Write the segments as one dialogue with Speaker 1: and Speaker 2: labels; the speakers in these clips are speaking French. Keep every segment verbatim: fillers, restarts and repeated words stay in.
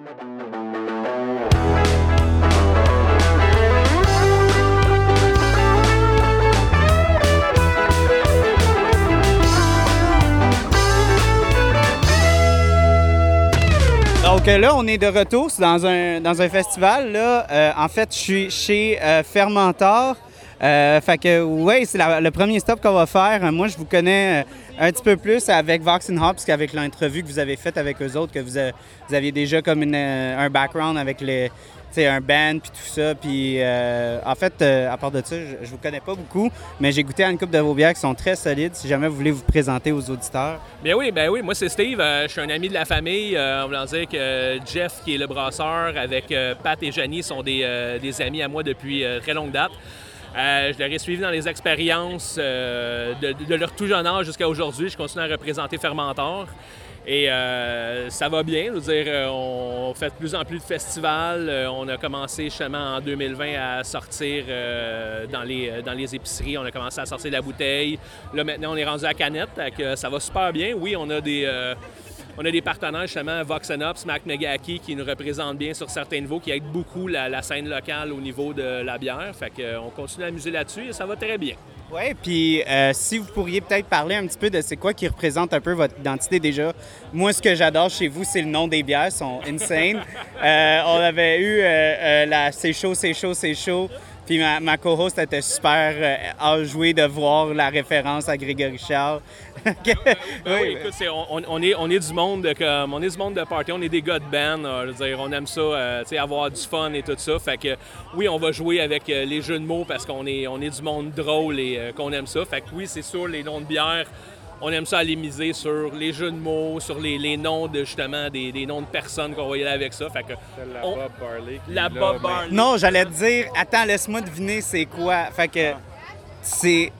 Speaker 1: Donc là, on est de retour dans un, dans un festival. Là. Euh, en fait, je suis chez euh, Fermentor. Euh, fait que, ouais, c'est la, le premier stop qu'on va faire. Moi, je vous connais euh, un petit peu plus avec Vox and Hops qu'avec l'entrevue que vous avez faite avec eux autres, que vous, a, vous aviez déjà comme une, un background avec les, un band puis tout ça. Puis, euh, en fait, euh, à part de ça, je, je vous connais pas beaucoup, mais j'ai goûté à une couple de vos bières qui sont très solides. Si jamais vous voulez vous présenter aux auditeurs.
Speaker 2: Bien oui, ben oui. Moi, c'est Steve. Euh, je suis un ami de la famille. Euh, en voulant dire que Jeff, qui est le brasseur, avec euh, Pat et Janie, sont des, euh, des amis à moi depuis euh, très longue date. Euh, je leur ai suivi dans les expériences euh, de, de leur tout jeune âge jusqu'à aujourd'hui. Je continue à représenter Fermentor. Et euh, ça va bien. Je veux dire, on fait de plus en plus de festivals. On a commencé justement en deux mille vingt à sortir euh, dans, les, dans les épiceries. On a commencé à sortir de la bouteille. Là, maintenant, on est rendu à canette. Donc, ça va super bien. Oui, on a des... Euh, On a des partenaires, justement, Vox and Hops, Mac Nagaki, qui nous représentent bien sur certains niveaux, qui aident beaucoup la, la scène locale au niveau de la bière. Fait qu'on continue à amuser là-dessus et ça va très bien.
Speaker 1: Oui, puis euh, si vous pourriez peut-être parler un petit peu de c'est quoi qui représente un peu votre identité déjà. Moi, ce que j'adore chez vous, c'est le nom des bières, sont insane. euh, on avait eu euh, euh, la C'est chaud, c'est chaud, c'est chaud. Puis ma, ma co-host était super euh, enjouée de voir la référence à Grégory Charles.
Speaker 2: Ben oui, écoute, c'est, on, on, est, on est du monde de comme, on est du monde de party, on est des gars de band, euh, je veux dire, on aime ça, euh, tu sais, avoir du fun et tout ça. Fait que oui, on va jouer avec euh, les jeux de mots parce qu'on est, on est du monde drôle et euh, qu'on aime ça. Fait que oui, c'est sûr, les noms de bière, on aime ça aller miser sur les jeux de mots, sur les, les noms de justement des, des noms de personnes qu'on va y aller avec ça. Fait que
Speaker 3: la
Speaker 2: on,
Speaker 3: Bob Barley.
Speaker 2: La Bob là, Barley.
Speaker 1: Non, j'allais te dire, attends, laisse-moi deviner c'est quoi. Fait que c'est.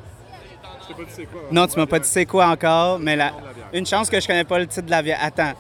Speaker 3: Je t'ai pas dit c'est quoi.
Speaker 1: Non, tu m'as pas dit c'est quoi encore, mais la... une chance que je connais pas le titre de la bière. Attends.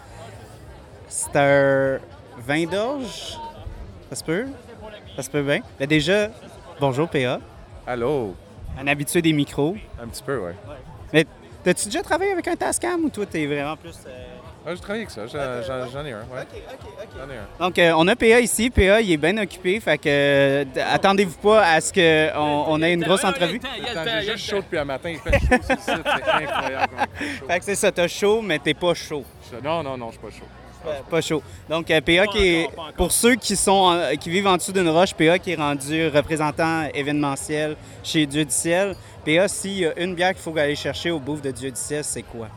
Speaker 1: C'est un vin d'orge? Ça se peut? Ça se peut bien. Mais déjà, bonjour P A.
Speaker 3: Allô?
Speaker 1: Un habitué des micros.
Speaker 3: Un petit peu, oui.
Speaker 1: Mais t'as-tu déjà travaillé avec un Tascam ou toi, t'es vraiment plus... Euh...
Speaker 3: Ah, j'ai travaillé avec ça. J'en, j'en, j'en ai un, ouais.
Speaker 1: OK, OK, OK.
Speaker 3: J'en ai un.
Speaker 1: Donc, euh, on a P A ici. P A, il est bien occupé. Fait que euh, attendez-vous pas à ce qu'on on ait une grosse entrevue.
Speaker 3: Attends, j'ai juste chaud depuis un matin. Il fait chaud sur le site. C'est incroyable comment il fait chaud.
Speaker 1: Fait que c'est ça, t'as chaud, mais t'es pas chaud.
Speaker 3: Non, non, non, je suis pas chaud.
Speaker 1: Pas, pas chaud. Donc, euh, P A qui est, pour ceux qui sont en- qui vivent en dessous d'une roche, P A qui est rendu représentant événementiel chez Dieu du Ciel. P A, s'il y a une bière qu'il faut aller chercher au bouffe de Dieu du Ciel, c'est quoi?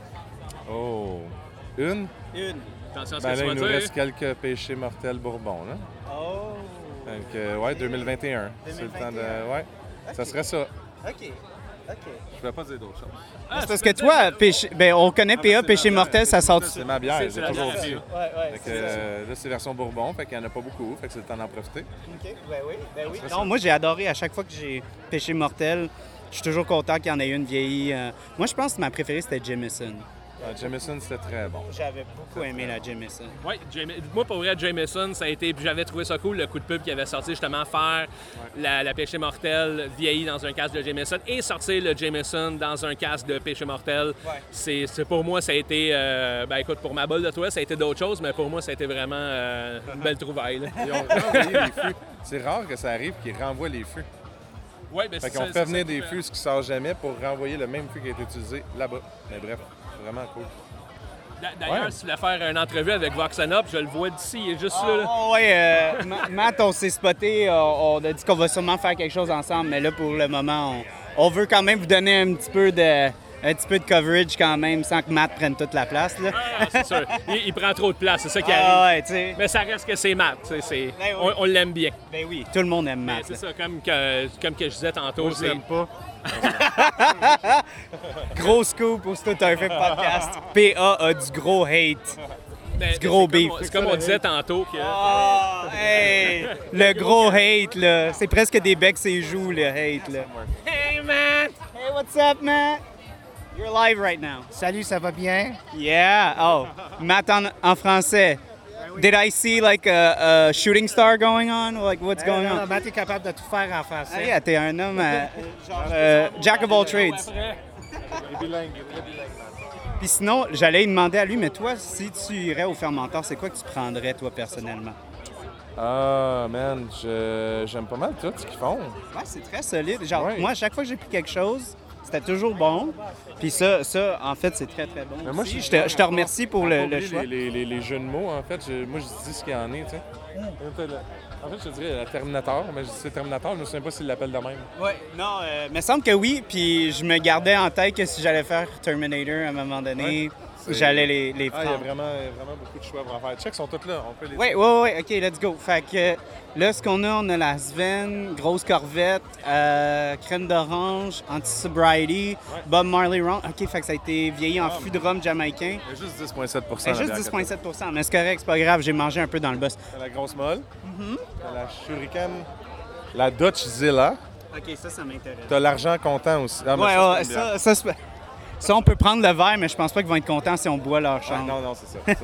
Speaker 3: Oh. Une?
Speaker 1: Une.
Speaker 2: Attention à ce
Speaker 3: Ben
Speaker 2: que
Speaker 3: là,
Speaker 2: tu
Speaker 3: il nous
Speaker 2: vas dire.
Speaker 3: reste quelques péchés mortels Bourbon, là.
Speaker 1: Oh!
Speaker 3: Donc, euh, ouais, deux mille vingt et un. C'est le temps de... Ouais, ça serait ça.
Speaker 1: OK. OK.
Speaker 3: Je vais pas dire d'autres choses.
Speaker 2: Ah,
Speaker 1: C'est parce que toi, péché, ben, on connaît P A,
Speaker 3: c'est
Speaker 1: péché
Speaker 3: ma
Speaker 1: mortel,
Speaker 3: bière.
Speaker 1: ça sort
Speaker 3: C'est
Speaker 1: dessus.
Speaker 3: ma bière,
Speaker 2: C'est-
Speaker 3: j'ai
Speaker 2: c'est la
Speaker 3: toujours
Speaker 2: bière.
Speaker 3: dit.
Speaker 1: Ouais, ouais,
Speaker 3: Fait que,
Speaker 1: c'est ça.
Speaker 3: euh, là, c'est version Bourbon, fait qu'il n'y en a pas beaucoup, fait que c'est le temps d'en profiter.
Speaker 1: OK, ben oui, ben oui.
Speaker 3: Ça,
Speaker 1: Non,
Speaker 3: ça.
Speaker 1: moi, j'ai adoré à chaque fois que j'ai péché mortel. Je suis toujours content qu'il y en ait une vieillie. euh. Moi, je pense que ma préférée, c'était Jameson.
Speaker 3: Euh, Jameson, c'était très bon.
Speaker 1: J'avais beaucoup aimé la Jameson.
Speaker 2: Oui, moi, pour vrai, Jameson, ça a été. Puis j'avais trouvé ça cool, le coup de pub qui avait sorti justement faire la, la pêche mortelle vieillie dans un casque de Jameson et sortir le Jameson dans un casque de pêche mortelle.
Speaker 1: Ouais.
Speaker 2: C'est, c'est pour moi, ça a été. Euh, ben écoute, pour ma bolle de toi, ça a été d'autres choses, mais pour moi, ça a été vraiment euh, une belle trouvaille. Là.
Speaker 3: Ils ont renvoyé les fûts. C'est rare que ça arrive qu'ils renvoient les fûts.
Speaker 2: Ouais, ben,
Speaker 3: Fait
Speaker 2: c'est
Speaker 3: qu'on
Speaker 2: ça,
Speaker 3: fait
Speaker 2: c'est
Speaker 3: venir
Speaker 2: ça
Speaker 3: des
Speaker 2: qui-
Speaker 3: fûts, ce qui sort jamais, pour renvoyer le même fût qui a été utilisé là-bas. Mais bref, vraiment cool.
Speaker 2: D'a- D'ailleurs,
Speaker 3: Ouais.
Speaker 2: si tu voulais faire une entrevue avec Vox and Up, je le vois d'ici, il est juste là. là.
Speaker 1: Oh, ouais, euh, Ma- Matt, on s'est spoté. On, on a dit qu'on va sûrement faire quelque chose ensemble, mais là, pour le moment, on, on veut quand même vous donner un petit peu de, un petit peu de coverage quand même, sans que Matt prenne toute la place. Là.
Speaker 2: Ah, c'est sûr. Il, il prend trop de place, c'est ça qui
Speaker 1: Ah
Speaker 2: arrive.
Speaker 1: ouais, tu sais.
Speaker 2: Mais ça reste que c'est Matt. tu sais, c'est-
Speaker 1: Ben oui.
Speaker 2: on, on l'aime bien.
Speaker 1: Ben oui, tout le monde aime
Speaker 2: Mais
Speaker 1: Matt.
Speaker 2: c'est
Speaker 1: là.
Speaker 2: ça, comme que, comme que je disais tantôt.
Speaker 3: Moi, je
Speaker 2: c'est-
Speaker 3: l'aime pas.
Speaker 1: Gros scoop pour tout un fait podcast. P A a du gros hate.
Speaker 2: mais
Speaker 1: du gros
Speaker 2: c'est comme
Speaker 1: beef.
Speaker 2: on- C'est comme on disait tantôt que.
Speaker 1: Oh, hey! Le gros hate, là. C'est presque des becs ses joues, le hate, là. Hey, Matt! Hey, what's up, Matt? You're live right now.
Speaker 4: Salut, ça va bien?
Speaker 1: Yeah. Oh, Matt en, en français. Did I see like a, a shooting star going on? Like what's going
Speaker 4: Euh, non,
Speaker 1: on?
Speaker 4: Matt est capable de tout faire en
Speaker 1: Ah,
Speaker 4: français.
Speaker 1: yeah, t'es un homme, euh, genre, euh, jack of all trades.
Speaker 3: Il est bilingue, il est très bilingue, man.
Speaker 1: Puis sinon, j'allais lui demander à lui, mais toi, si tu irais au fermenteur, c'est quoi que tu prendrais, toi, personnellement?
Speaker 3: Ah, man, je- j'aime pas mal tout ce qu'ils font.
Speaker 1: Ouais, c'est très solide. Genre,
Speaker 3: Ouais.
Speaker 1: moi, à chaque fois que j'ai pris quelque chose, c'était toujours bon. Puis ça, ça, en fait, c'est très, très bon.
Speaker 3: Mais moi,
Speaker 1: aussi.
Speaker 3: je
Speaker 1: je, te, je te remercie pour le, le
Speaker 3: les,
Speaker 1: choix.
Speaker 3: Les, les, les jeux de mots, en fait, je- moi, je dis ce qu'il y en est, tu sais. En fait, je te dirais la Terminator, mais je dis c'est Terminator, je me souviens pas s'il l'appelle de même.
Speaker 1: Ouais, non, euh, me semble que oui. Puis je me gardais en tête que si j'allais faire Terminator à un moment donné,
Speaker 3: Ouais, c'est-
Speaker 1: j'allais les, les
Speaker 3: Ah, il y a
Speaker 1: prendre.
Speaker 3: vraiment, il y a vraiment beaucoup de choix pour en faire. Check, ils sont tous là, on peut les...
Speaker 1: Oui, oui, oui, OK, let's go. Fait que là, ce qu'on a, on a la Sven, grosse corvette, euh, crème d'orange, anti-sobriety,
Speaker 3: Ouais.
Speaker 1: Bob Marley Rum. OK, fait que ça a été vieilli en
Speaker 3: Ah,
Speaker 1: fût de rhum jamaïcain.
Speaker 3: Il y a juste dix virgule sept pour cent.
Speaker 1: C'est juste dix virgule sept mais c'est correct, c'est pas grave, j'ai mangé un peu dans le boss.
Speaker 3: T'as la grosse molle,
Speaker 1: Mm-hmm.
Speaker 3: t'as la Shuriken, la Dutch Zilla,
Speaker 1: OK, ça, ça m'intéresse.
Speaker 3: t'as l'argent comptant aussi. Ah, mais
Speaker 1: Ouais,
Speaker 3: ça,
Speaker 1: ouais,
Speaker 3: c'est une bière.
Speaker 1: ça, ça, c'est- ça, on peut prendre le verre, mais je pense pas qu'ils vont être contents si on boit leur
Speaker 3: Ouais,
Speaker 1: chambre.
Speaker 3: non, non, c'est ça. C'est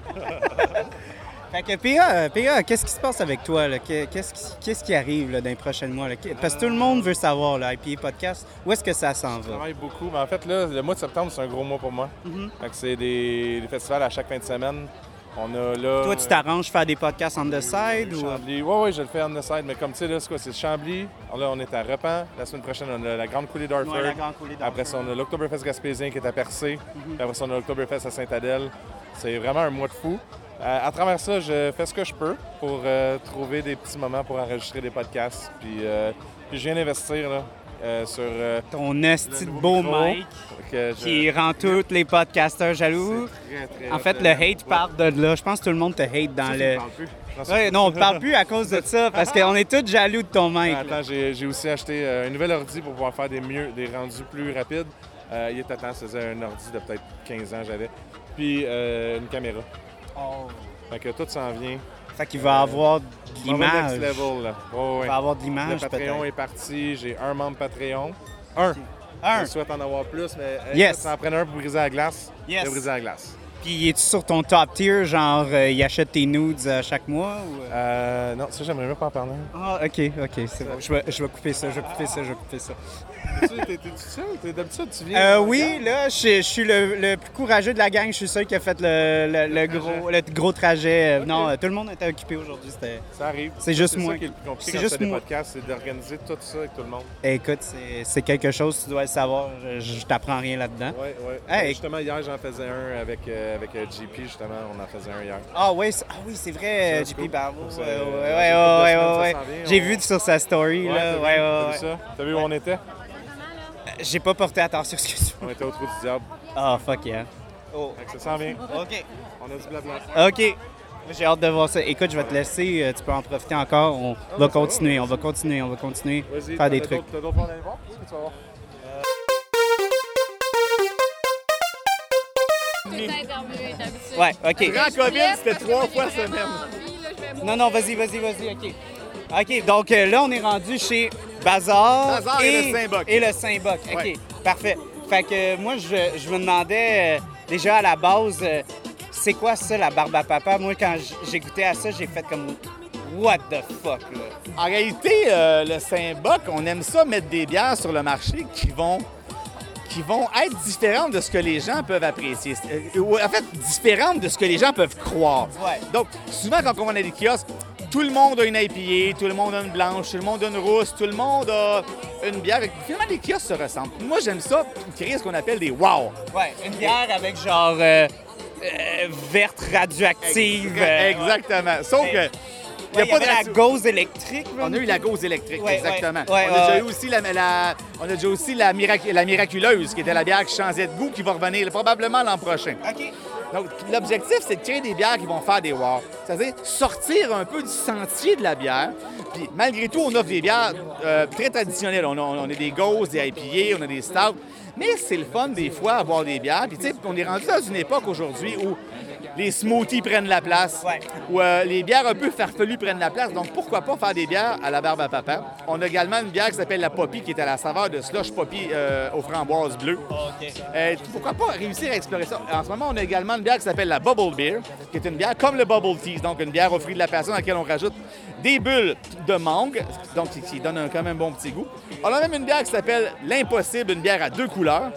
Speaker 3: pas...
Speaker 1: Fait que P A, P A, qu'est-ce qui se passe avec toi? Là? Que- Qu'est-ce qui, qu'est-ce qui arrive là, dans les prochains mois? Là? Parce que tout le monde veut savoir, là, I P A Podcast, où est-ce que ça s'en
Speaker 3: Je
Speaker 1: va?
Speaker 3: travaille beaucoup, mais en fait, là, le mois de septembre, c'est un gros mois pour moi.
Speaker 1: Mhm.
Speaker 3: Fait que c'est des, des festivals à chaque fin de semaine. On a là...
Speaker 1: Toi, tu t'arranges faire des podcasts on the side? Ou...
Speaker 3: Chambly. Oui, oui, je le fais on the side, mais comme tu sais, là, c'est quoi? C'est Chambly. Alors là, on est à Repent. La semaine prochaine, on a la Grande Coulée d'Orford.
Speaker 1: Ouais, la Grande Coulée d'Orford.
Speaker 3: Après ça, on a l'Octoberfest Gaspésien qui est à Percé. Puis après ça, on a l'Octoberfest à Sainte-Adèle. C'est vraiment un mois de fou. Euh, à travers ça, je fais ce que je peux pour euh, trouver des petits moments pour enregistrer des podcasts. Puis, euh, puis je viens d'investir là, euh, sur... euh,
Speaker 1: Ton esti de
Speaker 3: le
Speaker 1: beau
Speaker 3: micro
Speaker 1: mic
Speaker 3: que je-
Speaker 1: qui rend tous les podcasters jaloux.
Speaker 3: Très, très
Speaker 1: En fait,
Speaker 3: hot,
Speaker 1: le
Speaker 3: euh,
Speaker 1: hate
Speaker 3: ouais.
Speaker 1: part de là. Je pense que tout le monde te hate dans
Speaker 3: Ça, tu
Speaker 1: le...
Speaker 3: me parles plus. Non, ça,
Speaker 1: Ouais, non, on ne parle plus à cause de ça, parce qu'on est tous jaloux de ton mic. là.
Speaker 3: Attends, j'ai j'ai aussi acheté euh, un nouvel ordi pour pouvoir faire des mieux, des rendus plus rapides. Euh, il était temps, ça faisait un ordi de peut-être quinze ans j'avais. Puis euh, une caméra.
Speaker 1: Oh.
Speaker 3: Fait que tout s'en vient.
Speaker 1: Fait qu'il va avoir de
Speaker 3: On va
Speaker 1: l'image.
Speaker 3: next level, là. Ouais, ouais.
Speaker 1: Il va avoir de
Speaker 3: Le
Speaker 1: l'image,
Speaker 3: Patreon
Speaker 1: peut-être.
Speaker 3: est parti. J'ai un membre Patreon. Un.
Speaker 1: Un.
Speaker 3: Je souhaite en avoir plus, mais euh,
Speaker 1: Yes.
Speaker 3: ça en prenne un pour briser la glace.
Speaker 1: Yes.
Speaker 3: Je vais briser la glace.
Speaker 1: Puis, es-tu sur ton top tier, genre, euh, il achète tes nudes euh, chaque mois? Ou... euh?
Speaker 3: Euh, non, ça, j'aimerais même pas en parler.
Speaker 1: Ah, OK, OK, c'est bon. Je vais, je vais couper ça, je vais couper ça, je vais couper ça.
Speaker 3: T'es-tu t'es- t'es tout seul? T'es- D'habitude, tu viens.
Speaker 1: Euh, oui, là, je, je suis le, le plus courageux de la gang. Je suis seul qui a fait le, le- le gros, le gros trajet. Euh, Non, euh, tout le monde était occupé aujourd'hui. C'était...
Speaker 3: Ça arrive.
Speaker 1: C'est juste moi.
Speaker 3: C'est ça qui est le plus compliqué
Speaker 1: C'est
Speaker 3: quand
Speaker 1: juste
Speaker 3: tu fais des
Speaker 1: moi.
Speaker 3: podcasts, c'est d'organiser tout ça avec tout le monde.
Speaker 1: Écoute, c'est, c'est quelque chose, tu dois le savoir. Je, je t'apprends rien là-dedans.
Speaker 3: Oui, oui.
Speaker 1: Hey.
Speaker 3: Justement, hier, j'en faisais un avec, euh, avec euh, J P, justement. On en faisait un hier.
Speaker 1: Ah, ouais, c'est, ah oui, c'est vrai,
Speaker 3: Ça,
Speaker 1: J
Speaker 3: c'est
Speaker 1: P
Speaker 3: cool.
Speaker 1: Barbeau.
Speaker 3: Comme ça,
Speaker 1: Ouais,
Speaker 3: euh,
Speaker 1: ouais,
Speaker 3: dans
Speaker 1: ouais,
Speaker 3: une
Speaker 1: ouais,
Speaker 3: couple de
Speaker 1: ouais,
Speaker 3: semaines,
Speaker 1: ouais,
Speaker 3: ça s'en vient,
Speaker 1: J'ai
Speaker 3: on-
Speaker 1: vu sur sa story,
Speaker 3: Ouais,
Speaker 1: là.
Speaker 3: t'as
Speaker 1: Ouais,
Speaker 3: vu,
Speaker 1: ouais,
Speaker 3: t'as
Speaker 1: ouais.
Speaker 3: vu ça? T'as vu où on était?
Speaker 1: J'ai pas porté attention, excuse-moi.
Speaker 3: On était au trou du diable.
Speaker 1: Ah, fuck yeah. Oh.
Speaker 3: Fait que ça s'en vient.
Speaker 1: OK.
Speaker 3: On a du blabla.
Speaker 1: OK. J'ai hâte de voir ça. Écoute, je vais te laisser. euh, Tu peux en profiter encore. On va
Speaker 3: ça
Speaker 1: continuer,
Speaker 3: va,
Speaker 1: on va continuer, on va continuer.
Speaker 3: Vas-y,
Speaker 1: Faire des
Speaker 3: t'as
Speaker 1: trucs.
Speaker 3: d'autres- T'as d'autres mondes à aller voir? Qu'est-ce que tu vas voir?
Speaker 1: Ouais, OK.
Speaker 5: Grand COVID, c'était trois fois semaine.
Speaker 1: Non, non, vas-y, vas-y, vas-y, OK. OK, donc euh, là, on est rendu chez Bazar,
Speaker 5: Bazar et le Saint-Boc.
Speaker 1: Et le Saint-Boc. OK,
Speaker 5: Ouais.
Speaker 1: parfait. Fait que euh, moi, je, je me demandais, euh, déjà à la base, euh, c'est quoi ça, la barbe à papa? Moi, quand j- j'ai goûté à ça, j'ai fait comme « What the fuck, là?
Speaker 5: En réalité, euh, le Saint-Boc, on aime ça mettre des bières sur le marché qui vont, qui vont être différentes de ce que les gens peuvent apprécier. Euh, ou, en fait, différentes de ce que les gens peuvent croire.
Speaker 1: Ouais.
Speaker 5: Donc, souvent, quand on va dans des kiosques, tout le monde a une I P A, tout le monde a une blanche, tout le monde a une rousse, tout le monde a une bière. Finalement, les kiosques se ressemblent. Moi, j'aime ça, créer ce qu'on appelle des wow. »
Speaker 1: Ouais, une bière avec genre euh, euh, verte radioactive. euh,
Speaker 5: Exactement. Sauf
Speaker 1: Mais-
Speaker 5: que...
Speaker 1: ouais, il y avait la
Speaker 5: radio-
Speaker 1: gauze électrique.
Speaker 5: On a eu la gauze électrique,
Speaker 1: Ouais,
Speaker 5: exactement.
Speaker 1: ouais, ouais,
Speaker 5: on a déjà
Speaker 1: ouais.
Speaker 5: eu aussi la, la- on a déjà aussi la, mirac- la miraculeuse, qui était la bière qui changeait de goût, qui va revenir probablement l'an prochain.
Speaker 1: OK.
Speaker 5: Donc, l'objectif, c'est de créer des bières qui vont faire des wow. C'est-à-dire sortir un peu du sentier de la bière. Puis, malgré tout, on offre des bières euh, très traditionnelles. On a, on a des gauzes, des I P A, on a des stouts. Mais c'est le fun, des fois, avoir des bières. Puis, tu sais, on est rendu dans une époque aujourd'hui où les smoothies prennent la place,
Speaker 1: Ouais.
Speaker 5: où euh, les bières un peu farfelues prennent la place. Donc, pourquoi pas faire des bières à la barbe à papa? On a également une bière qui s'appelle la Poppy, qui est à la saveur de slush Poppy euh, aux framboises bleues.
Speaker 1: OK.
Speaker 5: Euh, pourquoi pas réussir à explorer ça? En ce moment, on a également une bière qui s'appelle la Bubble Beer, qui est une bière comme le Bubble Tea, donc une bière au fruit de la passion dans laquelle on rajoute des bulles de mangue, donc qui, qui donne un, quand même un bon petit goût. On a même une bière qui s'appelle l'Impossible, une bière à deux couleurs.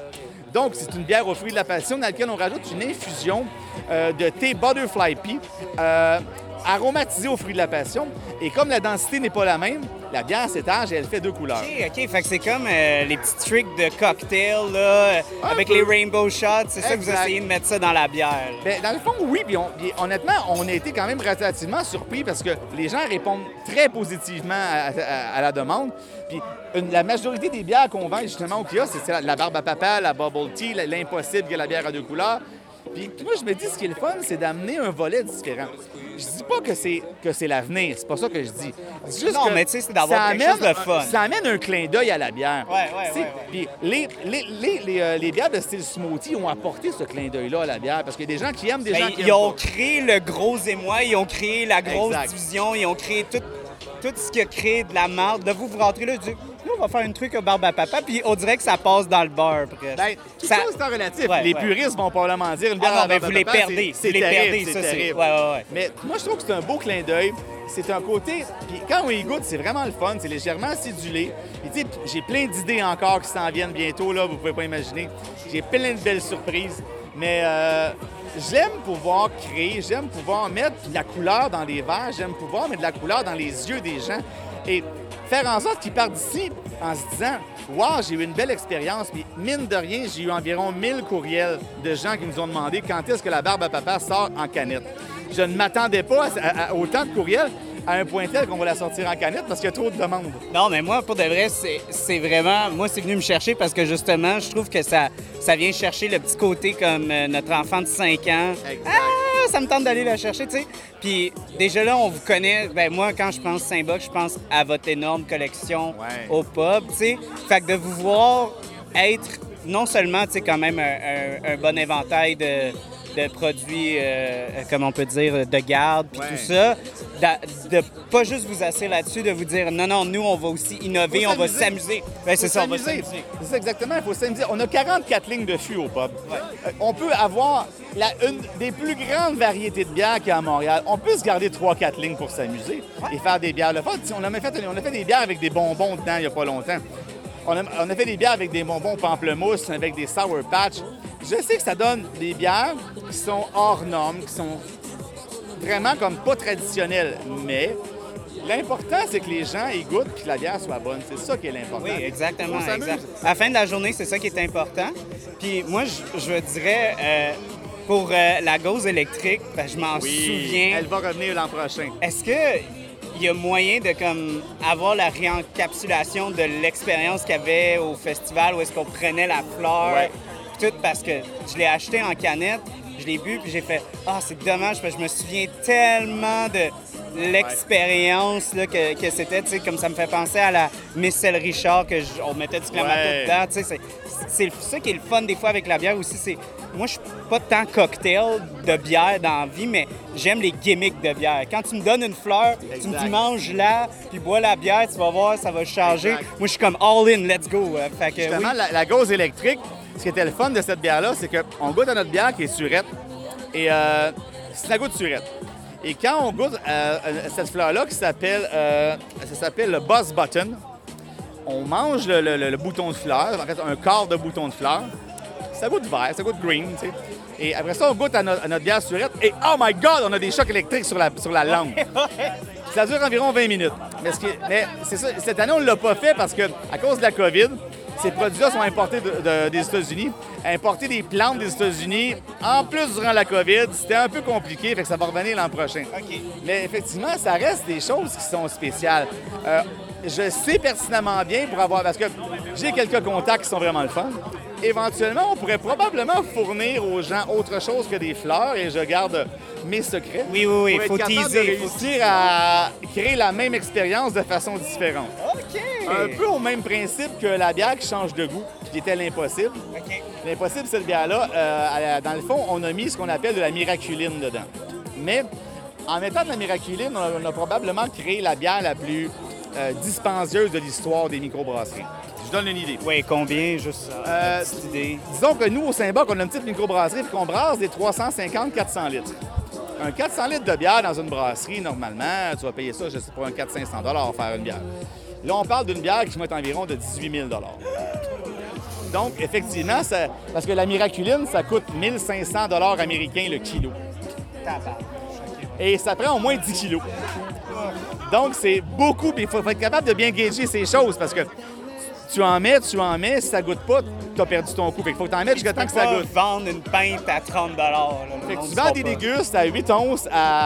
Speaker 5: Donc, c'est une bière aux fruits de la passion dans laquelle on rajoute une infusion euh, de thé Butterfly Pea, euh, aromatisée aux fruits de la passion. Et comme la densité n'est pas la même, la bière s'étage et elle fait deux couleurs.
Speaker 1: OK, OK. Fait que c'est comme euh, les petits tricks de cocktail, là, avec
Speaker 5: peu.
Speaker 1: les rainbow shots. C'est ça que vous
Speaker 5: Exact.
Speaker 1: essayez de mettre ça dans la bière.
Speaker 5: Bien, dans le fond, oui. Puis, on- puis honnêtement, on a été quand même relativement surpris parce que les gens répondent très positivement à, à- à la demande. Puis une- la majorité des bières qu'on vend justement au kiosque, c'est la, la barbe à papa, la bubble tea, la- l'impossible que la bière à deux couleurs. Puis moi, je me dis, ce qui est le fun, c'est d'amener un volet différent. Je dis pas que c'est que c'est l'avenir, c'est pas ça que je dis. C'est juste
Speaker 1: Non,
Speaker 5: que
Speaker 1: mais tu sais, c'est d'avoir
Speaker 5: ça
Speaker 1: quelque chose
Speaker 5: amène
Speaker 1: de fun.
Speaker 5: un- Ça amène un clin d'œil à la bière.
Speaker 1: Ouais, ouais,
Speaker 5: Tu sais,
Speaker 1: ouais, ouais.
Speaker 5: Puis les, les, les, les, euh, les bières de style smoothie ont apporté ce clin d'œil-là à la bière parce qu'il y a des gens qui aiment, des
Speaker 1: Ben,
Speaker 5: gens qui
Speaker 1: ils
Speaker 5: aiment
Speaker 1: ont
Speaker 5: pas.
Speaker 1: créé le gros émoi, ils ont créé la grosse
Speaker 5: Exact.
Speaker 1: division, ils ont créé tout, tout ce qui a créé de la marde. De vous, vous rentrez là, du nous, on va faire un truc à barbe à papa, puis on dirait que ça passe dans le beurre, presque.
Speaker 5: Ben, tout
Speaker 1: Ça-
Speaker 5: ça, c'est en relatif.
Speaker 1: Ouais,
Speaker 5: les
Speaker 1: ouais.
Speaker 5: puristes vont probablement dire une bière
Speaker 1: Ah non,
Speaker 5: à
Speaker 1: ben,
Speaker 5: barbe
Speaker 1: vous
Speaker 5: à
Speaker 1: les
Speaker 5: papa,
Speaker 1: perdez.
Speaker 5: c'est-
Speaker 1: Vous les
Speaker 5: c'est terrible,
Speaker 1: perdez,
Speaker 5: c'est
Speaker 1: ça, c'est-
Speaker 5: terrible.
Speaker 1: ouais, ouais, ouais.
Speaker 5: Mais moi, je trouve que c'est un beau clin d'œil. C'est un côté... Puis quand on y goûte, c'est vraiment le fun. C'est légèrement acidulé. Puis tu sais, j'ai plein d'idées encore qui s'en viennent bientôt, là. Vous pouvez pas imaginer. J'ai plein de belles surprises. Mais euh, j'aime pouvoir créer, j'aime pouvoir mettre de la couleur dans les verres, j'aime pouvoir mettre de la couleur dans les yeux des gens. Et faire en sorte qu'ils partent d'ici en se disant « Wow, j'ai eu une belle expérience. » Puis mine de rien, j'ai eu environ mille courriels de gens qui nous ont demandé quand est-ce que la barbe à papa sort en canette. Je ne m'attendais pas à, à- à autant de courriels à un point tel qu'on va la sortir en canette parce qu'il y a trop de demandes.
Speaker 1: Non, mais moi, pour de vrai, c'est c'est vraiment... Moi, c'est venu me chercher parce que, justement, je trouve que ça, ça vient chercher le petit côté comme euh, notre enfant de cinq ans.
Speaker 5: Exact.
Speaker 1: Ah, ça me tente d'aller la chercher, tu sais. Puis déjà là, on vous connaît. Ben moi, quand je pense Saint-Boc, je pense à votre énorme collection
Speaker 5: Ouais.
Speaker 1: au pub, tu sais. Fait que de vous voir être non seulement, tu sais, quand même un, un- un bon éventail de, de produits, euh, comme on peut dire, de garde, puis
Speaker 5: Ouais.
Speaker 1: tout ça, de, de pas juste vous asseoir là-dessus, de vous dire non, non, nous, on va aussi innover,
Speaker 5: Faut
Speaker 1: on va
Speaker 5: s'amuser.
Speaker 1: s'amuser. Ben, c'est
Speaker 5: Faut
Speaker 1: ça, on va
Speaker 5: s'amuser.
Speaker 1: s'amuser.
Speaker 5: C'est ça exactement, il faut s'amuser. On a quarante-quatre lignes de fût au pub. Euh, on peut avoir la- une des plus grandes variétés de bières qu'il y a à Montréal. On peut se garder trois quatre lignes pour s'amuser et faire des bières. Le fun, tu sais, on a même fait, on a fait des bières avec des bonbons dedans il n'y a pas longtemps. On a, on a fait des bières avec des bonbons pamplemousse, avec des Sour Patch. Je sais que ça donne des bières qui sont hors normes, qui sont vraiment comme pas traditionnelles, mais l'important, c'est que les gens y goûtent et que la bière soit bonne. C'est ça qui est l'important.
Speaker 1: Oui, exactement.
Speaker 5: On s'amuse.
Speaker 1: exact. À la fin de la journée, c'est ça qui est important. Puis moi, je, je dirais, euh, pour euh, la gauze électrique, ben, je m'en
Speaker 5: Oui,
Speaker 1: souviens.
Speaker 5: elle va revenir l'an prochain.
Speaker 1: Est-ce que il y a moyen de comme avoir la réencapsulation de l'expérience qu'il y avait au festival où est-ce qu'on prenait la fleur,
Speaker 5: Ouais.
Speaker 1: puis tout, parce que je l'ai acheté en canette, je l'ai bu, puis j'ai fait « Ah, c'est dommage, parce que je me souviens tellement de l'expérience là, que, que c'était, tu sais, comme ça me fait penser à la Michel Richard, que je- on mettait du clamato
Speaker 5: Ouais.
Speaker 1: dedans, tu sais, c'est- c'est ça qui est le fun des fois avec la bière aussi, c'est... Moi, je suis pas tant cocktail de bière dans la vie, mais j'aime les gimmicks de bière. Quand tu me donnes une fleur, tu me
Speaker 5: Exact.
Speaker 1: dis mange-la, puis bois la bière, tu vas voir, ça va changer.
Speaker 5: Exact.
Speaker 1: Moi, je suis comme all in, let's go. Euh, Fait que,
Speaker 5: Justement,
Speaker 1: oui.
Speaker 5: la, la gauze électrique, ce qui était le fun de cette bière-là, c'est qu'on goûte à notre bière qui est surette. Et euh, c'est la goûte surette. Et quand on goûte euh, cette fleur-là qui s'appelle, euh, ça s'appelle le Boss Button, on mange le, le- le- le bouton de fleur, en fait un quart de bouton de fleur. Ça goûte vert, ça goûte green, tu sais. Et après ça, on goûte à, no- à notre bière surette et oh my God, on a des chocs électriques sur la, sur la langue. Ça dure environ vingt minutes. Mais, ce qui est- mais c'est ça, cette année, on ne l'a pas fait parce que à cause de la COVID, ces produits-là sont importés de- de- des États-Unis. Importer des plantes des États-Unis, en plus durant la COVID, c'était un peu compliqué, fait que ça va revenir l'an prochain.
Speaker 1: OK.
Speaker 5: Mais effectivement, ça reste des choses qui sont spéciales. Euh, je sais pertinemment bien pour avoir... Parce que j'ai quelques contacts qui sont vraiment le fun. Éventuellement, on pourrait probablement fournir aux gens autre chose que des fleurs et je garde mes secrets.
Speaker 1: Oui, oui, oui,
Speaker 5: pour être
Speaker 1: faut
Speaker 5: capable
Speaker 1: teaser,
Speaker 5: de
Speaker 1: faut
Speaker 5: réussir à créer la même expérience de façon différente.
Speaker 1: OK.
Speaker 5: Un peu au même principe que la bière qui change de goût, qui était l'impossible.
Speaker 1: OK.
Speaker 5: L'impossible, cette bière-là, euh, à- dans le fond, on a mis ce qu'on appelle de la miraculine dedans. Mais en mettant de la miraculine, on a, on a probablement créé la bière la plus euh, dispendieuse de l'histoire des microbrasseries. Je donne une idée.
Speaker 1: Oui, combien, juste ça?
Speaker 5: Euh,
Speaker 1: petite idée.
Speaker 5: Disons que nous, au Saint-Boc, on a une petite microbrasserie et qu'on brasse des trois cent cinquante à quatre cents litres. Un quatre cents litres de bière dans une brasserie, normalement, tu vas payer ça, je sais pas, un quatre cents à cinq cents faire une bière. Là, on parle d'une bière qui va être environ de dix-huit mille Donc, effectivement, ça, parce que la Miraculine, ça coûte mille cinq cents dollars américains le kilo. Et ça prend au moins dix kilos. Donc, c'est beaucoup. Il faut, faut être capable de bien gager ces choses parce que tu en mets, tu en mets, si ça goûte pas, tu as perdu ton coup. Fait qu'il faut que tu en mettes jusqu'à temps que ça goûte.
Speaker 1: Vendre une pinte à trente dollars.
Speaker 5: Fait que tu vends des dégustes à huit onces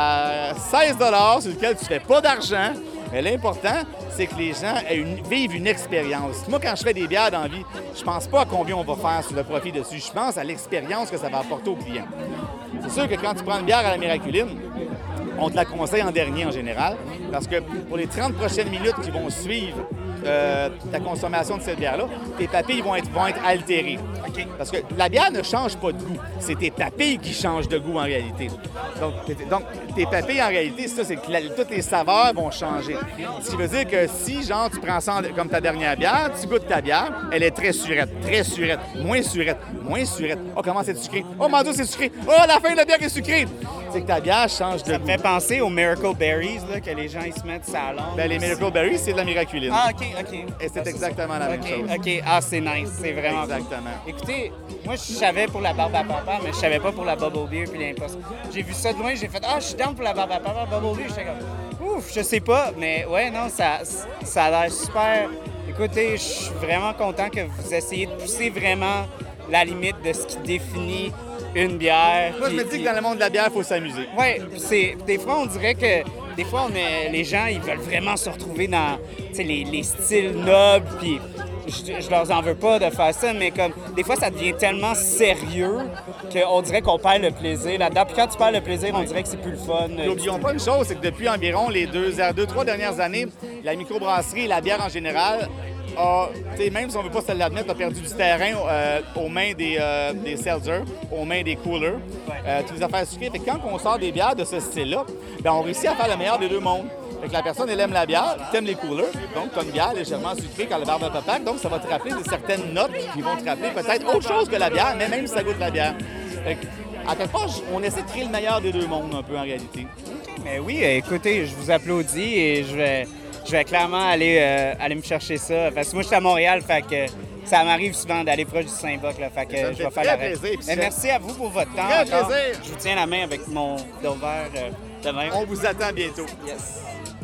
Speaker 5: à seize dollars sur lequel tu fais pas d'argent. Mais l'important, c'est que les gens aient une, vivent une expérience. Moi, quand je fais des bières dans la vie, je pense pas à combien on va faire sur le profit dessus. Je pense à l'expérience que ça va apporter au client. C'est sûr que quand tu prends une bière à la Miraculine, on te la conseille en dernier en général, parce que pour les trente prochaines minutes qui vont suivre euh, ta consommation de cette bière-là, tes papilles vont être, vont être altérées. Okay. Parce que la bière ne change pas de goût. C'est tes papilles qui changent de goût en réalité. Donc, donc tes papilles, en réalité, c'est ça, c'est que la, toutes les saveurs vont changer. Ce qui veut dire que si, genre, tu prends ça en, comme ta dernière bière, tu goûtes ta bière, elle est très surette, très surette, moins surette, moins surette. Oh, comment c'est sucré? Oh, mon Dieu, c'est sucré! Oh, la fin de la bière est sucrée! C'est que ta bière change de
Speaker 1: ça
Speaker 5: goût.
Speaker 1: Ça me fait penser aux Miracle Berries, là, que les gens ils se mettent sa langue.
Speaker 5: Ben, les Miracle Berries, c'est de la Miraculine.
Speaker 1: Ah, OK, OK.
Speaker 5: Et c'est exactement la
Speaker 1: okay,
Speaker 5: même chose.
Speaker 1: OK, ah, c'est nice. C'est vraiment
Speaker 5: Exactement.
Speaker 1: Cool. Écoutez, moi, je savais pour la barbe à papa, mais je savais pas pour la Bubble Beer puis l'impost. J'ai vu ça de loin, j'ai fait « Ah, je suis down pour la barbe à papa, Bubble Beer. » J'étais comme « Ouf, je sais pas. » Mais ouais, non, ça, ça a l'air super. Écoutez, je suis vraiment content que vous essayez de pousser vraiment la limite de ce qui définit une bière.
Speaker 5: Moi, je me dis que dans le monde de la bière, il faut s'amuser.
Speaker 1: Oui, c'est des fois, on dirait que des fois, on est, les gens, ils veulent vraiment se retrouver dans les, les styles nobles, puis je, je leur en veux pas de faire ça, mais comme des fois, ça devient tellement sérieux qu'on dirait qu'on perd le plaisir là-dedans. Puis quand tu perds le plaisir, on dirait que c'est plus le fun.
Speaker 5: N'oublions pas une chose, c'est que depuis environ les deux, deux, trois dernières années, la microbrasserie et la bière en général a, même si on ne veut pas se l'admettre, a perdu du terrain euh, aux mains des, euh, des seltzers, aux mains des coolers, euh, toutes les affaires sucrées. Fait que quand on sort des bières de ce style-là, ben, on réussit à faire le meilleur des deux mondes. Fait que la personne, elle aime la bière, tu aimes les coolers, donc tu as une bière légèrement sucrée quand le barbe à papa, donc ça va te rappeler de certaines notes qui vont te rappeler peut-être autre chose que la bière, mais même si ça goûte la bière. Fait que, à quelque part, on essaie de créer le meilleur des deux mondes un peu en réalité.
Speaker 1: Mais oui, écoutez, je vous applaudis et je vais... Je vais clairement aller, euh, aller me chercher ça. Parce que moi, je suis à Montréal, fait que ça m'arrive souvent d'aller proche du Saint-Boc. Là, fait que
Speaker 5: ça
Speaker 1: je vais
Speaker 5: fait
Speaker 1: faire
Speaker 5: très
Speaker 1: la
Speaker 5: plaisir.
Speaker 1: Mais merci à vous pour votre temps.
Speaker 5: Très
Speaker 1: encore.
Speaker 5: plaisir.
Speaker 1: Je vous tiens la main avec mon verre euh, de même.
Speaker 5: On vous attend bientôt.
Speaker 1: Yes.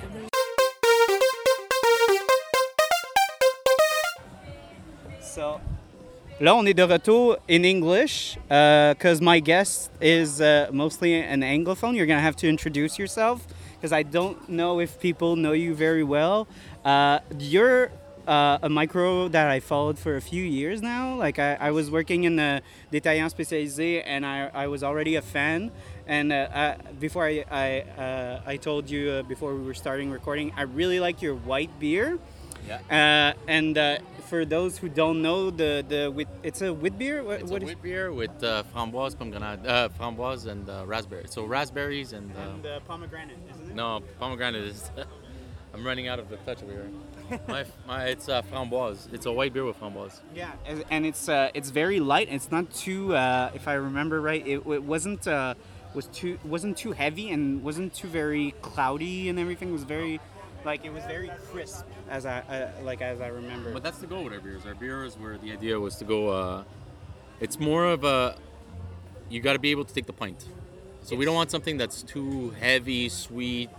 Speaker 1: So, là, on est de retour in English because uh, my guest is uh, mostly an Anglophone. You're going to have to introduce yourself, because I don't know if people know you very well. Uh, you're uh, a micro that I followed for a few years now. Like I, I was working in the détaillant spécialisé, and I, I was already a fan. And uh, I, before I I, uh, I told you uh, before we were starting recording, I really like your white beer.
Speaker 6: Yeah.
Speaker 1: Uh, and uh, for those who don't know, the the wit, it's a wit beer. What,
Speaker 6: It's
Speaker 1: what
Speaker 6: a
Speaker 1: is
Speaker 6: wheat beer with uh, framboise, pomegranate, uh, framboise and uh, raspberry. So raspberries and, uh,
Speaker 1: and uh, pomegranate, isn't it?
Speaker 6: no pomegranate is. I'm running out of the touch over here. my, my, it's uh, framboise. It's a white beer with framboise.
Speaker 1: Yeah, and- and it's uh, it's very light. It's not too. Uh, if I remember right, it, it wasn't uh, was too wasn't too heavy and wasn't too very cloudy and everything. It was very, like it was very crisp as I uh, like as I remember.
Speaker 6: But that's the goal with our beers. Our beers where the idea was to go. Uh, it's more of a. You got to be able to take the pint. So we don't want something that's too heavy, sweet,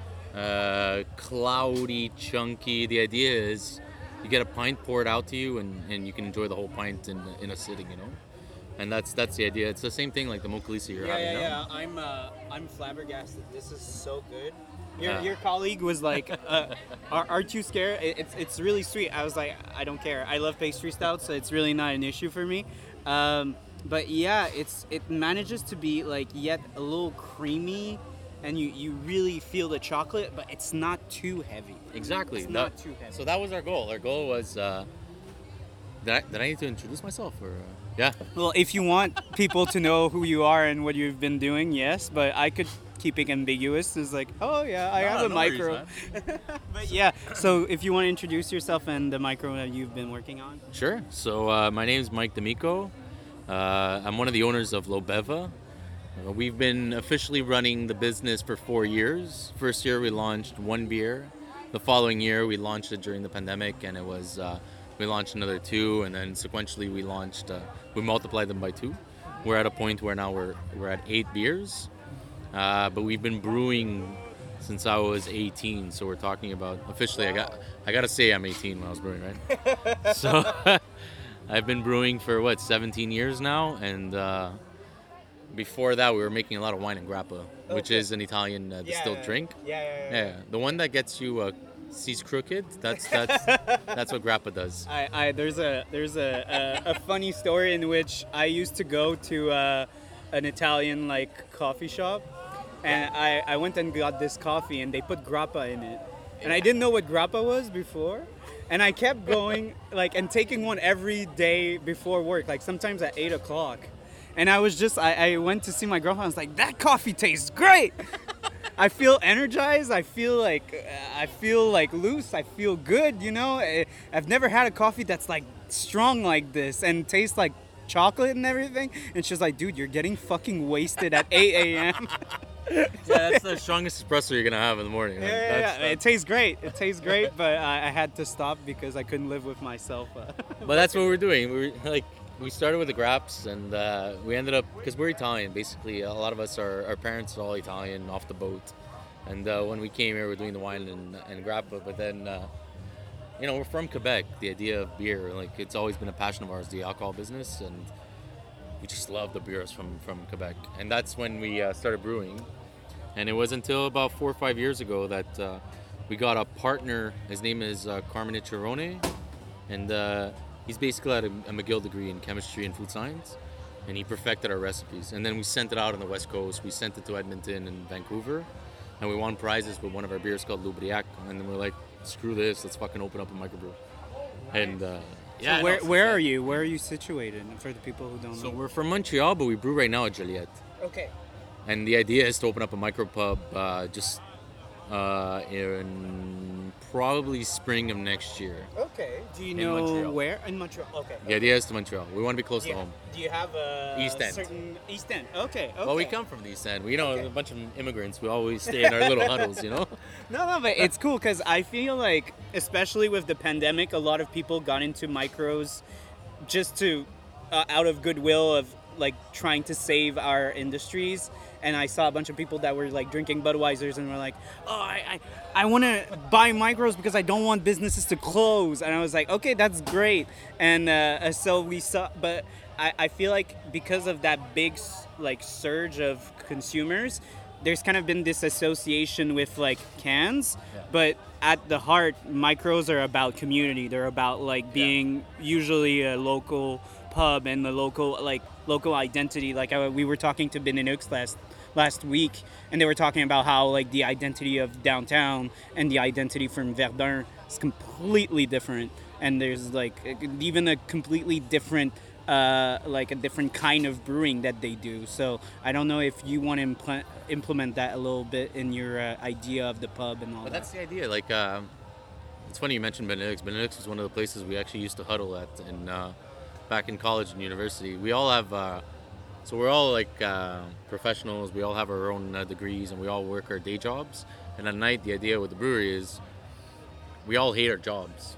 Speaker 6: uh, cloudy, chunky. The idea is you get a pint, pour it out to you, and, and you can enjoy the whole pint in in a sitting, you know. And that's that's the idea. It's the same thing like the Mokalisi you're
Speaker 1: yeah,
Speaker 6: having
Speaker 1: yeah,
Speaker 6: now.
Speaker 1: yeah. I'm uh, I'm flabbergasted. This is so good. Your,
Speaker 6: Yeah.
Speaker 1: your colleague was like, uh, are, "Aren't you scared?" It- It's it's really sweet. I was like, I don't care. I love pastry stouts, so it's really not an issue for me. Um, but yeah, it's it manages to be like yet a little creamy, and you, you really feel the chocolate, but it's not too heavy.
Speaker 6: Exactly.
Speaker 1: It's
Speaker 6: That-
Speaker 1: not too heavy.
Speaker 6: So that was our goal. Our goal was. Uh, did I, did I need to introduce myself or? Uh, yeah.
Speaker 1: Well, if you want people to know who you are and what you've been doing, yes. But I could keep it ambiguous. It's like, oh yeah, I
Speaker 6: No,
Speaker 1: have a
Speaker 6: no worries,
Speaker 1: micro.
Speaker 6: man.
Speaker 1: But yeah, so if you want to introduce yourself and the micro that you've been working on.
Speaker 6: Sure. So uh, my name is Mike D'Amico. Uh, I'm one of the owners of Lobeva. Uh, we've been officially running the business for four years. First year we launched one beer. The following year we launched it during the pandemic, and it was uh, we launched another two, and then sequentially we launched, uh, we multiplied them by two. We're at a point where now we're we're at eight beers, uh, but we've been brewing since I was eighteen. So we're talking about officially. I got I gotta say I'm eighteen when I was brewing, right? So I've been brewing for what seventeen years now, and uh, before that we were making a lot of wine and grappa, which
Speaker 1: Okay.
Speaker 6: is an Italian uh, distilled
Speaker 1: yeah.
Speaker 6: drink.
Speaker 1: Yeah, yeah, yeah.
Speaker 6: Yeah, the one that gets you uh, sees crooked. That's that's that's what grappa does.
Speaker 1: I, I there's a there's a, a, a funny story in which I used to go to uh, an Italian like coffee shop, and I, I went and got this coffee and they put grappa in it, and I didn't know what grappa was before, and I kept going like and taking one every day before work, like sometimes at eight o'clock, and I was just I, I went to see my girlfriend. I was like, that coffee tastes great. I feel energized. I feel like uh, I feel like loose. I feel good. You know, I, I've never had a coffee that's like strong like this and tastes like chocolate and everything. And she's like, dude, you're getting fucking wasted at eight a.m.
Speaker 6: Yeah, that's the strongest espresso you're gonna have in the morning.
Speaker 1: Yeah,
Speaker 6: Like,
Speaker 1: yeah,
Speaker 6: that's-
Speaker 1: yeah. It tastes great. It tastes great, but I, I had to stop because I couldn't live with myself. Uh,
Speaker 6: But that's what we're doing. We were like, we started with the grapes, and uh, we ended up because we're Italian. Basically, a lot of us are our parents are all Italian off the boat, and uh, when we came here, we we're doing the wine and, and grappa. But then, uh, you know, we're from Quebec. The idea of beer, like, it's always been a passion of ours, the alcohol business, and we just love the beers from from Quebec. And that's when we uh, started brewing. And it was until about four or five years ago that uh, we got a partner. His name is uh, Carmine Cirone, and uh, he's basically had a, a McGill degree in chemistry and food science, and he perfected our recipes. And then we sent it out on the West Coast. We sent it to Edmonton and Vancouver, and we won prizes with one of our beers called Loubriac. And then we're like, screw this, let's fucking open up a microbrew. And uh, yeah,
Speaker 1: so where
Speaker 6: no,
Speaker 1: where
Speaker 6: so-
Speaker 1: are you? Where are you situated? For the people who don't
Speaker 6: So
Speaker 1: know.
Speaker 6: we're from Montreal, but we brew right now at Joliette.
Speaker 1: Okay.
Speaker 6: And the idea is to open up a micropub uh, just uh, in probably spring of next year.
Speaker 1: Okay. Do you
Speaker 6: In
Speaker 1: know
Speaker 6: Montreal.
Speaker 1: where in Montreal? Okay.
Speaker 6: The idea is to Montreal. We want to be close
Speaker 1: Do
Speaker 6: to
Speaker 1: you,
Speaker 6: home.
Speaker 1: do you have a
Speaker 6: East End.
Speaker 1: certain East End? Okay. Okay.
Speaker 6: Well, we come from the East End. We, you know,
Speaker 1: Okay.
Speaker 6: a bunch of immigrants. We always stay in our little huddles, you know?
Speaker 1: No, no, but it's cool because I feel like, especially with the pandemic, a lot of people got into micros just to, uh, out of goodwill of like trying to save our industries. And I saw a bunch of people that were like drinking Budweisers and were like, oh, I, I, I want to buy micros because I don't want businesses to close. And I was like, okay, that's great. And uh, so we saw, but I, I feel like because of that big like surge of consumers, there's kind of been this association with like cans, but at the heart, micros are about community. They're about like being usually a local pub and the local like local identity. Like I, we were talking to Benelux last last week, and they were talking about how like the identity of downtown and the identity from Verdun is completely different, and there's like even a completely different uh, like a different kind of brewing that they do. So I don't know if you want to impl- implement that a little bit in your uh, idea of the pub and all
Speaker 6: But
Speaker 1: that.
Speaker 6: that's the idea. Like, um, it's funny you mentioned Benelux. Benelux was one of the places we actually used to huddle at in, uh, back in college and university. We all have, uh, so we're all like uh, professionals. We all have our own uh, degrees, and we all work our day jobs. And at night, the idea with the brewery is we all hate our jobs.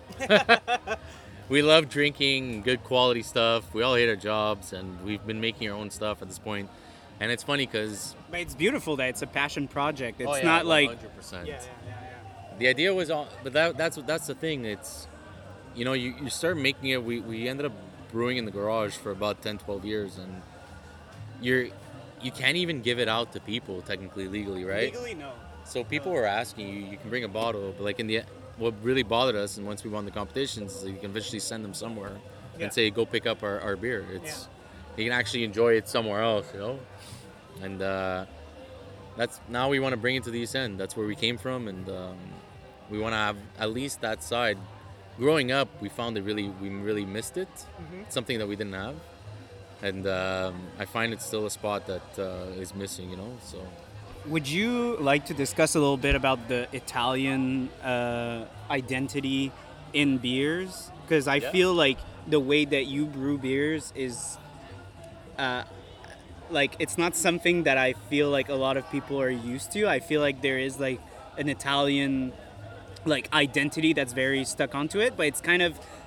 Speaker 6: We love drinking good quality stuff. We all hate our jobs, and we've been making our own stuff at this point. And it's funny because
Speaker 1: But it's beautiful that it's a passion project. It's
Speaker 6: oh, yeah,
Speaker 1: not like
Speaker 6: one hundred percent.
Speaker 1: yeah, yeah, yeah.
Speaker 6: The idea was all, but that, that's that's the thing. It's, you know, you, you start making it. We, we ended up brewing in the garage for about ten, twelve years, and you're you can't even give it out to people technically legally, right?
Speaker 1: Legally, no.
Speaker 6: So people were asking you, you can bring a bottle, but like in the what really bothered us, and once we won the competitions, is that you can eventually send them somewhere
Speaker 1: Yeah.
Speaker 6: and say, go pick up our, our beer. It's you can actually enjoy it somewhere else, you know. And uh, that's now we want to bring it to the East End. That's where we came from, and um, we want to have at least that side. Growing up, we found it really, we really missed it.
Speaker 1: Mm-hmm.
Speaker 6: It's something that we didn't have, and um, I find it's still a spot that uh, is missing, you know. So.
Speaker 1: Would you like to discuss a little bit about the Italian uh, identity in beers? Because I
Speaker 6: Yeah.
Speaker 1: feel like the way that you brew beers is, uh, like, it's not something that I feel like a lot of people are used to. I feel like there is like an Italian, like, identity that's very stuck onto it, but it's kind of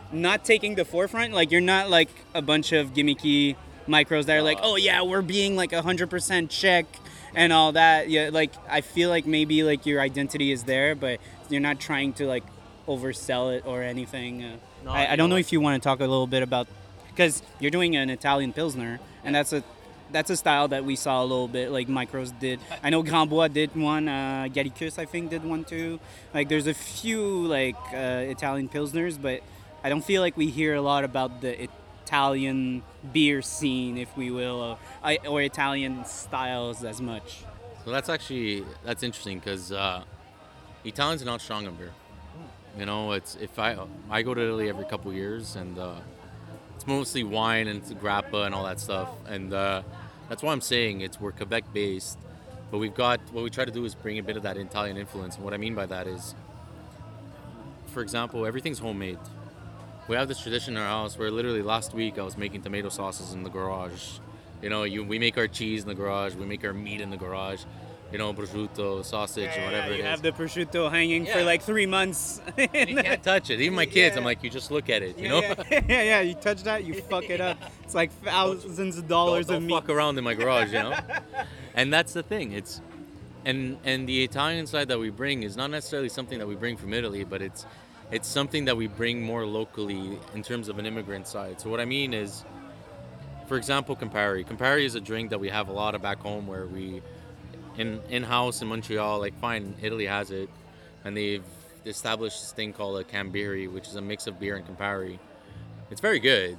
Speaker 1: not taking the forefront. Like you're not like a bunch of gimmicky micros that are like, oh yeah, we're being like one hundred percent Czech and all that. Yeah, like I feel like maybe like your identity is there, but you're not trying to like oversell it or anything. Uh,
Speaker 6: No,
Speaker 1: I, I
Speaker 6: you
Speaker 1: don't
Speaker 6: know
Speaker 1: know
Speaker 6: what?
Speaker 1: if you want to talk a little bit about, because you're doing an Italian Pilsner, and that's a that's a style that we saw a little bit, like Micros did. I know Grand Bois did one, uh, Gallicus I think did one too. Like there's a few like uh, Italian Pilsners, but I don't feel like we hear a lot about the Italian beer scene, if we will, or, I- or Italian styles as much.
Speaker 6: So that's actually that's interesting because uh, Italians are not strong in beer. You know, it's if I I go to Italy every couple years, and uh, it's mostly wine and it's grappa and all that stuff, and uh, that's why I'm saying it's we're Quebec based, but we've got what we try to do is bring a bit of that Italian influence. And what I mean by that is, for example, everything's homemade. We have this tradition in our house where literally last week I was making tomato sauces in the garage. You know, you we make our cheese in the garage, we make our meat in the garage. You know, prosciutto, sausage, or whatever
Speaker 1: you
Speaker 6: it
Speaker 1: have
Speaker 6: is.
Speaker 1: the prosciutto hanging for
Speaker 6: Yeah.
Speaker 1: like three months.
Speaker 6: You can't touch it. Even my kids, I'm
Speaker 1: Yeah.
Speaker 6: like, you just look at it. You
Speaker 1: Yeah,
Speaker 6: know,
Speaker 1: yeah, yeah, yeah, you touch that, you fuck it up. It's like thousands of dollars
Speaker 6: don't,
Speaker 1: of
Speaker 6: don't
Speaker 1: meat.
Speaker 6: fuck around in my garage. You know, and that's the thing. It's and and the Italian side that we bring is not necessarily something that we bring from Italy, but it's it's something that we bring more locally in terms of an immigrant side. So what I mean is, for example, Campari. Campari is a drink that we have a lot of back home where we in in-house in Montreal, like fine, Italy has it, and they've established this thing called a Cambiri, which is a mix of beer and Campari. It's very good,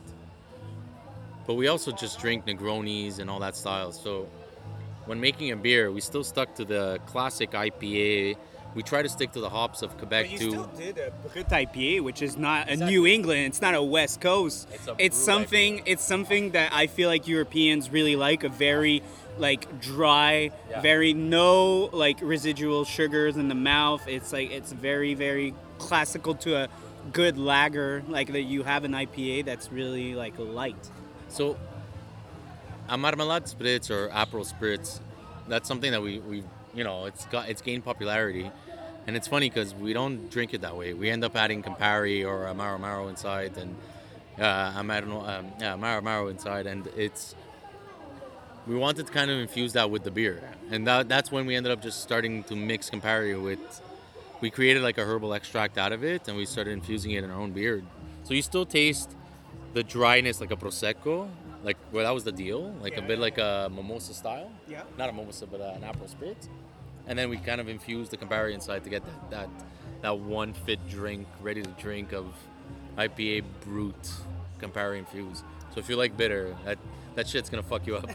Speaker 6: but we also just drink Negronis and all that style. So when making a beer, we still stuck to the classic I P A. We try to stick to the hops of Quebec
Speaker 1: But you
Speaker 6: too.
Speaker 1: still did a Brut I P A, which is not a New England. It's not a West Coast.
Speaker 6: It's a
Speaker 1: It's
Speaker 6: Brut
Speaker 1: something.
Speaker 6: I P A.
Speaker 1: It's something that I feel like Europeans really like. A very like dry,
Speaker 6: Yeah.
Speaker 1: very no like residual sugars in the mouth. It's like it's very very classical to a good lager. Like that you have an I P A that's really like light.
Speaker 6: So, a Marmelade Spritz or Aperol Spritz, that's something that we, we you know, it's got it's gained popularity. And it's funny because we don't drink it that way. We end up adding Campari or Amaro Amaro inside and uh, Amaro, um, yeah, Amaro Amaro inside. And it's, we wanted to kind of infuse that with the beer. And that, that's when we ended up just starting to mix Campari with, we created like a herbal extract out of it and we started infusing it in our own beer. So you still taste the dryness like a Prosecco. Like, well, that was the deal. Like a bit like a mimosa style.
Speaker 1: Yeah.
Speaker 6: Not a mimosa, but uh, an Aperol Spritz. And then we kind of infused the Campari inside to get that, that that one fit drink, ready to drink of I P A Brut Campari infused. So if you like bitter, that, that shit's gonna fuck you up.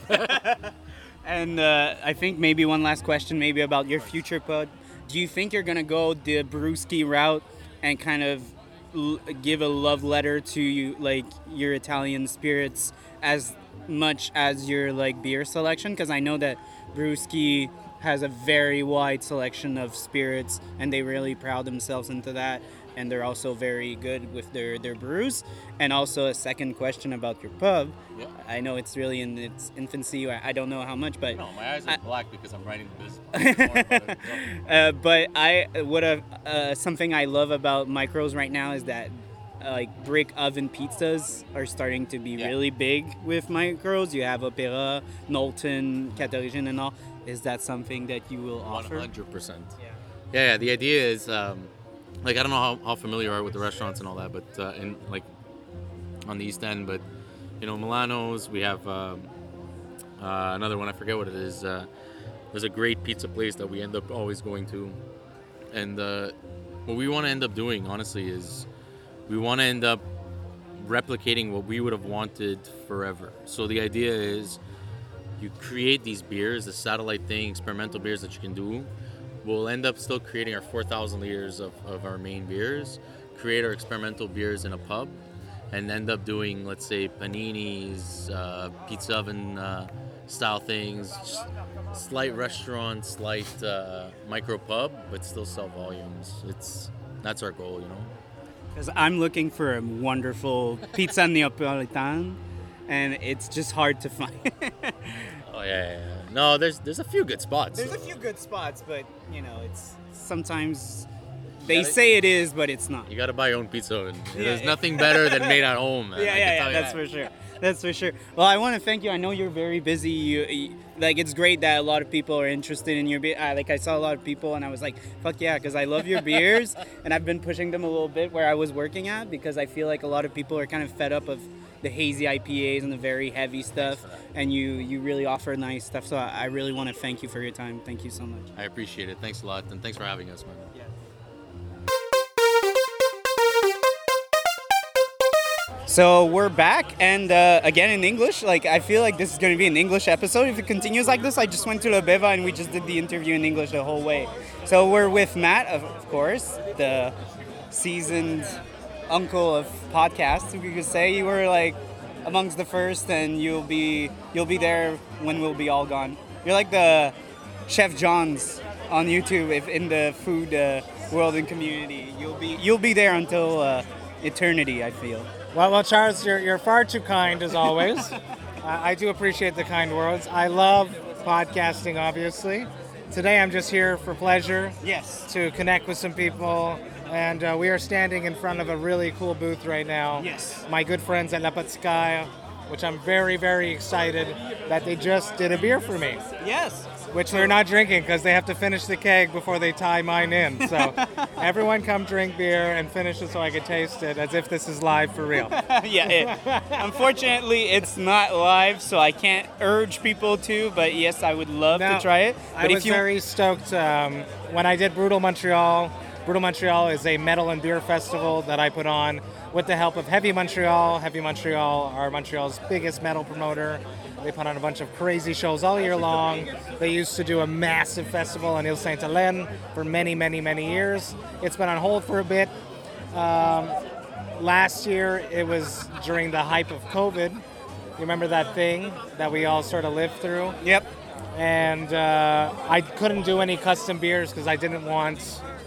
Speaker 1: And uh, I think maybe one last question, maybe about your future pod. Do you think you're gonna go the brewski route and kind of l- give a love letter to you, like your Italian spirits, as much as your like beer selection? Because I know that brewski has a very wide selection of spirits, and they really proud themselves into that. And they're also very good with their, their brews. And also a second question about your pub.
Speaker 6: Yeah.
Speaker 1: I know it's really in its infancy. I I don't know how much, but
Speaker 6: No, my eyes are
Speaker 1: I-
Speaker 6: black because I'm writing the business.
Speaker 1: uh, but I what a uh, something I love about micros right now is that uh, like brick oven pizzas are starting to be
Speaker 6: Yeah.
Speaker 1: really big with micros. You have Opera, Knowlton, Catorigine, and all. Is that something that you will
Speaker 6: One
Speaker 1: offer?
Speaker 6: hundred percent.
Speaker 1: Yeah.
Speaker 6: Yeah, yeah. The idea is, um, like, I don't know how, how familiar you are with the restaurants and all that, but uh, in like on the East End, but you know, Milano's. We have um, uh, another one. I forget what it is. Uh, there's a great pizza place that we end up always going to, and uh, what we want to end up doing, honestly, is we want to end up replicating what we would have wanted forever. So the idea is, you create these beers, the satellite thing, experimental beers that you can do. We'll end up still creating our four thousand liters of, of our main beers, create our experimental beers in a pub, and end up doing, let's say, paninis, uh, pizza oven uh, style things, just slight restaurant, slight uh, micro pub, but still sell volumes. It's that's our goal, you know.
Speaker 1: Because I'm looking for a wonderful pizza Neapolitan, and it's just hard to find.
Speaker 6: Oh yeah, yeah, yeah. No, there's there's a few good spots.
Speaker 1: There's a few good spots, but you know, it's sometimes they
Speaker 6: gotta-
Speaker 1: say it is, but it's not.
Speaker 6: You gotta buy your own pizza. And
Speaker 1: Yeah,
Speaker 6: there's
Speaker 1: yeah.
Speaker 6: nothing better than made at home, man. I
Speaker 1: Yeah,
Speaker 6: can
Speaker 1: yeah, yeah.
Speaker 6: tell you
Speaker 1: That's
Speaker 6: that.
Speaker 1: for sure. That's for sure. Well, I want to thank you. I know you're very busy. You, you like it's great that a lot of people are interested in your beer. Uh, like I saw a lot of people, and I was like, "Fuck yeah," because I love your beers, and I've been pushing them a little bit where I was working at because I feel like a lot of people are kind of fed up of the hazy I P As and the very heavy stuff, and you you really offer nice stuff. So I, I really want to thank you for your time. Thank you so much.
Speaker 6: I appreciate it. Thanks a lot, and thanks for having us, man.
Speaker 1: So we're back, and uh, again in English. Like I feel like this is going to be an English episode if it continues like this. I just went to La Beva and we just did the interview in English the whole way. So we're with Matt, of of course, the seasoned uncle of podcasts. We could say you were like amongst the first, and you'll be you'll be there when we'll be all gone. You're like the Chef John's on YouTube, if in the food uh, world and community. You'll be you'll be there until uh, eternity, I feel.
Speaker 4: Well, well, Charles, you're, you're far too kind as always. uh, I do appreciate the kind words. I love podcasting, obviously. Today I'm just here for pleasure.
Speaker 1: Yes.
Speaker 4: To connect with some people. And uh, we are standing in front of a really cool booth right now.
Speaker 1: Yes.
Speaker 4: My good friends at La Patskaya, which I'm very, very excited that they just did a beer for me.
Speaker 1: Yes.
Speaker 4: Which they're not drinking because they have to finish the keg before they tie mine in. So everyone come drink beer and finish it so I can taste it as if this is live for real.
Speaker 1: Yeah. It, unfortunately, it's not live, so I can't urge people to. But yes, I would love
Speaker 4: Now,
Speaker 1: to try it. But
Speaker 4: I was
Speaker 1: if you
Speaker 4: very stoked um, when I did Brutal Montreal. Brutal Montreal is a metal and beer festival that I put on with the help of Heavy Montreal. Heavy Montreal are Montreal's biggest metal promoter. They put on a bunch of crazy shows all year long. They used to do a massive festival in Ile Sainte-Hélène for many, many, many years. It's been on hold for a bit. Um, last year, it was during the hype of COVID. You remember that thing that we all sort of lived through?
Speaker 1: Yep.
Speaker 4: And uh, I couldn't do any custom beers because I didn't want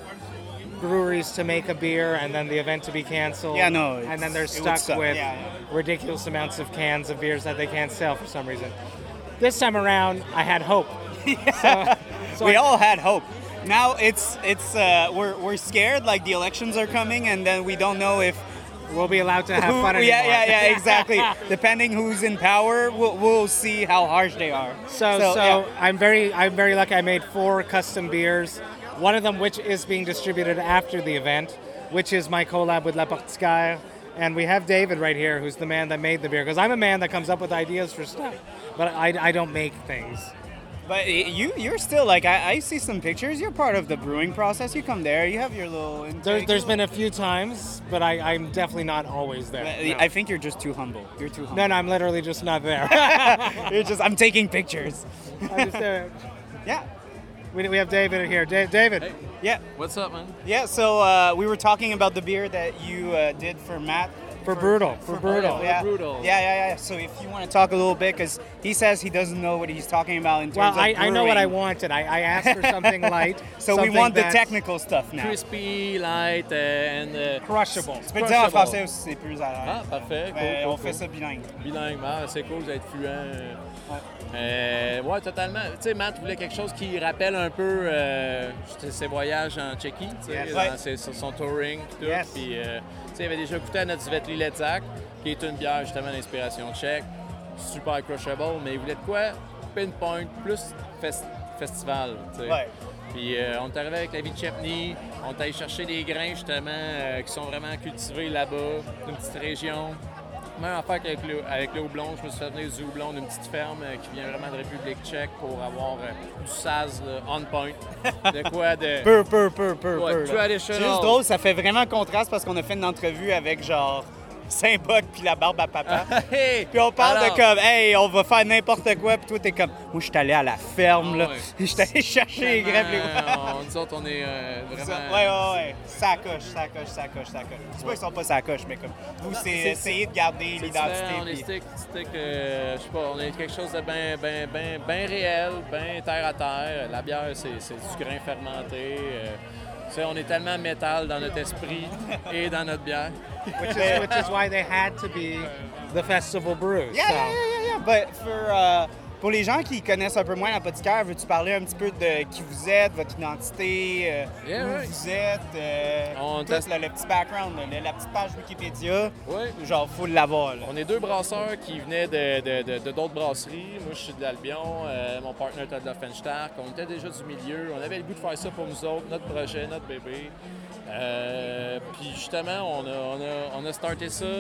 Speaker 4: breweries to make a beer and then the event to be canceled.
Speaker 1: Yeah, no, it's-
Speaker 4: And then they're
Speaker 1: it would
Speaker 4: stuck
Speaker 1: suck.
Speaker 4: with
Speaker 1: Yeah, yeah.
Speaker 4: ridiculous amounts of cans of beers that they can't sell for some reason. This time around, I had hope. So, so
Speaker 1: we
Speaker 4: I-
Speaker 1: all had hope. Now it's it's uh, we're we're scared. Like the elections are coming, and then we don't know if
Speaker 4: we'll be allowed to have
Speaker 1: who,
Speaker 4: fun anymore.
Speaker 1: yeah, yeah, yeah, exactly. Depending who's in power, we'll, we'll see how harsh they are.
Speaker 4: So, so,
Speaker 1: yeah.
Speaker 4: I'm very, I'm very lucky. I made four custom beers. One of them, which is being distributed after the event, which is my collab with La Portiskaya. And we have David right here, who's the man that made the beer. Because I'm a man that comes up with ideas for stuff, but I, I don't make things.
Speaker 1: But you, you're still like I, I see some pictures. You're part of the brewing process. You come there. You have your little.
Speaker 4: There's,
Speaker 1: intake.
Speaker 4: there's been a few times, but I, I'm definitely not always there.
Speaker 1: But
Speaker 4: No.
Speaker 1: I think you're just too humble. You're too humble.
Speaker 4: no, no, I'm literally just not there.
Speaker 1: You're just. I'm taking pictures.
Speaker 4: I'm just there.
Speaker 1: Yeah.
Speaker 4: We, we have David here. Da- David.
Speaker 1: Yeah.
Speaker 7: What's up, man?
Speaker 1: Yeah. So uh, we were talking about the beer that you uh, did for Matt.
Speaker 4: For Brutal. For Brutal.
Speaker 1: Yeah.
Speaker 7: Brutal.
Speaker 1: Yeah, yeah, yeah. So if you want to talk a little bit, because he says he doesn't know what he's talking about in terms
Speaker 4: Well,
Speaker 1: of
Speaker 4: I, I know what I
Speaker 1: brewing.
Speaker 4: wanted. I, I asked for something light.
Speaker 1: So we
Speaker 4: something
Speaker 1: want the
Speaker 4: that's
Speaker 1: technical stuff now.
Speaker 7: Crispy, light, uh, and uh,
Speaker 4: Crushable.
Speaker 1: Tu peux le dire en
Speaker 7: Crushable.
Speaker 1: français aussi, c'est plus à l'aise.
Speaker 7: Ah, parfait. Cool,
Speaker 1: Ouais,
Speaker 7: cool,
Speaker 1: on
Speaker 7: cool.
Speaker 1: fait ça bilingue.
Speaker 7: Bilingue, ah, c'est cool, vous êtes fluent. Euh, ouais, totalement. Tu sais, Matt voulait quelque chose qui rappelle un peu euh, ses voyages en Tchéquie, tu sais,
Speaker 1: Yes.
Speaker 7: dans
Speaker 1: Ouais.
Speaker 7: ses- sur son touring, pis tout.
Speaker 1: Yes.
Speaker 7: Puis, euh, tu sais, il avait déjà goûté à notre Svetli Letzak, qui est une bière justement d'inspiration tchèque, super crushable, mais il voulait de quoi? Pinpoint, plus fest- festival, tu sais.
Speaker 1: Ouais.
Speaker 7: Puis euh, on est arrivé avec la vie de Chepney, on est allé chercher des grains justement euh, qui sont vraiment cultivés là-bas, d'une petite région. Même affaire qu'avec le, avec le houblon, je me suis fait venir du houblon d'une petite ferme euh, qui vient vraiment de République tchèque pour avoir euh, du saz là, on point. De quoi de...
Speaker 1: Peu, peu, peu, peu,
Speaker 7: Ouais,
Speaker 1: peu. là.
Speaker 7: traditional.
Speaker 1: C'est juste drôle, ça fait vraiment contraste parce qu'on a fait une entrevue avec genre Saint-Boc puis la barbe à papa.
Speaker 7: Hey!
Speaker 1: Puis on parle
Speaker 7: Alors,
Speaker 1: de comme, hey, on va faire n'importe quoi, puis toi t'es comme, moi je suis allé à la ferme, là.
Speaker 7: Ah ouais.
Speaker 1: Je suis allé chercher les greffes, les
Speaker 7: vraiment, on- Nous autres, on est euh,
Speaker 1: Ça,
Speaker 7: vraiment...
Speaker 1: ouais, ouais, ouais. Ça coche, ça coche, ça coche, ça coche. C'est pas qu'ils sont pas ça coche, mais comme, vous, c'est
Speaker 7: c'est-
Speaker 1: essayer de garder
Speaker 7: C'est
Speaker 1: l'identité.
Speaker 7: différent, on est
Speaker 1: puis-
Speaker 7: stick, stick, euh, je sais pas, on est quelque chose de bien ben, ben, ben réel, bien terre à terre. La bière, c'est, c'est du grain fermenté. euh, tu sais, on est tellement métal dans notre esprit et dans notre bière.
Speaker 4: Which is, which is why they had to be the festival brews.
Speaker 1: Yeah,
Speaker 4: so.
Speaker 1: yeah, yeah, yeah, yeah. But for uh, pour les gens qui connaissent un peu moins l'apothicaire, veux-tu parler un petit peu de qui vous êtes, votre identité, euh,
Speaker 7: Yeah,
Speaker 1: où
Speaker 7: right.
Speaker 1: vous êtes, euh,
Speaker 7: On
Speaker 1: tout,
Speaker 7: teste-
Speaker 1: le, le petit background, là, la petite page Wikipédia,
Speaker 7: Ouais.
Speaker 1: genre, faut l'avoir. Là.
Speaker 7: On est deux brasseurs qui venaient de, de- de- de d'autres brasseries. Moi, je suis de l'Albion. euh, mon partenaire était de la Fenchtark. On était déjà du milieu. On avait le goût de faire ça pour nous autres, notre projet, notre bébé. Euh, puis justement, on a, on, a, on a starté ça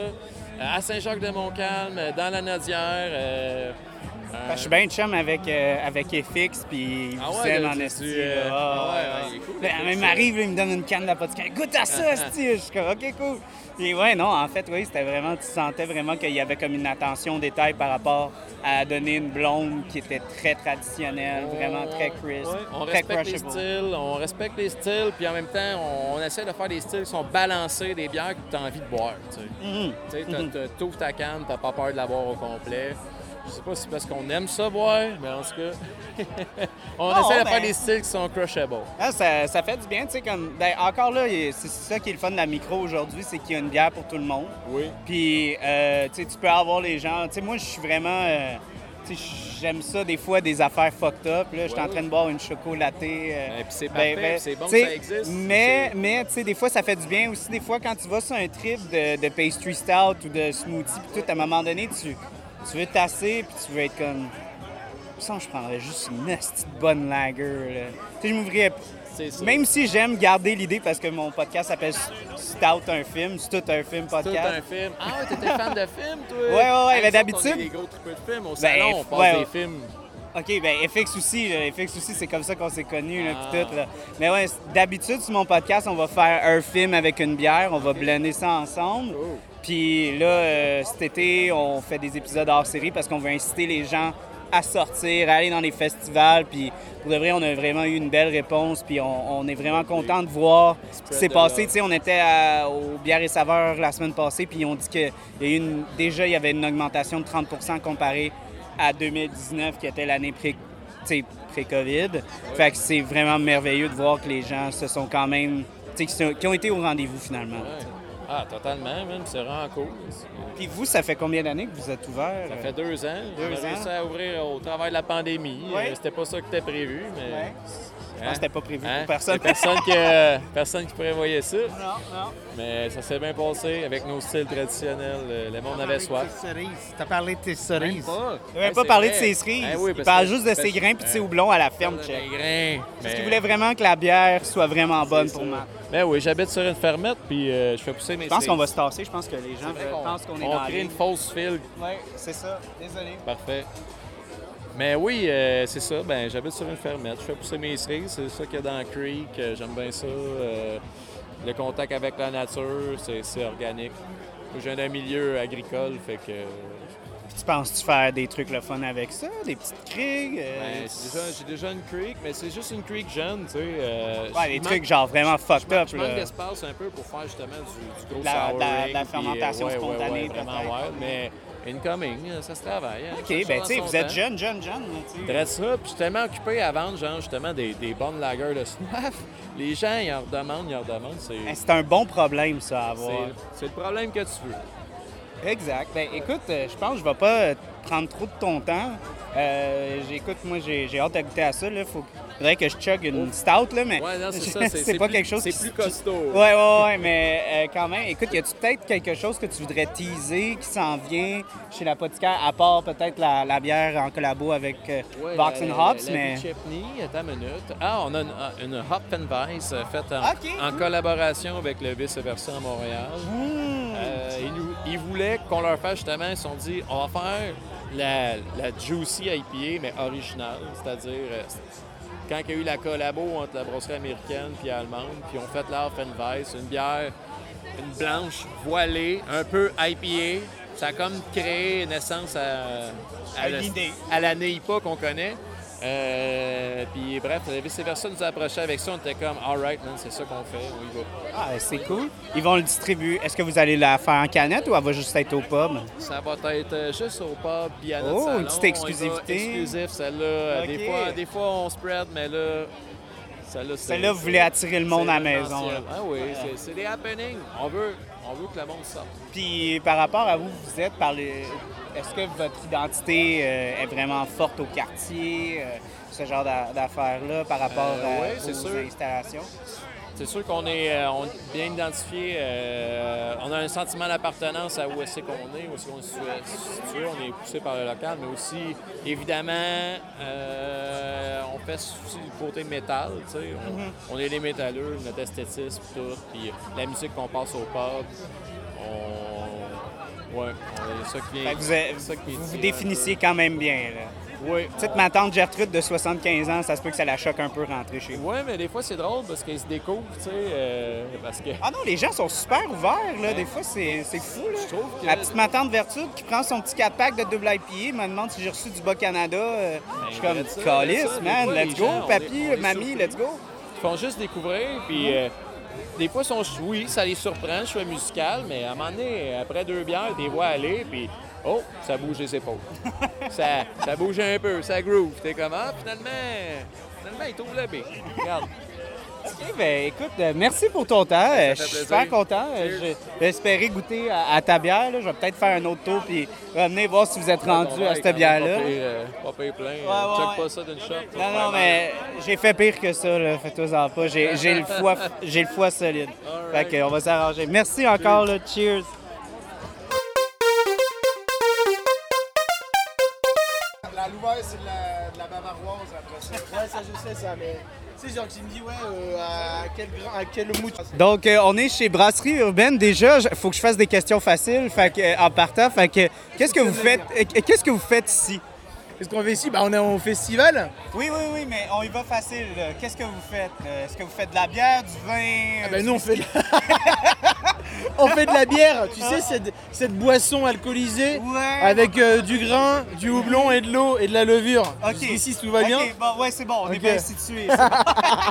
Speaker 7: à Saint-Jacques-de-Montcalm, dans la Nodière. euh,
Speaker 1: Parce que je suis bien chum avec, euh, avec F X, puis il
Speaker 7: Ah
Speaker 1: vous
Speaker 7: ouais,
Speaker 1: aime
Speaker 7: là,
Speaker 1: en
Speaker 7: tu-
Speaker 1: esti.
Speaker 7: tu, euh,
Speaker 1: là.
Speaker 7: ah
Speaker 1: Ah,
Speaker 7: ouais,
Speaker 1: ouais,
Speaker 7: ouais, il est cool,
Speaker 1: Là,
Speaker 7: il est
Speaker 1: il
Speaker 7: cool,
Speaker 1: m'arrive, là, il me donne une canne d'apothicaire. Goûte à ça, esti! Je suis comme, OK, cool. Et ouais, non, en fait, oui, c'était vraiment, tu sentais vraiment qu'il y avait comme une attention au détail par rapport à donner une blonde qui était très traditionnelle, vraiment très crisp,
Speaker 7: Ouais, on
Speaker 1: très
Speaker 7: respecte les
Speaker 1: crushable.
Speaker 7: styles, on respecte les styles, puis en même temps, on, on essaie de faire des styles qui sont balancés, des bières que tu as envie de boire. Tu sais.
Speaker 1: Mhm.
Speaker 7: Tu sais, t'as- t'as- t'ouvres ta canne, t'as pas peur de la boire au complet. Je sais pas si c'est parce qu'on aime ça boire, mais en tout cas, on
Speaker 1: Non,
Speaker 7: essaie de
Speaker 1: ben-
Speaker 7: faire des styles qui sont crushable.
Speaker 1: Ah, ça, ça fait du bien, tu sais, comme, ben, encore là, il- c'est ça qui est le fun de la micro aujourd'hui, c'est qu'il y a une bière pour tout le monde.
Speaker 7: Oui.
Speaker 1: Puis, euh, tu sais, tu peux avoir les gens, tu sais, moi, je suis vraiment, euh, tu sais, j'aime ça, des fois, des affaires fucked up, là, je suis en
Speaker 7: Ouais.
Speaker 1: train de boire une chocolatée. euh,
Speaker 7: Ben, puis c'est parfait, puis c'est bon
Speaker 1: tu sais,
Speaker 7: que ça existe.
Speaker 1: Mais,
Speaker 7: C'est-
Speaker 1: mais tu sais, des fois, ça fait du bien aussi. Des fois, quand tu vas sur un trip de, de pastry stout ou de smoothie, puis tout, à un moment donné, tu, tu veux tasser, puis tu veux être comme... Ça, je prendrais juste une petite bonne lager, là. Tu sais, je m'ouvrirais...
Speaker 7: c'est ça.
Speaker 1: Même si j'aime garder l'idée, parce que mon podcast s'appelle Stout un film, c'est tout un film
Speaker 7: Tout
Speaker 1: podcast.
Speaker 7: un film. Ah, ouais, t'étais fan de films, toi?
Speaker 1: Ouais, ouais, ouais,
Speaker 7: Hey,
Speaker 1: mais
Speaker 7: nous autres,
Speaker 1: d'habitude-
Speaker 7: On est des gros tripeux de films. Au
Speaker 1: Ben,
Speaker 7: salon, on passe
Speaker 1: ouais,
Speaker 7: des
Speaker 1: ouais.
Speaker 7: films.
Speaker 1: OK, ben F X aussi, là. F X aussi, c'est comme ça qu'on s'est connus, là,
Speaker 7: Ah.
Speaker 1: pis tout, là. Mais ouais, d'habitude, sur mon podcast, on va faire un film avec une bière, on va blender ça ensemble.
Speaker 7: Oh.
Speaker 1: Puis là, euh, cet été, on fait des épisodes hors série parce qu'on veut inciter les gens à sortir, à aller dans les festivals. Puis pour de vrai, on a vraiment eu une belle réponse. Puis on, on est vraiment content de voir ce qui s'est
Speaker 7: the
Speaker 1: passé.
Speaker 7: love.
Speaker 1: Tu sais, on était à- au Bière et Saveurs la semaine passée, puis ils ont dit qu'il y a eu une, déjà, il y avait une augmentation de trente pour cent comparé à deux mille dix-neuf, qui était l'année pré, tu sais, pré-COVID. Fait que c'est vraiment merveilleux de voir que les gens se sont quand même, tu sais, qui, sont- qui ont été au rendez-vous finalement.
Speaker 7: Ouais. Ah, totalement, même. C'est vraiment cool.
Speaker 1: Puis vous, ça fait combien d'années que vous êtes ouvert?
Speaker 7: Ça fait deux ans.
Speaker 1: Deux
Speaker 7: on a
Speaker 1: ans.
Speaker 7: réussi à ouvrir au travers de la pandémie.
Speaker 1: Ouais.
Speaker 7: Euh, C'était pas ça qui était prévu, mais...
Speaker 1: Ouais. Je pense que c'était pas prévu
Speaker 7: Hein?
Speaker 1: pour personne.
Speaker 7: Il y a personne qui, euh, personne qui prévoyait ça.
Speaker 1: Non, non.
Speaker 7: Mais ça s'est bien passé avec nos styles traditionnels. Euh, Le monde avait soif.
Speaker 4: T'as parlé de tes cerises.
Speaker 1: Il n'avait pas parlé de ses cerises.
Speaker 7: Ben oui,
Speaker 1: il
Speaker 7: parce
Speaker 1: parle
Speaker 7: que-
Speaker 1: juste de
Speaker 7: parce
Speaker 1: ses
Speaker 7: que-
Speaker 1: grains puis de ses houblons à la ferme,
Speaker 7: Des
Speaker 1: check.
Speaker 7: grains.
Speaker 1: Parce
Speaker 7: Mais-
Speaker 1: qu'il voulait vraiment que la bière soit vraiment bonne pour moi.
Speaker 7: Ben oui, j'habite sur une fermette, puis euh, je fais pousser mes
Speaker 1: Je pense qu'on va
Speaker 7: cerises.
Speaker 1: se tasser. Je pense que les gens
Speaker 7: C'est vrai qu'on-
Speaker 1: pensent qu'on est
Speaker 7: on
Speaker 1: dans
Speaker 7: crée
Speaker 1: la
Speaker 7: une fausse file.
Speaker 1: Oui, c'est ça. Désolé.
Speaker 7: Parfait. Mais oui, euh, c'est ça. Ben, j'habite sur une fermette. Je fais pousser mes cerises. C'est ça qu'il y a dans le creek. Euh, J'aime bien ça. Euh, le contact avec la nature, c'est c'est organique. Moi, je viens d'un milieu agricole, fait que...
Speaker 1: Puis tu penses-tu faire des trucs le fun avec ça? Des petites crigs? euh,
Speaker 7: Ben, j'ai déjà, j'ai déjà une creek, mais c'est juste une creek jeune, tu sais. euh,
Speaker 1: ouais,
Speaker 7: je
Speaker 1: des
Speaker 7: manque-
Speaker 1: trucs genre vraiment
Speaker 7: je
Speaker 1: fucked
Speaker 7: manque-
Speaker 1: up.
Speaker 7: Je manque
Speaker 1: là.
Speaker 7: d'espace un peu pour faire justement du, du gros
Speaker 1: De la- de la-
Speaker 7: souring,
Speaker 1: de la
Speaker 7: puis,
Speaker 1: fermentation
Speaker 7: euh, ouais, ouais,
Speaker 1: spontanée,
Speaker 7: ouais, vraiment
Speaker 1: peut-être.
Speaker 7: wild, mais incoming, ça se travaille. hein.
Speaker 1: OK,
Speaker 7: Chaque
Speaker 1: ben
Speaker 7: chose
Speaker 1: tu sais,
Speaker 7: en
Speaker 1: vous
Speaker 7: son
Speaker 1: êtes
Speaker 7: temps.
Speaker 1: jeune, jeune, jeune. là, tu sais.
Speaker 7: Dresse ça, puis je suis tellement occupé à vendre, genre, justement, des, des bonnes lagers de soif. Les gens, ils en redemandent, ils en redemandent. C'est,
Speaker 1: Ben, c'est un bon problème, ça, à avoir.
Speaker 7: c'est, c'est le problème que tu veux.
Speaker 1: Exact. Ben, écoute, euh, je pense que je vais pas euh, prendre trop de ton temps. Euh, j'écoute, moi, j'ai, j'ai hâte de goûter à ça. Il faudrait que je chug une stout, là, mais
Speaker 7: Ouais, non, c'est ça. C'est,
Speaker 1: pas
Speaker 7: plus,
Speaker 1: quelque chose
Speaker 7: C'est
Speaker 1: qui-
Speaker 7: plus costaud.
Speaker 1: Ouais, ouais, ouais, mais euh, quand même, écoute, y a-tu peut-être quelque chose que tu voudrais teaser qui s'en vient chez l'apothicaire, à part peut-être la, la bière en collabo avec euh,
Speaker 7: Ouais,
Speaker 1: Vox
Speaker 7: la-
Speaker 1: and
Speaker 7: la-
Speaker 1: Hops,
Speaker 7: la
Speaker 1: mais...
Speaker 7: Chepney, attends une minute. Ah, on a une, une Hop and Vice euh, faite en,
Speaker 1: Ok.
Speaker 7: en collaboration avec le Vice-Versa à Montréal.
Speaker 1: Mmh.
Speaker 7: Euh, ils, nous- ils voulaient qu'on leur fasse justement, ils se sont dit, on va faire la, la Juicy I P A, mais originale, c'est-à-dire euh, quand il y a eu la collabo entre la brasserie américaine puis allemande, puis on fait la Hop and Vice, une bière, une blanche voilée, un peu I P A. Ça a comme créé naissance à, à,
Speaker 1: Une
Speaker 7: le-
Speaker 1: idée.
Speaker 7: à la Neipa qu'on connaît. Euh, puis bref, vice-versa nous a approché avec ça, on était comme, alright, man, c'est ça qu'on fait, on y va.
Speaker 1: Ah, c'est cool. Ils vont le distribuer. Est-ce que vous allez la faire en canette ou elle va juste être au pub?
Speaker 7: Ça va être euh, juste au pub, puis à notre
Speaker 1: Oh,
Speaker 7: salon.
Speaker 1: une petite
Speaker 7: on y va
Speaker 1: exclusivité.
Speaker 7: exclusif, celle-là.
Speaker 1: Ok.
Speaker 7: Des, fois, des fois, on spread, mais là, celle-là, c'est...
Speaker 1: Celle-là, vous voulez attirer le monde
Speaker 7: c'est
Speaker 1: à la maison.
Speaker 7: événementiel.
Speaker 1: là.
Speaker 7: Ah oui, c'est, c'est des happenings. On veut, On veut que le monde sorte.
Speaker 1: Puis par rapport à vous, vous êtes par les... Est-ce que votre identité euh, est vraiment forte au quartier, euh, ce genre d'a- d'affaires-là, par rapport
Speaker 7: Euh,
Speaker 1: à
Speaker 7: ouais, c'est
Speaker 1: vos
Speaker 7: sûr.
Speaker 1: installations?
Speaker 7: C'est sûr qu'on est, euh, on est bien identifié. euh, on a un sentiment d'appartenance à où est-ce qu'on est, où est-ce qu'on est situé. On est poussé par le local, mais aussi, évidemment, euh, on fait aussi le côté métal. Tu sais. On,
Speaker 1: Mm-hmm.
Speaker 7: on est les métalleux, notre esthétisme, tout. Puis la musique qu'on passe au pub, on. Ouais, on est ça qui vient.
Speaker 1: Fait que vous êtes-
Speaker 7: ça qui
Speaker 1: vous vous
Speaker 7: tire un
Speaker 1: définissiez quand même bien, là.
Speaker 7: peu. Oui.
Speaker 1: Petite ma tante Gertrude de soixante-quinze ans, ça se peut que ça la choque un peu rentrer chez vous.
Speaker 7: Oui, mais des fois, c'est drôle parce qu'ils se découvrent, tu sais, euh, parce que...
Speaker 1: Ah non, les gens sont super ouverts, là. Des fois, c'est c'est fou, là.
Speaker 7: Je trouve que-
Speaker 1: La petite ma tante Vertude qui prend son petit quatre pack de double I P A me demande si j'ai reçu du Bas-Canada. Euh, je suis comme,
Speaker 7: regarde ça,
Speaker 1: calice,
Speaker 7: regarde ça, des
Speaker 1: man,
Speaker 7: fois,
Speaker 1: let's
Speaker 7: les
Speaker 1: go,
Speaker 7: gens, on
Speaker 1: papy,
Speaker 7: est- on est
Speaker 1: mamie,
Speaker 7: surpris.
Speaker 1: let's go.
Speaker 7: Ils font juste découvrir, puis euh, des fois, ils sont, oui, ça les surprend, choix musical, mais à un moment donné, après deux bières, tu les vois aller, puis oh, ça bouge les épaules. ça, ça bouge un peu, ça groove. T'es comme, ah, finalement, finalement, ils trouvent le B. Regarde.
Speaker 1: OK, ben écoute, euh, merci pour ton temps. Euh, Je suis
Speaker 7: plaisir.
Speaker 1: super content. Euh, j'ai- J'espérais goûter à, à ta bière, là. Je vais peut-être faire un autre tour puis revenir voir si vous êtes rendu à cette bière-là.
Speaker 7: Pas pire, euh, pas pire plein.
Speaker 1: ouais,
Speaker 7: Check
Speaker 1: ouais.
Speaker 7: pas ça d'une shot.
Speaker 1: Non, non, mais j'ai fait pire que ça, là. Fais-toi-en pas. J'ai j'ai le foie, j'ai le foie solide. Fait que, on va s'arranger. Merci encore, là. Cheers.
Speaker 8: La Louvain, c'est de la, de la bavaroise après ça. Ouais, ça, je sais ça, mais tu sais, genre, tu me dis, ouais, euh, à quel grain, à quel mou.
Speaker 1: Donc, euh, on est chez Brasserie Urbaine. Déjà, il faut que je fasse des questions faciles fait que, euh, en partant. Fait que, qu'est-ce que vous faites, euh, qu'est-ce que vous faites ici?
Speaker 8: Qu'est-ce qu'on fait ici? Bah, on est au festival.
Speaker 1: Oui, oui, oui, mais on y va facile. là. Qu'est-ce que vous faites? Euh, Est-ce que vous faites de la bière, du vin?
Speaker 8: Ah ben, nous, on fait de la... on fait de la bière, tu sais, cette, cette boisson alcoolisée
Speaker 1: Ouais.
Speaker 8: avec euh, du grain, du houblon et de l'eau et de la levure.
Speaker 1: OK.
Speaker 8: Ici, tout va bien.
Speaker 1: OK, bon, ouais, c'est bon, on est
Speaker 8: OK.
Speaker 1: bien situé. c'est bon.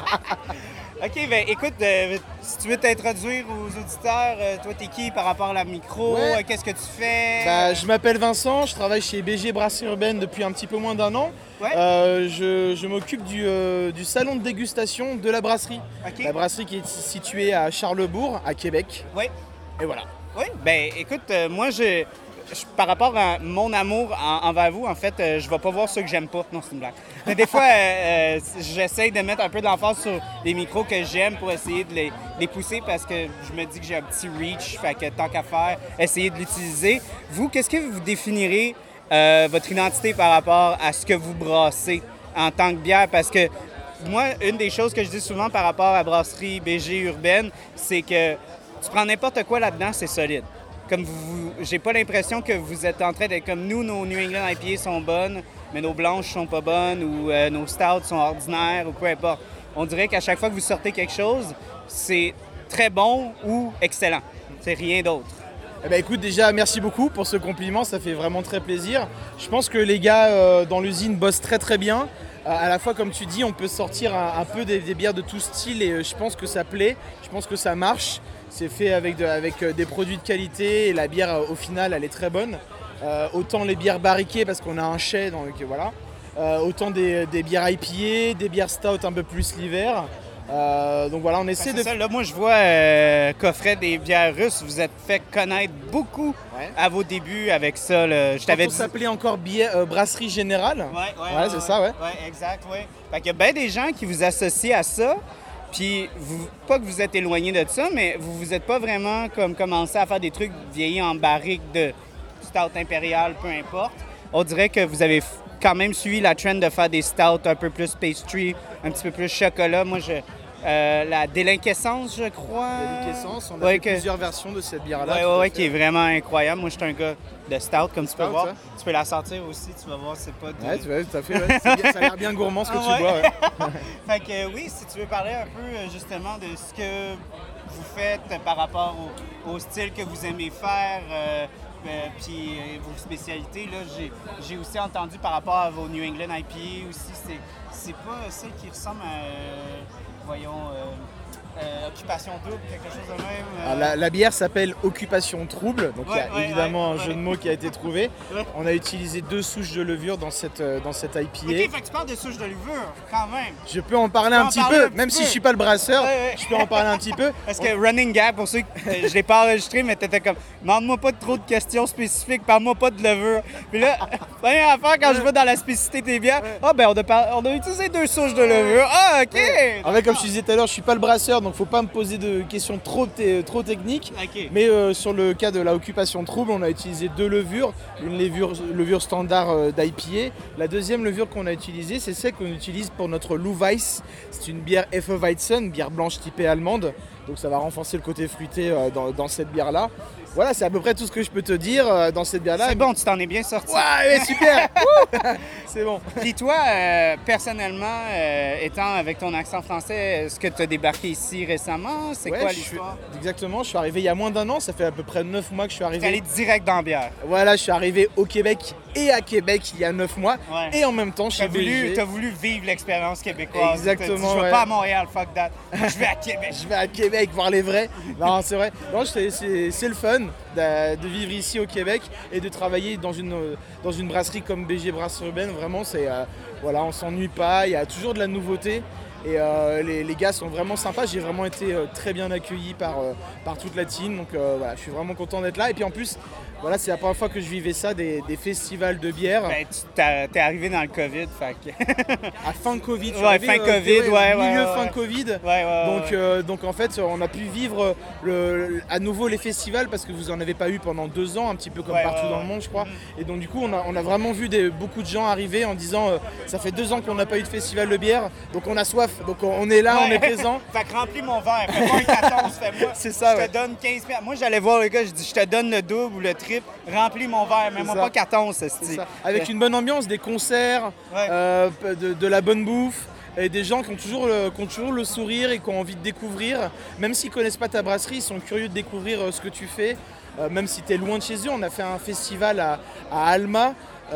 Speaker 1: OK, ben écoute, euh, si tu veux t'introduire aux auditeurs, euh, toi, t'es qui par rapport à la micro?
Speaker 8: Ouais.
Speaker 1: Euh, Qu'est-ce que tu fais?
Speaker 8: Bah, je m'appelle Vincent, je travaille chez B G Brasserie Urbaine depuis un petit peu moins d'un an.
Speaker 1: Ouais.
Speaker 8: Euh, je je m'occupe du, euh, du salon de dégustation de la brasserie.
Speaker 1: OK.
Speaker 8: La brasserie qui est située à Charlesbourg, à Québec.
Speaker 1: Oui.
Speaker 8: Et voilà.
Speaker 1: Oui, ben écoute, euh, moi, je, je- par rapport à mon amour en- envers vous, en fait, euh, je vais pas voir ceux que j'aime pas. Non, c'est une blague. Mais des fois, euh, euh, j'essaie de mettre un peu de l'emphase sur les micros que j'aime pour essayer de les, de les pousser parce que je me dis que j'ai un petit reach, fait que tant qu'à faire, essayer de l'utiliser. Vous, qu'est-ce que vous définirez euh, votre identité par rapport à ce que vous brassez en tant que bière? Parce que moi, une des choses que je dis souvent par rapport à Brasserie B G Urbaine, c'est que tu prends n'importe quoi là-dedans, c'est solide. Comme vous, j'ai pas l'impression que vous êtes en train d'être comme nous, nos New England I P A sont bonnes, mais nos blanches sont pas bonnes ou euh, nos stouts sont ordinaires ou peu importe. On dirait qu'à chaque fois que vous sortez quelque chose, c'est très bon ou excellent. C'est rien d'autre.
Speaker 8: Eh ben, écoute, déjà, merci beaucoup pour ce compliment, ça fait vraiment très plaisir. Je pense que les gars euh, dans l'usine bossent très très bien. Euh, à la fois, comme tu dis, on peut sortir un, un peu des, des bières de tout style et euh, je pense que ça plaît, je pense que ça marche. C'est fait avec, de- avec euh, des produits de qualité et la bière, euh, au final, elle est très bonne. Euh, autant les bières barriquées parce qu'on a un chai, donc voilà. Euh, autant des, des bières I P A, des bières stout un peu plus l'hiver. Euh, donc voilà, on essaie
Speaker 1: C'est
Speaker 8: de...
Speaker 1: ça, là, moi, je vois euh, coffret des bières russes. Vous êtes fait connaître beaucoup
Speaker 8: Ouais.
Speaker 1: à vos débuts avec ça. là. Je
Speaker 8: Quand
Speaker 1: t'avais
Speaker 8: on
Speaker 1: dit...
Speaker 8: s'appelait encore bière- euh, brasserie générale.
Speaker 1: Ouais, ouais,
Speaker 8: Ouais, c'est ça, ouais.
Speaker 1: Ouais, exact, ouais. Fait qu'il y a bien des gens qui vous associent à ça, puis vous, pas que vous êtes éloigné de ça, mais vous vous êtes pas vraiment comme commencé à faire des trucs vieillis en barrique de stout impérial, peu importe. On dirait que vous avez f- quand même suivi la trend de faire des stouts un peu plus pastry, un petit peu plus chocolat. Moi, je... euh, la délinquescence, je crois.
Speaker 8: Déliquescence, on a
Speaker 1: Ouais,
Speaker 8: fait
Speaker 1: que-
Speaker 8: plusieurs versions de cette bière-là.
Speaker 1: Ouais,
Speaker 8: tout
Speaker 1: ouais,
Speaker 8: à
Speaker 1: ouais,
Speaker 8: fait.
Speaker 1: qui est vraiment incroyable. Moi, je suis un gars de stout, comme tu peux
Speaker 8: Stout,
Speaker 1: voir.
Speaker 8: ça.
Speaker 1: Tu peux la sentir aussi, tu vas voir, c'est pas de...
Speaker 8: Ouais, tu vois, tout à fait. Ouais. C'est bien- ça a l'air bien gourmand ce que
Speaker 1: Ah
Speaker 8: tu
Speaker 1: ouais?
Speaker 8: bois. Ouais.
Speaker 1: Fait que euh, oui, si tu veux parler un peu euh, justement de ce que vous faites euh, par rapport au, au style que vous aimez faire, euh, euh, puis euh, vos spécialités, là, j'ai, j'ai aussi entendu par rapport à vos New England I P A aussi, c'est, c'est pas celle qui ressemble à, euh, voyons, euh, euh, occupation double, quelque chose de même. euh.
Speaker 8: Alors, la, la bière s'appelle Occupation Trouble, donc il
Speaker 1: Ouais,
Speaker 8: y a
Speaker 1: ouais,
Speaker 8: évidemment
Speaker 1: ouais,
Speaker 8: un jeu
Speaker 1: ouais.
Speaker 8: de mots qui a été trouvé.
Speaker 1: Ouais.
Speaker 8: On a utilisé deux souches de levure dans cette, euh, dans cette I P A.
Speaker 1: Ok, fait que tu parles de souche de levure, quand même.
Speaker 8: Je peux en parler
Speaker 1: peux
Speaker 8: un
Speaker 1: en
Speaker 8: petit
Speaker 1: parler
Speaker 8: peu,
Speaker 1: un petit
Speaker 8: même
Speaker 1: peu.
Speaker 8: si je suis pas le brasseur,
Speaker 1: Ouais, ouais.
Speaker 8: je peux en parler un petit peu.
Speaker 1: Parce que running gag, pour ceux que je l'ai pas enregistré, mais t'étais comme, demande-moi pas de trop de questions spécifiques, parle-moi pas de levure. Puis là, première affaire, quand je vais dans la spécificité des bières, ah ben on a, par- on a utilisé deux souches de levure. Ah, ok!
Speaker 8: En fait, comme je te disais tout à l'heure, je suis pas le brasseur, donc faut pas me poser de questions trop, té- trop techniques.
Speaker 1: Ok.
Speaker 8: Mais euh, sur le cas de la Occupation Trouble, on a utilisé deux levures. Une levure, levure standard euh, d'I P A. La deuxième levure qu'on a utilisée, c'est celle qu'on utilise pour notre Lou Weiss. C'est une bière F E Weizen, une bière blanche typée allemande. Donc ça va renforcer le côté fruité euh, dans, dans cette bière-là. Voilà, c'est à peu près tout ce que je peux te dire euh, dans cette bière-là.
Speaker 1: C'est bon, tu t'en es bien sorti.
Speaker 8: Ouais, ouais, super. Wouh. C'est bon.
Speaker 1: Puis toi, euh, personnellement, euh, étant avec ton accent français, est-ce que tu as débarqué ici récemment? C'est
Speaker 8: Ouais,
Speaker 1: quoi
Speaker 8: je suis-
Speaker 1: l'histoire?
Speaker 8: Exactement, je suis arrivé il y a moins d'un an, ça fait à peu près neuf mois que je suis
Speaker 1: T'es
Speaker 8: arrivé.
Speaker 1: allé direct dans la bière.
Speaker 8: Voilà, je suis arrivé au Québec et à Québec il y a neuf mois.
Speaker 1: Ouais.
Speaker 8: Et en même temps,
Speaker 1: T'as
Speaker 8: chez
Speaker 1: voulu,
Speaker 8: B G.
Speaker 1: t'as voulu vivre l'expérience québécoise.
Speaker 8: Exactement,
Speaker 1: T'as dit, je vais
Speaker 8: ouais.
Speaker 1: pas à Montréal, fuck that. Moi, je vais à Québec.
Speaker 8: Je vais à Québec voir les vrais. Non, c'est vrai. Non, c'est, c'est- c'est le fun de, de vivre ici au Québec et de travailler dans une, dans une brasserie comme B G Brasserie Urbaine. Vraiment, c'est, euh, voilà, on s'ennuie pas, il y a toujours de la nouveauté. Et euh, les, les gars sont vraiment sympas. J'ai vraiment été euh, très bien accueilli par, euh, par toute la team. Donc euh, voilà, je suis vraiment content d'être là. Et puis en plus, voilà, c'est la première fois que je vivais ça, des, des festivals de bière.
Speaker 1: Ben, tu t'as- t'es arrivé dans le COVID, fait que...
Speaker 8: À fin Covid. je suis
Speaker 1: Ouais,
Speaker 8: arrivé,
Speaker 1: fin
Speaker 8: euh,
Speaker 1: Covid, ouais, ouais,
Speaker 8: Milieu
Speaker 1: ouais,
Speaker 8: fin
Speaker 1: ouais.
Speaker 8: Covid.
Speaker 1: Ouais, ouais,
Speaker 8: Donc,
Speaker 1: ouais.
Speaker 8: euh, donc en fait, on a pu vivre le, à nouveau les festivals parce que vous en avez pas eu pendant deux ans, un petit peu comme
Speaker 1: Ouais,
Speaker 8: partout
Speaker 1: ouais,
Speaker 8: dans
Speaker 1: ouais.
Speaker 8: le monde, je crois. Et donc du coup, on a, on a vraiment vu des, beaucoup de gens arriver en disant euh, ça fait deux ans qu'on n'a pas eu de festival de bière, donc on a soif, donc on, on est là, on
Speaker 1: Ouais.
Speaker 8: est présent.
Speaker 1: Fait que remplis mon verre, fais pas un quatorze, fais-moi.
Speaker 8: C'est ça,
Speaker 1: Je
Speaker 8: ouais.
Speaker 1: te donne quinze piastres. Moi, j'allais voir le gars, je dis, je te donne le double ou le triple, remplis mon verre, mais moi
Speaker 8: ça.
Speaker 1: pas quatorze, c'est
Speaker 8: C'est ça. Avec une bonne ambiance, des concerts,
Speaker 1: Ouais.
Speaker 8: euh, de, de la bonne bouffe. Et des gens qui ont, toujours le, qui ont toujours le sourire et qui ont envie de découvrir. Même s'ils ne connaissent pas ta brasserie, ils sont curieux de découvrir euh, ce que tu fais. Euh, même si tu es loin de chez eux, on a fait un festival à, à Alma.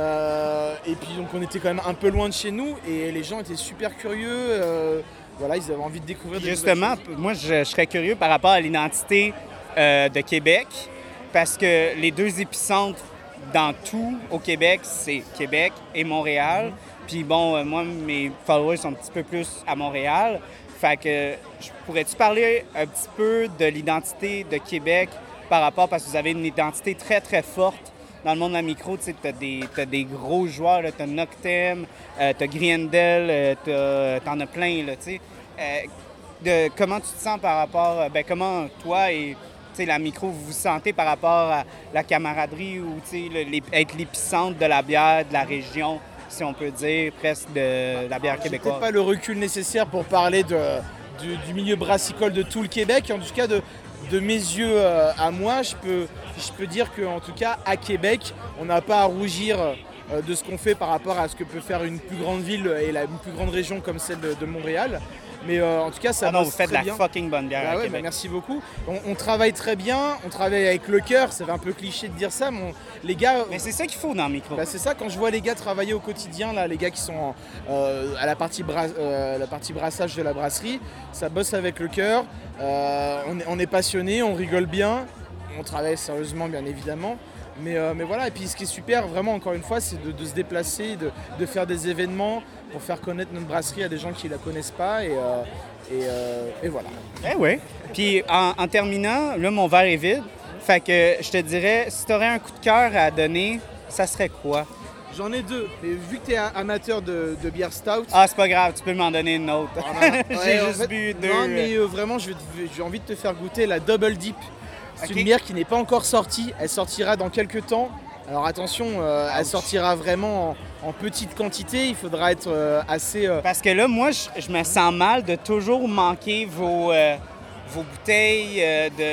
Speaker 8: euh, et puis donc on était quand même un peu loin de chez nous. Et les gens étaient super curieux. euh, voilà, ils avaient envie de découvrir des
Speaker 1: Justement,
Speaker 8: nouvelles choses.
Speaker 1: moi, je, je serais curieux par rapport à l'identité euh, de Québec, parce que les deux épicentres dans tout au Québec, c'est Québec et Montréal. Puis bon, euh, moi, mes followers sont un petit peu plus à Montréal. Fait que, je- pourrais-tu parler un petit peu de l'identité de Québec par rapport, parce que vous avez une identité très, très forte dans le monde de la micro. Tu sais, t'as des, t'as des gros joueurs, là, t'as Noctem, euh, t'as Griendel, euh, t'as- t'en as plein, là, tu sais. Euh, de comment tu te sens par rapport, euh, ben comment toi et tu sais, la micro, vous vous sentez par rapport à la camaraderie ou tu sais, le- les- être l'épicentre de la bière de la région, si on peut dire, presque de la bière
Speaker 8: J'ai
Speaker 1: québécoise.
Speaker 8: peut-être pas le recul nécessaire pour parler de, du, du milieu brassicole de tout le Québec. En tout cas, de, de mes yeux euh, à moi, je peux, je peux dire qu'en tout cas, à Québec, on n'a pas à rougir euh, de ce qu'on fait par rapport à ce que peut faire une plus grande ville et la, une plus grande région comme celle de, de Montréal. Mais euh, en tout cas, ça
Speaker 1: Ah non,
Speaker 8: bosse
Speaker 1: vous faites de
Speaker 8: très
Speaker 1: la
Speaker 8: bien.
Speaker 1: fucking bonne bière
Speaker 8: Bah
Speaker 1: à
Speaker 8: ouais,
Speaker 1: Québec.
Speaker 8: bah merci beaucoup. On, on travaille très bien, on travaille avec le cœur. Ça fait un peu cliché de dire ça, mais on- les gars.
Speaker 1: Mais c'est ça qu'il faut dans le micro.
Speaker 8: Bah, c'est ça, quand je vois les gars travailler au quotidien, là, les gars qui sont en- euh, à la partie, bras- euh, la partie brassage de la brasserie, ça bosse avec le cœur, euh, on, est, on est passionné, on rigole bien, on travaille sérieusement bien évidemment. Mais, euh, mais voilà, et puis ce qui est super, vraiment encore une fois, c'est de, de se déplacer, de, de faire des événements pour faire connaître notre brasserie à des gens qui ne la connaissent pas. Et, euh, et, euh, et voilà.
Speaker 1: Eh oui. Puis en, en terminant, là, mon verre est vide. Fait que je te dirais, si tu aurais un coup de cœur à donner, ça serait quoi?
Speaker 8: J'en ai deux, mais vu que tu es amateur de, de bière stout,
Speaker 1: Ah, c'est pas grave, tu peux m'en donner une autre. J'ai
Speaker 8: ouais, en
Speaker 1: juste
Speaker 8: fait,
Speaker 1: bu deux.
Speaker 8: Non, mais euh, vraiment, je vais te- j'ai envie de te faire goûter la Double Deep. C'est
Speaker 1: Ok.
Speaker 8: une bière qui n'est pas encore sortie. Elle sortira dans quelques temps. Alors attention, euh, elle sortira vraiment en, en petite quantité. Il faudra être euh, assez. euh,
Speaker 1: Parce que là, moi, je, je me sens mal de toujours manquer vos, euh, vos bouteilles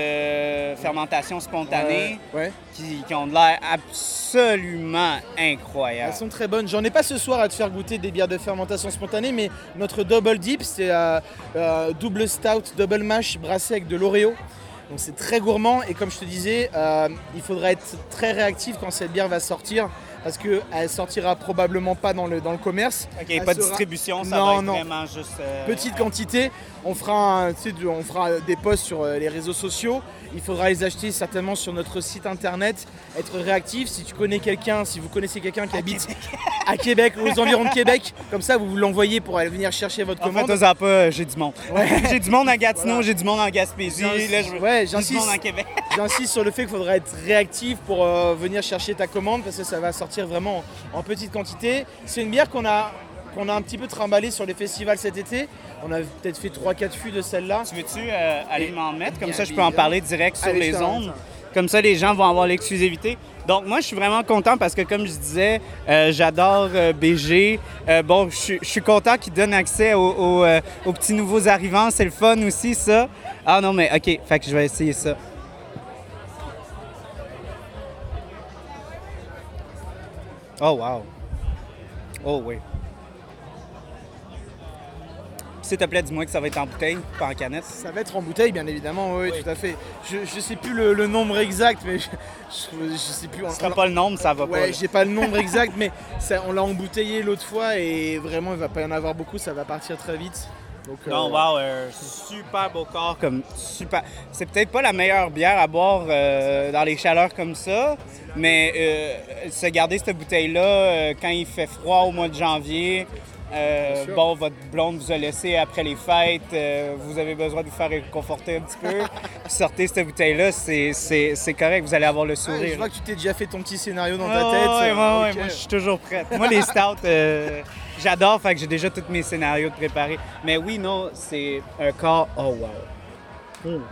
Speaker 1: euh, de fermentation spontanée
Speaker 8: ouais, ouais.
Speaker 1: qui, qui ont de l'air absolument incroyables.
Speaker 8: Elles sont très bonnes. J'en ai pas ce soir à te faire goûter des bières de fermentation spontanée, mais notre Double Deep, c'est euh, euh, double stout, double mash brassé avec de l'Oreo. Donc c'est très gourmand et comme je te disais, euh, il faudra être très réactif quand cette bière va sortir parce qu'elle sortira probablement pas dans le, dans le commerce.
Speaker 1: OK,
Speaker 8: Elle
Speaker 1: pas de
Speaker 8: sera-
Speaker 1: distribution, ça
Speaker 8: Non,
Speaker 1: va être
Speaker 8: non.
Speaker 1: vraiment juste... euh,
Speaker 8: Petite quantité, on fera, un- tu sais, du- on fera des posts sur euh, les réseaux sociaux. Il faudra les acheter certainement sur notre site internet, être réactif. Si tu connais quelqu'un, si vous connaissez quelqu'un qui habite à Québec, aux environs de Québec, comme ça vous l'envoyez pour aller venir chercher votre
Speaker 1: En fait,
Speaker 8: commande.
Speaker 1: osez pas, j'ai du monde.
Speaker 8: Ouais.
Speaker 1: J'ai du monde à Gatineau,
Speaker 8: Voilà.
Speaker 1: j'ai du monde en Gaspésie,
Speaker 8: J'insiste-
Speaker 1: là, je veux
Speaker 8: ouais,
Speaker 1: j'ai du monde
Speaker 8: j'insiste.
Speaker 1: en Québec.
Speaker 8: J'insiste sur le fait qu'il faudra être réactif pour euh, venir chercher ta commande parce que ça va sortir vraiment en petite quantité. C'est une bière qu'on a, qu'on a un petit peu trimballée sur les festivals cet été. On a peut-être fait trois quatre fûts de celle-là.
Speaker 1: Tu veux-tu euh, aller m'en mettre? Comme
Speaker 8: Bien,
Speaker 1: ça, je peux
Speaker 8: bien.
Speaker 1: en parler direct sur
Speaker 8: Allez,
Speaker 1: les
Speaker 8: je te
Speaker 1: ondes.
Speaker 8: lance.
Speaker 1: Comme ça, les gens vont avoir l'exclusivité. Donc, moi, je suis vraiment content parce que, comme je disais, euh, j'adore euh, B G. Euh, bon, je suis- je suis content qu'ils donnent accès aux, aux, euh, aux petits nouveaux arrivants. C'est le fun aussi, ça. Ah non, mais OK, fait que je vais essayer ça. Oh, wow. Oh, oui. S'il te plaît, dis-moi que ça va être en bouteille, pas en canette.
Speaker 8: Ça va être en bouteille, bien évidemment, oui, tout à fait. Je ne sais plus le, le nombre exact, mais je, je, je sais plus.
Speaker 1: Si t'as pas le nombre, ça va pas.
Speaker 8: Ouais,
Speaker 1: là.
Speaker 8: j'ai pas le nombre exact, mais ça, on l'a embouteillé l'autre fois et vraiment, il va pas y en avoir beaucoup, ça va partir très vite. Donc, euh,
Speaker 1: Non, wow, euh, super beau corps, comme super. C'est peut-être pas la meilleure bière à boire euh, dans les chaleurs comme ça, mais euh, se garder cette bouteille-là euh, quand il fait froid au mois de janvier. euh,
Speaker 8: sûr.
Speaker 1: bon, votre blonde vous a laissé après les fêtes, euh, vous avez besoin de vous faire réconforter un petit peu. Sortez cette bouteille-là, c'est, c'est, c'est correct, vous allez avoir le
Speaker 8: ouais,
Speaker 1: sourire.
Speaker 8: je vois que tu t'es déjà fait ton petit scénario dans
Speaker 1: Ah,
Speaker 8: ta tête.
Speaker 1: ouais,
Speaker 8: euh,
Speaker 1: ouais, ouais,
Speaker 8: ok.
Speaker 1: moi je suis toujours prête. Moi les stouts, euh, j'adore, fait que j'ai déjà tous mes scénarios de préparés. Mais oui, non, c'est un corps. Oh wow. Mm.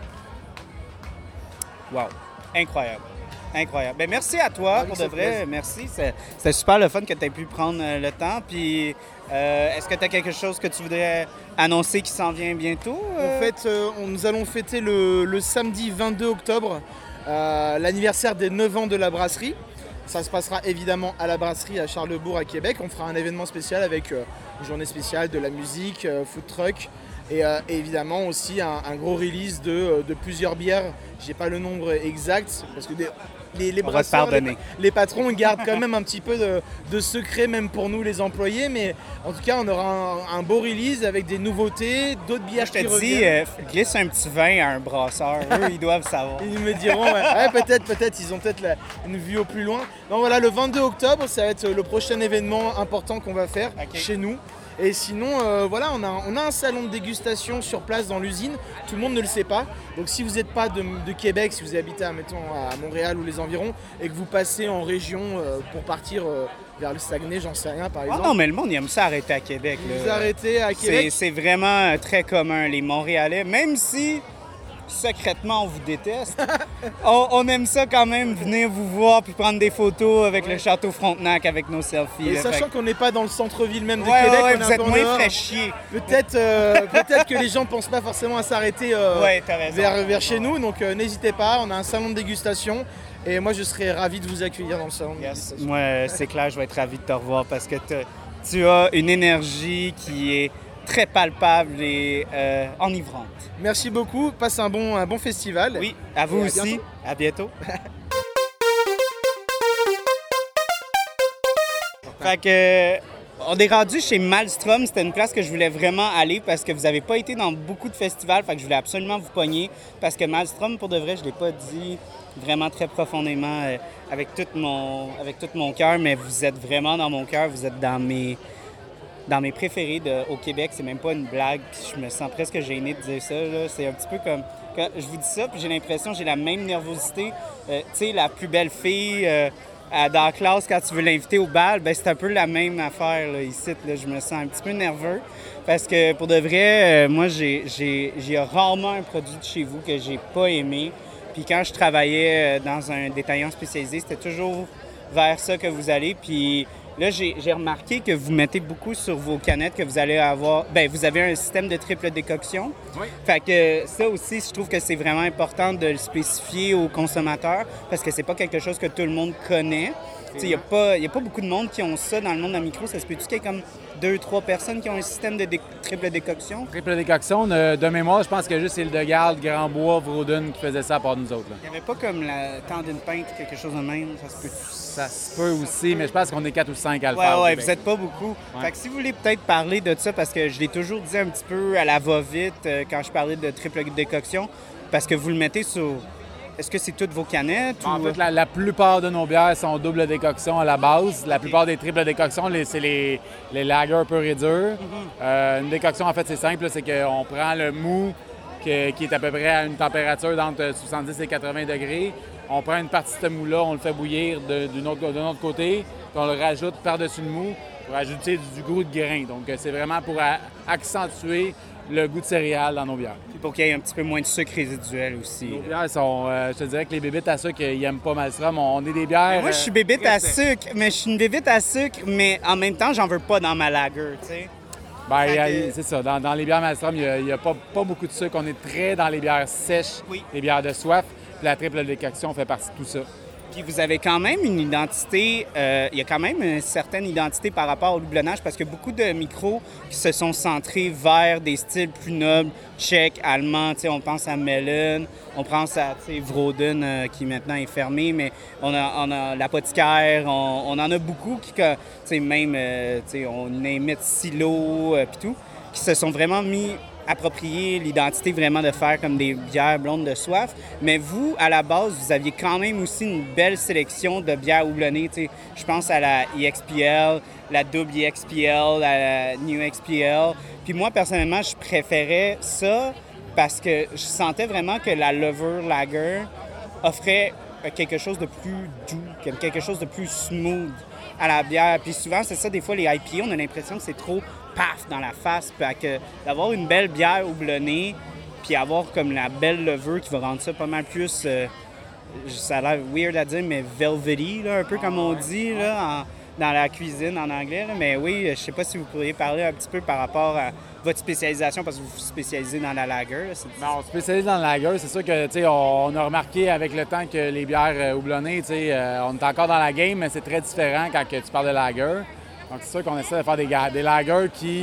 Speaker 1: Wow. Incroyable. Incroyable. Ben, merci à toi,
Speaker 8: Ah oui,
Speaker 1: pour
Speaker 8: ça
Speaker 1: de
Speaker 8: fait
Speaker 1: vrai.
Speaker 8: plaisir.
Speaker 1: Merci. C'est- C'était super le fun que tu aies pu prendre euh, le temps. Puis, euh, est-ce que tu as quelque chose que tu voudrais annoncer qui s'en vient bientôt? euh?
Speaker 8: En fait, euh, on- nous allons fêter le, le samedi vingt-deux octobre euh, l'anniversaire des neuf ans de la brasserie. Ça se passera évidemment à la brasserie à Charlesbourg, à Québec. On fera un événement spécial avec euh, une journée spéciale, de la musique, euh, food truck et, euh, et évidemment aussi un, un gros release de, euh, de plusieurs bières. J'ai pas le nombre exact parce que des- les, les
Speaker 1: On va te
Speaker 8: brasseurs, les,
Speaker 1: pardonner.
Speaker 8: les patrons gardent quand même un petit peu de, de secret, même pour nous les employés. Mais en tout cas, on aura un, un beau release avec des nouveautés, d'autres
Speaker 1: Moi,
Speaker 8: bières
Speaker 1: je
Speaker 8: qui
Speaker 1: te dis,
Speaker 8: reviennent.
Speaker 1: euh, glisse un petit vin à un brasseur. Eux, ils doivent savoir.
Speaker 8: Ils me diront, ouais, Ouais, peut-être, peut-être, ils ont peut-être la- une vue au plus loin. Donc voilà, le vingt-deux octobre, ça va être le prochain événement important qu'on va faire
Speaker 1: Ok.
Speaker 8: chez nous. Et sinon, euh, voilà, on a, on a un salon de dégustation sur place dans l'usine. Tout le monde ne le sait pas. Donc si vous n'êtes pas de, de Québec, si vous habitez mettons, à Montréal ou les environs, et que vous passez en région euh, pour partir euh, vers le Saguenay, j'en sais rien par
Speaker 1: Ah
Speaker 8: exemple.
Speaker 1: non, mais le monde, il aime ça arrêter à Québec.
Speaker 8: vous
Speaker 1: là.
Speaker 8: vous arrêtez à
Speaker 1: C'est,
Speaker 8: Québec.
Speaker 1: c'est vraiment euh, très commun, les Montréalais, même si secrètement on vous déteste. on, on aime ça quand même, venir vous voir puis prendre des photos avec le château Frontenac, avec nos selfies.
Speaker 8: Et
Speaker 1: là.
Speaker 8: sachant
Speaker 1: Fait
Speaker 8: qu'on n'est pas dans le centre-ville même
Speaker 1: que-
Speaker 8: de
Speaker 1: ouais,
Speaker 8: Québec,
Speaker 1: ouais, ouais,
Speaker 8: on est
Speaker 1: vous
Speaker 8: un
Speaker 1: êtes
Speaker 8: peu en
Speaker 1: moins
Speaker 8: dehors.
Speaker 1: fait chier.
Speaker 8: Peut-être, euh, peut-être que les gens ne pensent pas forcément à s'arrêter euh,
Speaker 1: Ouais, t'as raison.
Speaker 8: vers, vers chez nous, donc euh, n'hésitez pas, on a un salon de dégustation et moi je serais ravi de vous accueillir dans le salon de
Speaker 1: Yes.
Speaker 8: dégustation.
Speaker 1: Moi, euh, c'est clair, je vais être ravi de te revoir parce que t'as- tu as une énergie qui est très palpable et euh, enivrante.
Speaker 8: Merci beaucoup, passe un bon, un bon festival.
Speaker 1: Oui, à vous
Speaker 8: Et à
Speaker 1: aussi.
Speaker 8: bientôt.
Speaker 1: À bientôt. Fait que, euh, on est rendu chez Malmstrom. C'était une place que je voulais vraiment aller parce que vous n'avez pas été dans beaucoup de festivals. Fait que je voulais absolument vous pogner parce que Malmstrom, pour de vrai, je ne l'ai pas dit vraiment très profondément euh, avec tout mon, avec tout mon cœur, mais vous êtes vraiment dans mon cœur. Vous êtes dans mes, dans mes préférés de- au Québec. C'est même pas une blague. Puis je me sens presque gêné de dire ça, là. C'est un petit peu comme... Quand je vous dis ça, puis j'ai l'impression que j'ai la même nervosité. Euh, tu sais, la plus belle fille euh, à- dans la classe, quand tu veux l'inviter au bal, ben c'est un peu la même affaire, là, ici. Là. Je me sens un petit peu nerveux. Parce que, pour de vrai, euh, moi, j'ai, j'ai, j'ai rarement un produit de chez vous que j'ai pas aimé. Puis quand je travaillais euh, dans un détaillant spécialisé, c'était toujours vers ça que vous allez. Puis là, j'ai, j'ai remarqué que vous mettez beaucoup sur vos canettes que vous allez avoir... Ben, vous avez un système de triple décoction.
Speaker 7: Oui.
Speaker 1: Fait que ça aussi, je trouve que c'est vraiment important de le spécifier aux consommateurs parce que c'est pas quelque chose que tout le monde connaît. Il n'y a, a pas beaucoup de monde qui ont ça dans le monde de la micro. Ça se peut-tu qu'il y ait comme deux, trois personnes qui ont un système de dé- triple décoction?
Speaker 9: Triple décoction, de, de mémoire, je pense que juste Hildegarde, Grandbois, Vroden qui faisaient ça à part nous autres.
Speaker 1: Il n'y avait pas comme la temps d'une pinte, quelque chose de même, ça se peut
Speaker 9: Ça se peut aussi, mais je pense qu'on est quatre ou cinq à le
Speaker 1: ouais,
Speaker 9: faire.
Speaker 1: Ouais, vous n'êtes pas beaucoup.
Speaker 9: Ouais.
Speaker 1: Fait que si vous voulez peut-être parler de ça, parce que je l'ai toujours dit un petit peu à la va-vite euh, quand je parlais de triple décoction, parce que vous le mettez sur... Est-ce que c'est toutes vos canettes?
Speaker 9: En
Speaker 1: ou...
Speaker 9: fait, la, la plupart de nos bières sont double décoction à la base. La plupart des triples décoctions, les, c'est les, les lagers purs et durs. Mm-hmm. euh, une décoction, en fait, c'est simple. Là, c'est qu'on prend le mou que, qui est à peu près à une température d'entre soixante-dix et quatre-vingts degrés. On prend une partie de ce mou-là, on le fait bouillir de, d'un autre, d'un autre côté, puis on le rajoute par-dessus le mou pour ajouter du, du goût de grain. Donc, c'est vraiment pour a, accentuer le goût de céréales dans nos bières.
Speaker 1: Puis pour qu'il y ait un petit peu moins de sucre résiduel aussi.
Speaker 9: Nos bières sont, euh, je te dirais que les bébites à sucre, ils aiment pas Malmstrom. On est des bières...
Speaker 1: Mais moi, je suis bébite euh, à sucre, mais je suis une bébite à sucre, mais en même temps, j'en veux pas dans ma lager, tu sais.
Speaker 9: Ben, que... c'est ça. Dans, dans les bières Malmstrom, il n'y a, a pas, pas beaucoup de sucre. On est très dans les bières sèches,
Speaker 1: oui.
Speaker 9: Les bières de soif. Puis la triple décoction fait partie de tout ça.
Speaker 1: Puis vous avez quand même une identité, euh, il y a quand même une certaine identité par rapport au doublonnage parce que beaucoup de micros qui se sont centrés vers des styles plus nobles, tchèques, allemands, tu sais, on pense à Mellon, on pense à Vroden euh, qui maintenant est fermé, mais on a, on a l'apothicaire, on, on en a beaucoup qui, tu sais, même, euh, tu sais, on imite Silo euh, puis tout, qui se sont vraiment mis approprier l'identité vraiment de faire comme des bières blondes de soif. Mais vous, à la base, vous aviez quand même aussi une belle sélection de bières houblonnées. T'sais. Je pense à la E X P L, la double E X P L, la New X P L. Puis moi, personnellement, je préférais ça parce que je sentais vraiment que la Lover Lager offrait quelque chose de plus doux, quelque chose de plus smooth à la bière. Puis souvent, c'est ça, des fois, les I P A, on a l'impression que c'est trop paf dans la face. Puis que d'avoir une belle bière houblonnée, puis avoir comme la belle levure qui va rendre ça pas mal plus, euh, ça a l'air weird à dire, mais velvety, là, un peu comme on dit là, en, dans la cuisine en anglais. Là. Mais oui, je sais pas si vous pourriez parler un petit peu par rapport à votre spécialisation, parce que vous vous spécialisez dans la lager. Là, c'est...
Speaker 9: Ben, on se spécialise dans la lager. C'est sûr que, tu sais, on, on a remarqué avec le temps que les bières houblonnées, tu sais, euh, on est encore dans la game, mais c'est très différent quand que tu parles de lager. Donc, c'est sûr qu'on essaie de faire des, des lagers qui,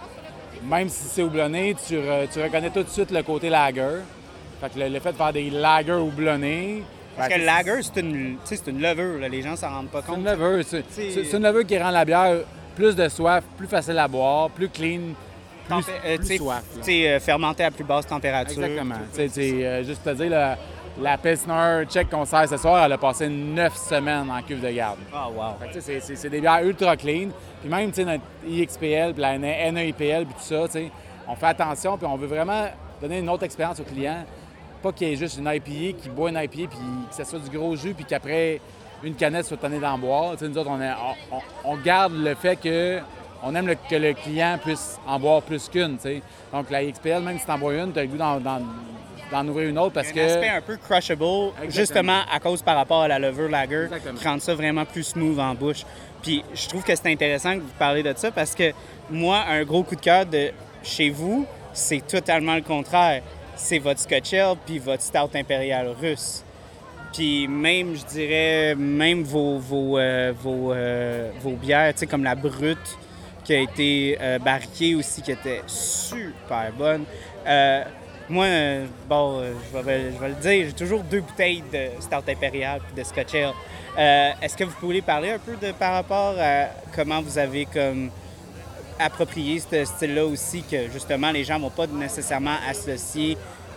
Speaker 9: même si c'est houblonné, tu, re, tu reconnais tout de suite le côté lager. Fait que le, le fait de faire des lagers houblonnés...
Speaker 1: Parce ben, que le lager, c'est une, c'est une levure. Là. Les gens s'en rendent pas compte.
Speaker 9: C'est une levure. C'est, c'est... c'est une levure qui rend la bière plus de soif, plus facile à boire, plus clean, plus, Tempé- euh, plus soif.
Speaker 1: C'est euh, fermenté à plus basse température.
Speaker 9: Exactement. C'est euh, juste te dire, la, la Pilsner tchèque qu'on sert ce soir, elle a passé neuf semaines en cuve de garde.
Speaker 1: Ah, oh, wow.
Speaker 9: Fait que, c'est, c'est, c'est des bières ultra clean. Puis même notre E X P L, puis la N A I P L, puis tout ça, on fait attention, puis on veut vraiment donner une autre expérience au client. Pas qu'il y ait juste une I P A qui boit une I P A, puis que ça soit du gros jus, puis qu'après une canette soit tonnée d'en boire. T'sais, nous autres, on, est, on, on, on garde le fait que on aime le, que le client puisse en boire plus qu'une. T'sais. Donc la X P L, même si tu en bois une, tu as le goût d'en, d'en, d'en ouvrir une autre parce que...
Speaker 1: Il y a un aspect un peu crushable, exactement. Justement à cause par rapport à la levure lager, exactement. Qui rend ça vraiment plus smooth en bouche. Puis je trouve que c'est intéressant que vous parlez de ça parce que moi, un gros coup de cœur de chez vous, c'est totalement le contraire. C'est votre Scotch Ale puis votre Stout impérial russe. Puis même, je dirais, même vos, vos, euh, vos, euh, vos bières, tu sais, comme la Brute, qui a été euh, barriquée aussi, qui était super bonne. Euh, moi, euh, bon, euh, je, vais, je vais le dire, j'ai toujours deux bouteilles de Stout impérial puis de Scotch Ale. Euh, est-ce que vous pouvez parler un peu de par rapport à comment vous avez comme approprié ce style-là aussi, que justement, les gens ne vont pas nécessairement associer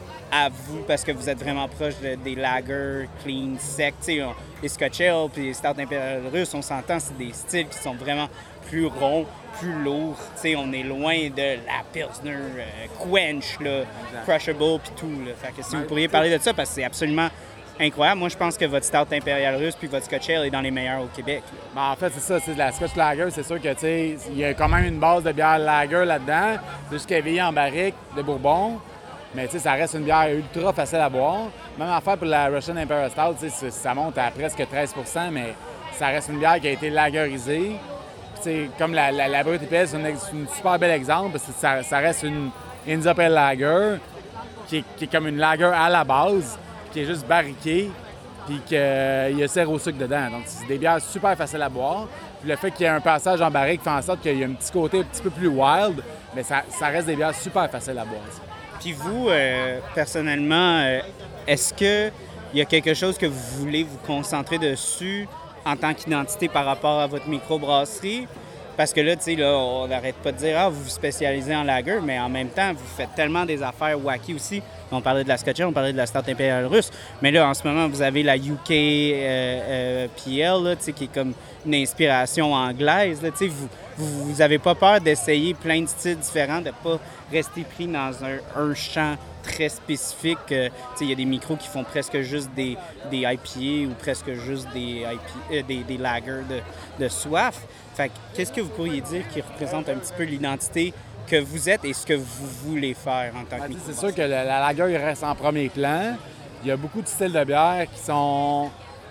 Speaker 1: à vous parce que vous êtes vraiment proche de, des lagers clean, secs. Tu sais, les Scotch Ale puis les Stout impérial russe, on s'entend, c'est des styles qui sont vraiment plus ronds, plus lourds. Tu sais, on est loin de la Pilsner euh, Quench, là, crushable puis tout. Là. Fait que si vous pourriez parler de ça, parce que c'est absolument incroyable. Moi, je pense que votre Stout impérial russe puis votre Scotch Ale est dans les meilleurs au Québec.
Speaker 9: Ben, en fait, c'est ça. C'est de la Scotch Lager. C'est sûr que, tu sais, il y a quand même une base de bière lager là-dedans. C'est juste qu'elle est en barrique de Bourbon. Mais, tu sais, ça reste une bière ultra facile à boire. Même affaire pour la Russian Imperial Stout, tu sais, ça monte à presque treize pour cent, mais ça reste une bière qui a été lagerisée. Puis, tu sais, comme la, la, la Brute I P A, c'est un super bel exemple parce que ça, ça reste une India Pale Lager qui est, qui est comme une lager à la base, qui est juste barriquée. puis qu'il y a zéro sucre dedans. Donc, c'est des bières super faciles à boire. Puis le fait qu'il y ait un passage en barrique fait en sorte qu'il y a un petit côté un petit peu plus wild, mais ça, ça reste des bières super faciles à boire.
Speaker 1: Puis vous, euh, personnellement, euh, est-ce qu'il y a quelque chose que vous voulez vous concentrer dessus en tant qu'identité par rapport à votre microbrasserie? Parce que là, tu sais, là, on n'arrête pas de dire « Ah, vous vous spécialisez en lager », mais en même temps, vous faites tellement des affaires wacky aussi. On parlait de la Scotch Ale, on parlait de la Stout impériale russe, mais là, en ce moment, vous avez la U K euh, euh, P L, là, tu sais, qui est comme une inspiration anglaise. Là, tu sais, vous vous vous avez pas peur d'essayer plein de styles différents, de pas rester pris dans un, un champ très spécifique. Euh, tu sais, il y a des micros qui font presque juste des, des I P A ou presque juste des, I P A, euh, des, des lagers de, de soif. Fait que, qu'est-ce que vous pourriez dire qui représente un petit peu l'identité que vous êtes et ce que vous voulez faire en tant que micro?
Speaker 9: C'est sûr que la, la lager il reste en premier plan. Il y a beaucoup de styles de bière qui sont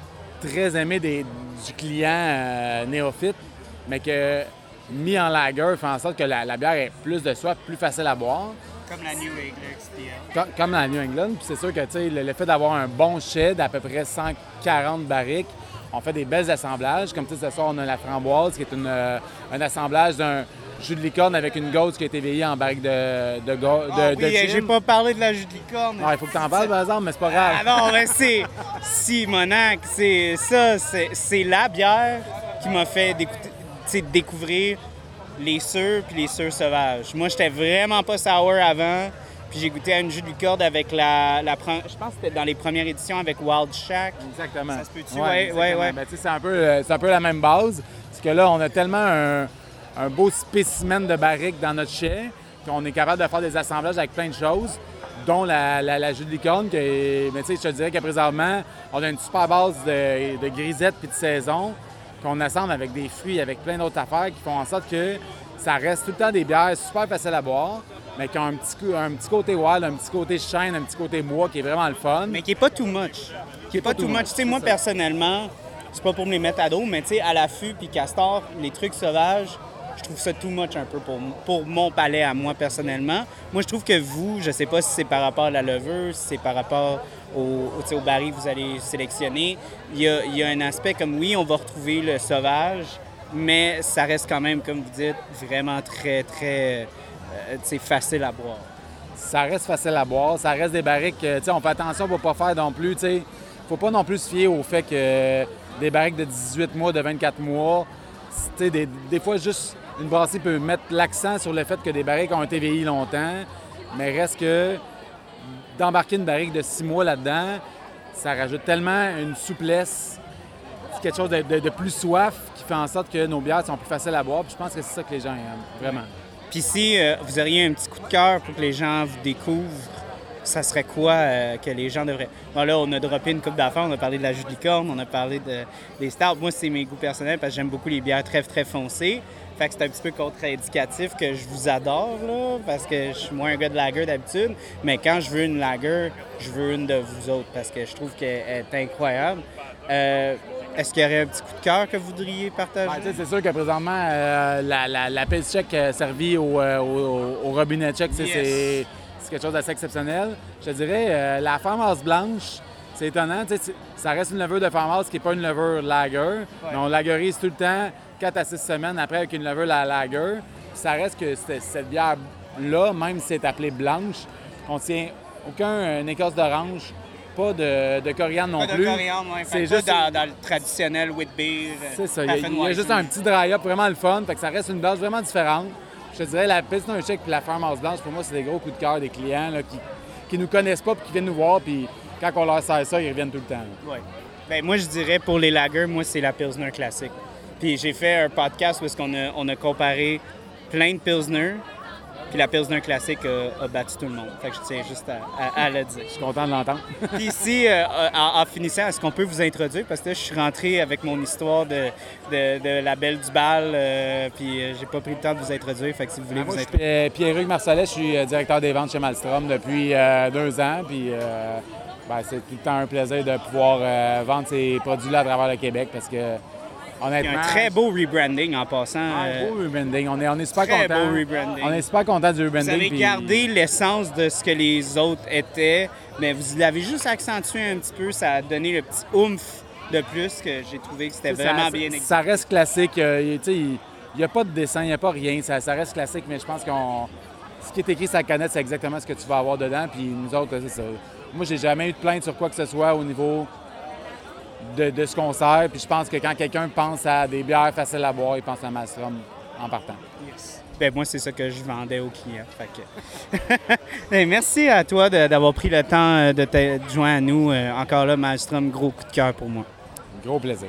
Speaker 9: très aimés des, du client euh, néophyte, mais que mis en lager fait en sorte que la, la bière est plus de soif, plus facile à boire.
Speaker 1: Comme la New England X P L.
Speaker 9: Comme, comme la New England. Puis c'est sûr que le, le fait d'avoir un bon shed d'à peu près cent quarante barriques, on fait des belles assemblages. Comme tu sais, ce soir, on a la framboise, qui est une, euh, un assemblage d'un jus de licorne avec une gauze qui a été veillée en barrique de, de, de,
Speaker 1: ah,
Speaker 9: de,
Speaker 1: oui,
Speaker 9: de gin.
Speaker 1: J'ai pas parlé de la jus de licorne.
Speaker 9: Ah, il faut que tu en parles, par exemple, mais c'est pas grave.
Speaker 1: Ah non, mais c'est... Simonac, c'est ça, c'est, c'est la bière qui m'a fait décou- découvrir les sûrs puis les sûrs sauvages. Moi, j'étais vraiment pas sour avant. Puis j'ai goûté à une jus de licorne avec la, la... Je pense que c'était dans les premières éditions avec Wild Shack.
Speaker 9: Exactement.
Speaker 1: Ça se peut-tu?
Speaker 9: Ouais,
Speaker 1: Oui, oui, oui.
Speaker 9: Ben, c'est, un peu, c'est un peu la même base. C'est que là, on a tellement un, un beau spécimen de barrique dans notre chai qu'on est capable de faire des assemblages avec plein de choses, dont la, la, la jus de licorne. Que, mais je te dirais qu'à présentement, on a une super base de, de grisettes puis de saison qu'on assemble avec des fruits, avec plein d'autres affaires qui font en sorte que ça reste tout le temps des bières super faciles à boire, mais qui ont un petit, un petit côté wild, un petit côté chêne, un petit côté bois qui est vraiment le fun.
Speaker 1: Mais qui n'est pas too much. Qui n'est pas, pas too much. Tu sais, moi, ça. Personnellement, c'est pas pour me les mettre à dos, mais tu sais, à l'affût puis castor, les trucs sauvages, je trouve ça too much un peu pour, pour mon palais à moi, personnellement. Moi, je trouve que vous, je sais pas si c'est par rapport à la levure, si c'est par rapport au, au, au baril que vous allez sélectionner, il y a, il y a un aspect comme, oui, on va retrouver le sauvage, mais ça reste quand même, comme vous dites, vraiment très, très... c'est facile à boire.
Speaker 9: Ça reste facile à boire. Ça reste des barriques. Tu sais, on fait attention pour ne pas faire non plus. Tu sais, faut pas non plus se fier au fait que des barriques de dix-huit mois, de vingt-quatre mois, tu sais, des, des fois, juste une brasserie peut mettre l'accent sur le fait que des barriques ont été vieillies longtemps, mais reste que d'embarquer une barrique de six mois là-dedans, ça rajoute tellement une souplesse, quelque chose de, de, de plus soif qui fait en sorte que nos bières sont plus faciles à boire. Puis je pense que c'est ça que les gens aiment, vraiment.
Speaker 1: Puis si euh, vous auriez un petit coup de cœur pour que les gens vous découvrent, ça serait quoi euh, que les gens devraient... Bon, là, on a droppé une coupe d'affaires, on a parlé de la jus de licorne, on a parlé de, des stouts. Moi, c'est mes goûts personnels parce que j'aime beaucoup les bières très, très foncées. Fait que c'est un petit peu contre-indicatif que je vous adore, là, parce que je suis moins un gars de lager d'habitude. Mais quand je veux une lager, je veux une de vous autres parce que je trouve qu'elle est incroyable. Euh, Est-ce qu'il y aurait un petit coup de cœur que vous voudriez partager?
Speaker 9: Ben, c'est sûr que présentement, euh, la, la, la pils tchèque servie au, euh, au, au robinet tchèque, yes. c'est, c'est quelque chose d'assez exceptionnel. Je te dirais, euh, la farmhouse blanche, c'est étonnant. Ça reste une levure de farmhouse qui n'est pas une levure lager. Ouais. Mais on lagerise tout le temps, quatre à six semaines après avec une levure la lager. Ça reste que cette bière-là, même si c'est appelée blanche, contient aucun écorce d'orange, pas de, de coriandre non
Speaker 1: pas
Speaker 9: plus.
Speaker 1: Pas de coriandre, oui. C'est juste dans, dans le traditionnel wheat beer.
Speaker 9: C'est ça. Il y a, il y a juste un petit dry-up vraiment le fun. Fait que ça reste une base vraiment différente. Je te dirais, la Pilsner Tchèque et la Farmhouse Blanche, pour moi, c'est des gros coups de cœur des clients là, qui qui nous connaissent pas et qui viennent nous voir. Puis quand on leur sert ça, ils reviennent tout le temps.
Speaker 1: Oui. Bien, moi, je dirais pour les lagers, moi, c'est la Pilsner classique. Puis j'ai fait un podcast où on a, on a comparé plein de Pilsner. Puis la Pilsner classique a, a battu tout le monde. Fait que je tiens juste à, à, à le dire.
Speaker 9: Je suis content de l'entendre.
Speaker 1: Puis ici, euh, en, en finissant, est-ce qu'on peut vous introduire? Parce que là, je suis rentré avec mon histoire de, de, de la belle du bal, euh, puis euh, j'ai pas pris le temps de vous introduire. Fait que si vous voulez
Speaker 9: ah,
Speaker 1: vous
Speaker 9: moi,
Speaker 1: introduire.
Speaker 9: Je suis Pierre-Hugues Marcellet, je suis directeur des ventes chez Malmstrom depuis euh, deux ans. Puis euh, ben, c'est tout le temps un plaisir de pouvoir euh, vendre ces produits-là à travers le Québec parce que
Speaker 1: Il y a
Speaker 9: honnêtement...
Speaker 1: un très beau rebranding en passant.
Speaker 9: Un
Speaker 1: euh,
Speaker 9: beau rebranding. On est, on est super
Speaker 1: très
Speaker 9: content.
Speaker 1: beau rebranding.
Speaker 9: On est super content du
Speaker 1: Vous
Speaker 9: rebranding.
Speaker 1: avez
Speaker 9: puis-
Speaker 1: gardé l'essence de ce que les autres étaient, mais vous l'avez juste accentué un petit peu. Ça a donné le petit oomph de plus que j'ai trouvé que c'était
Speaker 9: Ça-
Speaker 1: vraiment
Speaker 9: ça,
Speaker 1: bien exécuté.
Speaker 9: Ça reste classique. euh, tu sais, il n'y a pas de dessin, il n'y a pas rien. Ça, ça reste classique, mais je pense qu'on... Ce qui est écrit sur la canette, c'est exactement ce que tu vas avoir dedans. Puis nous autres, c'est ça. Moi, j'ai jamais eu de plainte sur quoi que ce soit au niveau de, de ce qu'on sert. Puis je pense que quand quelqu'un pense à des bières faciles à boire, il pense à Mastrum en partant.
Speaker 1: Ben, moi, c'est ça que je vendais aux clients. Fait que... Ben, merci à toi de- d'avoir pris le temps euh, de te de joindre à nous. Euh, encore là, Maelstrom, gros coup de cœur pour moi.
Speaker 9: Gros plaisir.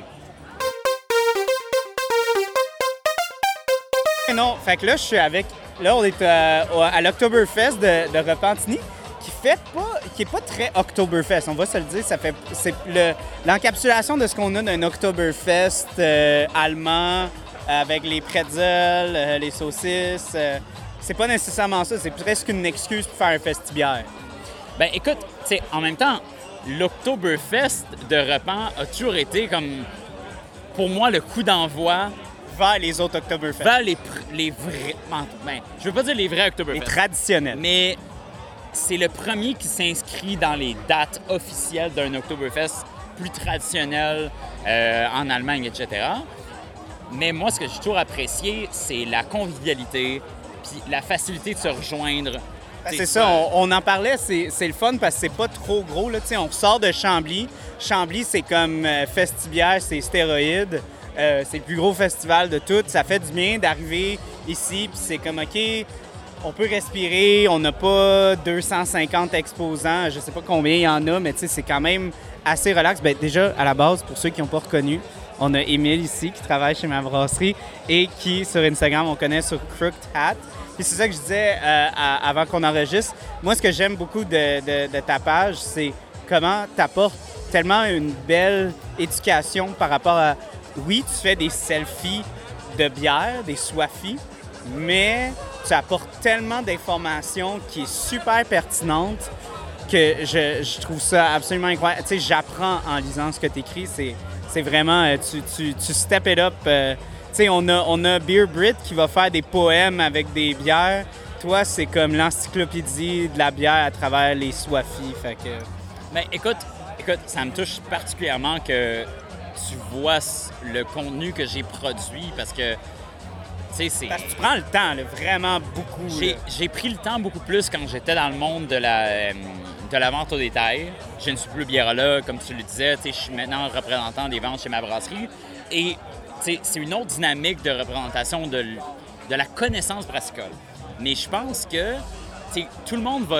Speaker 1: Non, fait que là, je suis avec... Là, on est euh, au- à l'Octoberfest de, de Repentigny, qui fait pas... qui est pas très Oktoberfest, on va se le dire. Ça fait... C'est le- l'encapsulation de ce qu'on a d'un Oktoberfest euh, allemand, avec les pretzels, euh, les saucisses. euh, c'est pas nécessairement ça, c'est presque une excuse pour faire un festibière.
Speaker 10: Ben écoute, tu sais, en même temps, l'Oktoberfest de Repent a toujours été comme, pour moi, le coup d'envoi
Speaker 1: vers les autres Oktoberfest.
Speaker 10: Vers les, pr- les vrais... Ben, je veux pas dire les vrais Oktoberfest.
Speaker 1: Les traditionnels.
Speaker 10: Mais c'est le premier qui s'inscrit dans les dates officielles d'un Oktoberfest plus traditionnel euh, en Allemagne, et cetera. Mais moi, ce que j'ai toujours apprécié, c'est la convivialité puis la facilité de se rejoindre.
Speaker 1: Ben, c'est ça, on, on en parlait, c'est, c'est le fun parce que c'est pas trop gros. Là. On sort de Chambly. Chambly, c'est comme euh, festibière, c'est stéroïdes. Euh, c'est le plus gros festival de tout. Ça fait du bien d'arriver ici, puis c'est comme, OK, on peut respirer, on n'a pas deux cent cinquante exposants, je sais pas combien il y en a, mais c'est quand même assez relax. Ben, déjà, à la base, pour ceux qui n'ont pas reconnu, on a Émile ici qui travaille chez ma brasserie et qui, sur Instagram, on connaît sur Crooked Hat. Puis c'est ça que je disais euh, à- avant qu'on enregistre. Moi, ce que j'aime beaucoup de, de- de ta page, c'est comment tu apportes tellement une belle éducation par rapport à... Oui, tu fais des selfies de bière, des soifis, mais tu apportes tellement d'informations qui est super pertinente que je, je trouve ça absolument incroyable. Tu sais, j'apprends en lisant ce que tu écris. C'est, c'est vraiment... euh, Tu, tu, tu step it up. euh, tu sais, on a, on a Beer Brit qui va faire des poèmes avec des bières. Toi, c'est comme l'encyclopédie de la bière à travers les soifis. Fait que...
Speaker 10: Ben, écoute, écoute, ça me touche particulièrement que tu vois s- le contenu que j'ai produit parce que, tu sais, c'est...
Speaker 1: Parce que tu prends le temps, là, vraiment beaucoup.
Speaker 10: J'ai,
Speaker 1: là.
Speaker 10: j'ai pris le temps beaucoup plus quand j'étais dans le monde de la, euh, de la vente au détail. Je ne suis plus biérologue, comme tu le disais. Tu sais, je suis maintenant représentant des ventes chez ma brasserie. Et tu sais, c'est une autre dynamique de représentation de, l- de la connaissance brassicole. Mais je pense que tu sais, tout le monde va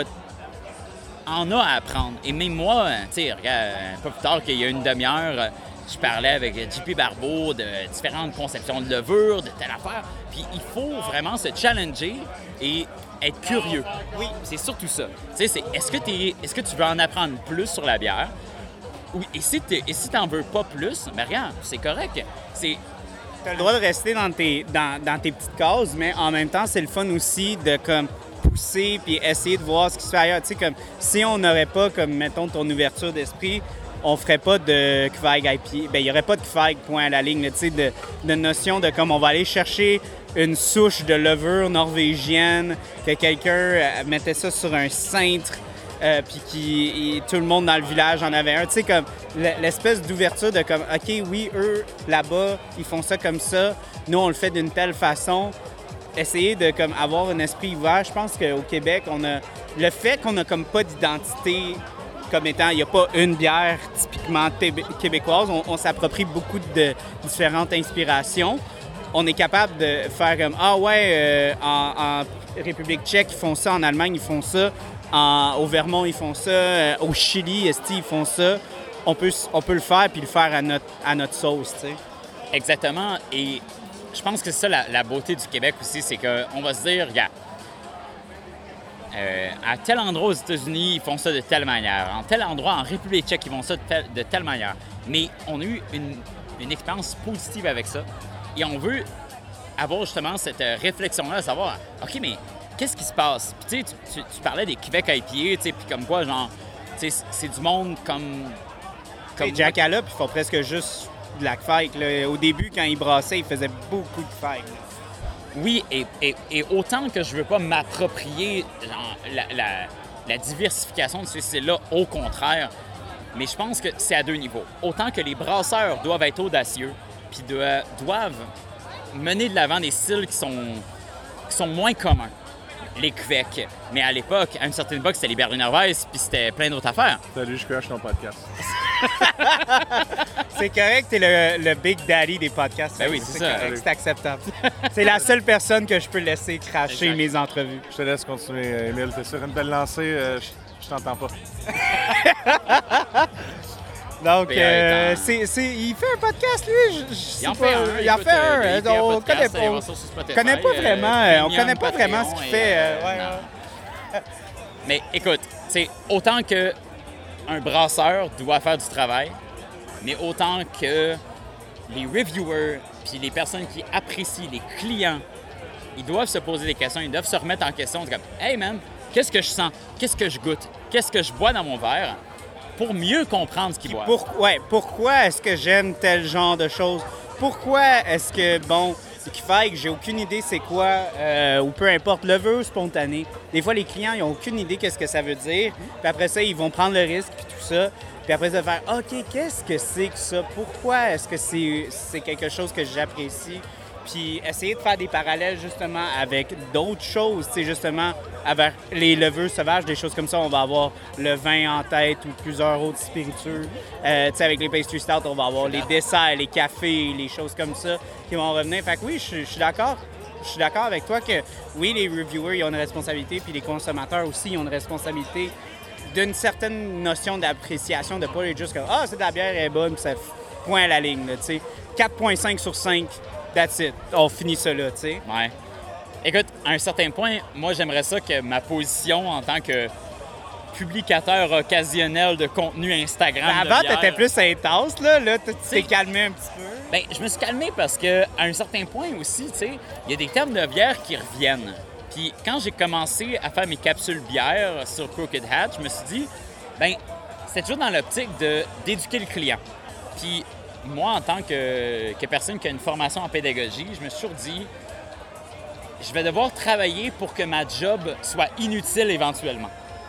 Speaker 10: en a à apprendre. Et même moi, tu sais, regarde, un peu plus tard qu'il y a une demi-heure, euh, je parlais avec J P Barbeau de différentes conceptions de levure, de telle affaire. Puis il faut vraiment se challenger et être curieux. Oui, c'est surtout ça. Tu sais, c'est est-ce que, t'es, est-ce que tu veux en apprendre plus sur la bière? Oui, et si tu et si t'en veux pas plus, ben regarde, c'est correct. C'est
Speaker 1: Tu as le droit de rester dans tes, dans, dans tes petites cases, mais en même temps, c'est le fun aussi de comme pousser puis essayer de voir ce qui se fait ailleurs. Tu sais, comme si on n'aurait pas, comme mettons, ton ouverture d'esprit, on ferait pas de Kveig I P A. Ben, il n'y aurait pas de Kveig, point à la ligne, là, tu sais, de, de notion de comme on va aller chercher une souche de levure norvégienne, que quelqu'un euh, mettait ça sur un cintre, euh, puis qui et tout le monde dans le village en avait un. Tu sais, comme l- l'espèce d'ouverture de comme, OK, oui, eux, là-bas, ils font ça comme ça. Nous, on le fait d'une telle façon. Essayer de comme avoir un esprit ouvert. Je pense qu'au Québec, on a le fait qu'on n'a comme pas d'identité comme étant, il n'y a pas une bière typiquement tébé- québécoise. On, on s'approprie beaucoup de différentes inspirations. On est capable de faire comme, ah ouais, euh, en, en République tchèque, ils font ça. En Allemagne, ils font ça. En, au Vermont, ils font ça. Euh, au Chili, esti, ils font ça. On peut, on peut le faire puis le faire à notre, à notre sauce, tu sais.
Speaker 10: exactement. Et je pense que c'est ça la, la beauté du Québec aussi, c'est qu'on va se dire, regarde, euh, à tel endroit aux États-Unis, ils font ça de telle manière. En tel endroit, en République tchèque, ils font ça de telle, de telle manière. Mais on a eu une, une expérience positive avec ça. Et on veut avoir justement cette euh, réflexion-là, à savoir, OK, mais qu'est-ce qui se passe? Puis tu sais, tu, tu- tu parlais des Québec I P A, tu sais, puis comme quoi, genre, tu sais, c'est du monde comme...
Speaker 1: Comme Jack Alla, puis ils font presque juste de la fake. Là. Au début, quand il brassait, il faisait beaucoup de fake. Là.
Speaker 10: Oui, et, et, et autant que je veux pas m'approprier genre, la, la, la diversification de ce style-là, au contraire, mais je pense que c'est à deux niveaux. Autant que les brasseurs doivent être audacieux, puis doivent, doivent mener de l'avant des styles qui sont, qui sont moins communs. Les Québec. Mais à l'époque, à une certaine époque, c'était les Berliner Weiss, puis c'était plein d'autres affaires.
Speaker 3: Salut, je crache ton podcast.
Speaker 1: C'est correct, t'es le, le big daddy des podcasts.
Speaker 10: Ben oui, c'est, c'est ça.
Speaker 1: Correct, c'est acceptable. C'est la seule personne que je peux laisser cracher
Speaker 10: Exact.
Speaker 1: mes entrevues.
Speaker 3: Je te laisse continuer, Émile. T'es sur une belle lancée, euh, je, je t'entends pas.
Speaker 1: Donc,
Speaker 10: Puis,
Speaker 1: euh,
Speaker 10: euh,
Speaker 1: c'est, c'est, il fait un podcast, lui. Je, je sais
Speaker 10: Il en
Speaker 1: pas,
Speaker 10: fait un.
Speaker 1: Il en
Speaker 10: écoute,
Speaker 1: fait un.
Speaker 10: euh,
Speaker 1: euh,
Speaker 10: il fait un
Speaker 1: on
Speaker 10: podcast,
Speaker 1: connaît pas.
Speaker 10: allez voir ça sur Spotify,
Speaker 1: connaît pas
Speaker 10: euh,
Speaker 1: vraiment, euh, on
Speaker 10: Premium,
Speaker 1: connaît pas vraiment ce qu'il
Speaker 10: Patreon,
Speaker 1: fait.
Speaker 10: et,
Speaker 1: euh,
Speaker 10: euh,
Speaker 1: ouais,
Speaker 10: non.
Speaker 1: ouais.
Speaker 10: Mais écoute, c'est autant que un brasseur doit faire du travail, mais autant que les reviewers puis les personnes qui apprécient, les clients, ils doivent se poser des questions, ils doivent se remettre en question. C'est comme, hey man, qu'est-ce que je sens? Qu'est-ce que je goûte? Qu'est-ce que je bois dans mon verre? Pour mieux comprendre ce qu'ils boivent.
Speaker 1: Pour, ouais, pourquoi est-ce que j'aime tel genre de choses? Pourquoi est-ce que, bon, ce qui fait que j'ai aucune idée c'est quoi, euh, ou peu importe, levure spontanée. Des fois, les clients, ils n'ont aucune idée qu'est-ce que ça veut dire. Puis après ça, ils vont prendre le risque, puis tout ça. Puis après ça, faire, OK, qu'est-ce que c'est que ça? Pourquoi est-ce que c'est, c'est quelque chose que j'apprécie? Puis essayer de faire des parallèles justement avec d'autres choses, tu sais, justement, avec les levures sauvages, des choses comme ça, on va avoir le vin en tête ou plusieurs autres spiritueux. Euh, tu sais, avec les pastry stout, on va avoir les desserts, les cafés, les choses comme ça qui vont revenir. Fait que oui, je, je suis d'accord. Je suis d'accord avec toi que oui, les reviewers, ils ont une responsabilité, puis les consommateurs aussi, ils ont une responsabilité d'une certaine notion d'appréciation, de pas être juste comme « Ah, c'est de la bière, elle est bonne », puis ça point à la ligne, là, tu sais. quatre virgule cinq sur cinq. That's it. On finit ça là, tu sais.
Speaker 10: Ouais. Écoute, à un certain point, moi, j'aimerais ça que ma position en tant que publicateur occasionnel de contenu Instagram.
Speaker 1: Ben, avant,
Speaker 10: de bière,
Speaker 1: t'étais plus intense, là. Là, tu t'es
Speaker 10: T'sais,
Speaker 1: calmé un petit peu.
Speaker 10: ben, je me suis calmé parce que à un certain point aussi, tu sais, il y a des termes de bière qui reviennent. Puis quand j'ai commencé à faire mes capsules bière sur Crooked Hat, je me suis dit, ben, c'était toujours dans l'optique de, d'éduquer le client. Puis moi, en tant que, que personne qui a une formation en pédagogie, je me suis toujours dit, je vais devoir travailler pour que ma job soit inutile éventuellement.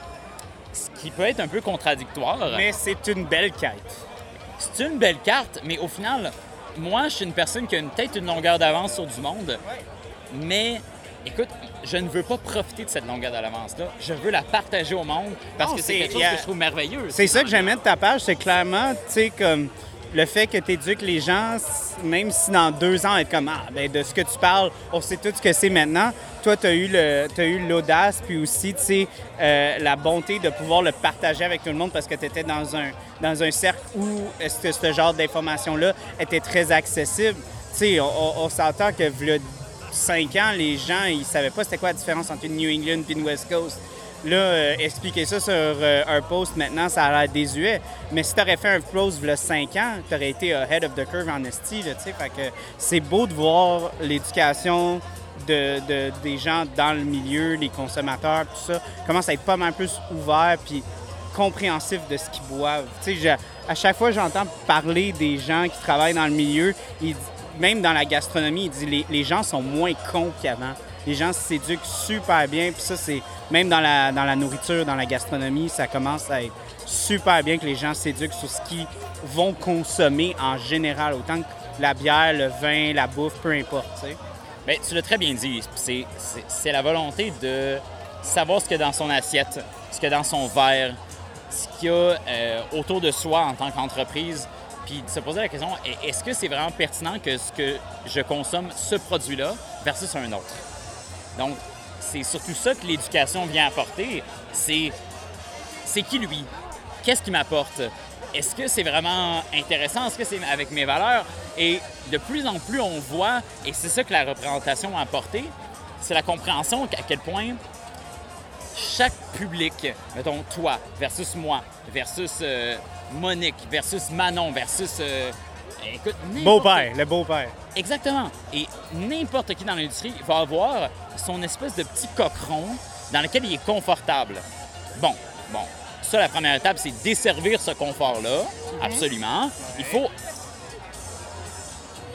Speaker 10: Ce qui peut être un peu contradictoire.
Speaker 1: Mais c'est une belle quête.
Speaker 10: C'est une belle carte, mais au final, moi, je suis une personne qui a une, peut-être une longueur d'avance sur du monde, mais écoute, je ne veux pas profiter de cette longueur d'avance-là. Je veux la partager au monde parce
Speaker 1: Non,
Speaker 10: que c'est
Speaker 1: c'est-
Speaker 10: quelque chose
Speaker 1: y a-
Speaker 10: que je trouve merveilleux.
Speaker 1: C'est ça que j'aimais de ta page, c'est clairement, tu sais, comme le fait que tu éduques les gens, même si dans deux ans, être comme, ah, ben de ce que tu parles, on sait tout ce que c'est maintenant. Toi, tu as eu le, t'as eu l'audace, puis aussi, tu sais, euh, la bonté de pouvoir le partager avec tout le monde parce que tu étais dans un, dans un cercle où est-ce que ce genre d'information-là était très accessible. Tu sais, on, on- on s'entend que, v'là cinq ans, les gens, ils savaient pas c'était quoi la différence entre une New England et une West Coast. Là, euh, expliquer ça sur euh, un post maintenant, ça a l'air désuet. Mais si tu aurais fait un post il y a cinq ans, tu aurais été ahead of the curve en esti, là, tu sais. Fait que c'est beau de voir l'éducation de, de- des gens dans le milieu, les consommateurs, tout ça, commence à être pas mal plus ouvert puis compréhensif de ce qu'ils boivent. Tu sais, je- à chaque fois que j'entends parler des gens qui travaillent dans le milieu, ils- même dans la gastronomie, ils disent les, les gens sont moins cons qu'avant. Les gens s'éduquent super bien, puis ça, c'est même dans la, dans la nourriture, dans la gastronomie, ça commence à être super bien que les gens s'éduquent sur ce qu'ils vont consommer en général, autant que la bière, le vin, la bouffe, peu importe, tu sais.
Speaker 10: Bien, tu l'as très bien dit. C'est, c'est, c'est la volonté de savoir ce qu'il y a dans son assiette, ce qu'il y a dans son verre, ce qu'il y a euh, autour de soi en tant qu'entreprise, puis de se poser la question, est-ce que c'est vraiment pertinent que ce que je consomme, ce produit-là, versus un autre? Donc, c'est surtout ça que l'éducation vient apporter. C'est, c'est qui lui? Qu'est-ce qu'il m'apporte? Est-ce que c'est vraiment intéressant? Est-ce que c'est avec mes valeurs? Et de plus en plus, on voit, et c'est ça que la représentation a apporté, c'est la compréhension à quel point chaque public, mettons toi versus moi, versus euh, Monique, versus Manon, versus... euh, écoute, n'importe-
Speaker 1: Beau-père, le beau-père.
Speaker 10: Exactement. Et n'importe qui dans l'industrie va avoir son espèce de petit cochon dans lequel il est confortable. Bon, bon. Ça, la première étape, c'est desservir ce confort-là. Absolument. Il faut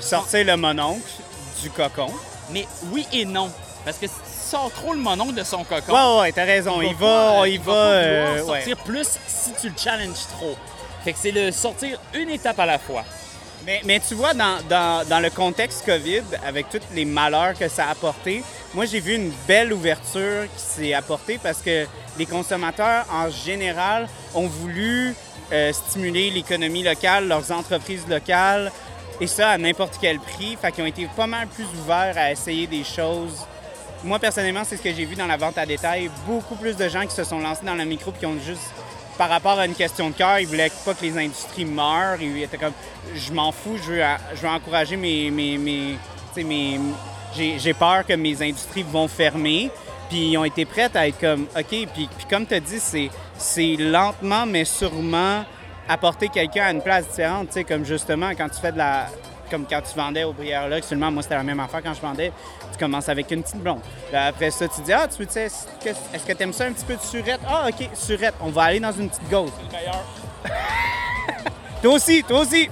Speaker 1: sortir le mononcle du cocon.
Speaker 10: Mais oui et non. Parce que si tu sors trop le mononcle de son cocon...
Speaker 1: Ouais, ouais, t'as raison. Il va...
Speaker 10: pas,
Speaker 1: Il
Speaker 10: il
Speaker 1: va,
Speaker 10: va pas
Speaker 1: euh,
Speaker 10: vouloir sortir
Speaker 1: ouais.
Speaker 10: plus si tu le challenges trop. Fait que c'est de sortir une étape à la fois.
Speaker 1: Mais, mais tu vois, dans, dans, dans le contexte COVID, avec tous les malheurs que ça a apporté, moi, j'ai vu une belle ouverture qui s'est apportée parce que les consommateurs, en général, ont voulu euh, stimuler l'économie locale, leurs entreprises locales, et ça à n'importe quel prix. Fait qu'ils ont été pas mal plus ouverts à essayer des choses. Moi, personnellement, c'est ce que j'ai vu dans la vente à détail. Beaucoup plus de gens qui se sont lancés dans le micro et qui ont juste... Par rapport à une question de cœur, ils voulaient pas que les industries meurent. Ils étaient comme, je m'en fous, je veux, je veux encourager mes... mes, mes, mes j'ai, j'ai peur que mes industries vont fermer. Puis ils ont été prêts à être comme, OK. Puis, puis comme tu as dit, c'est, c'est lentement, mais sûrement apporter quelqu'un à une place différente. Tu sais, comme justement, quand tu fais de la... Comme quand tu vendais au Brière-Luxe, seulement moi, c'était la même affaire quand je vendais. Tu commences avec une petite blonde. Là, après ça, tu dis, ah, tu sais, est-ce que tu aimes ça un petit peu de surette? Ah, OK, surette, on va aller dans une petite gauze.
Speaker 2: C'est le meilleur.
Speaker 1: Toi aussi, toi aussi.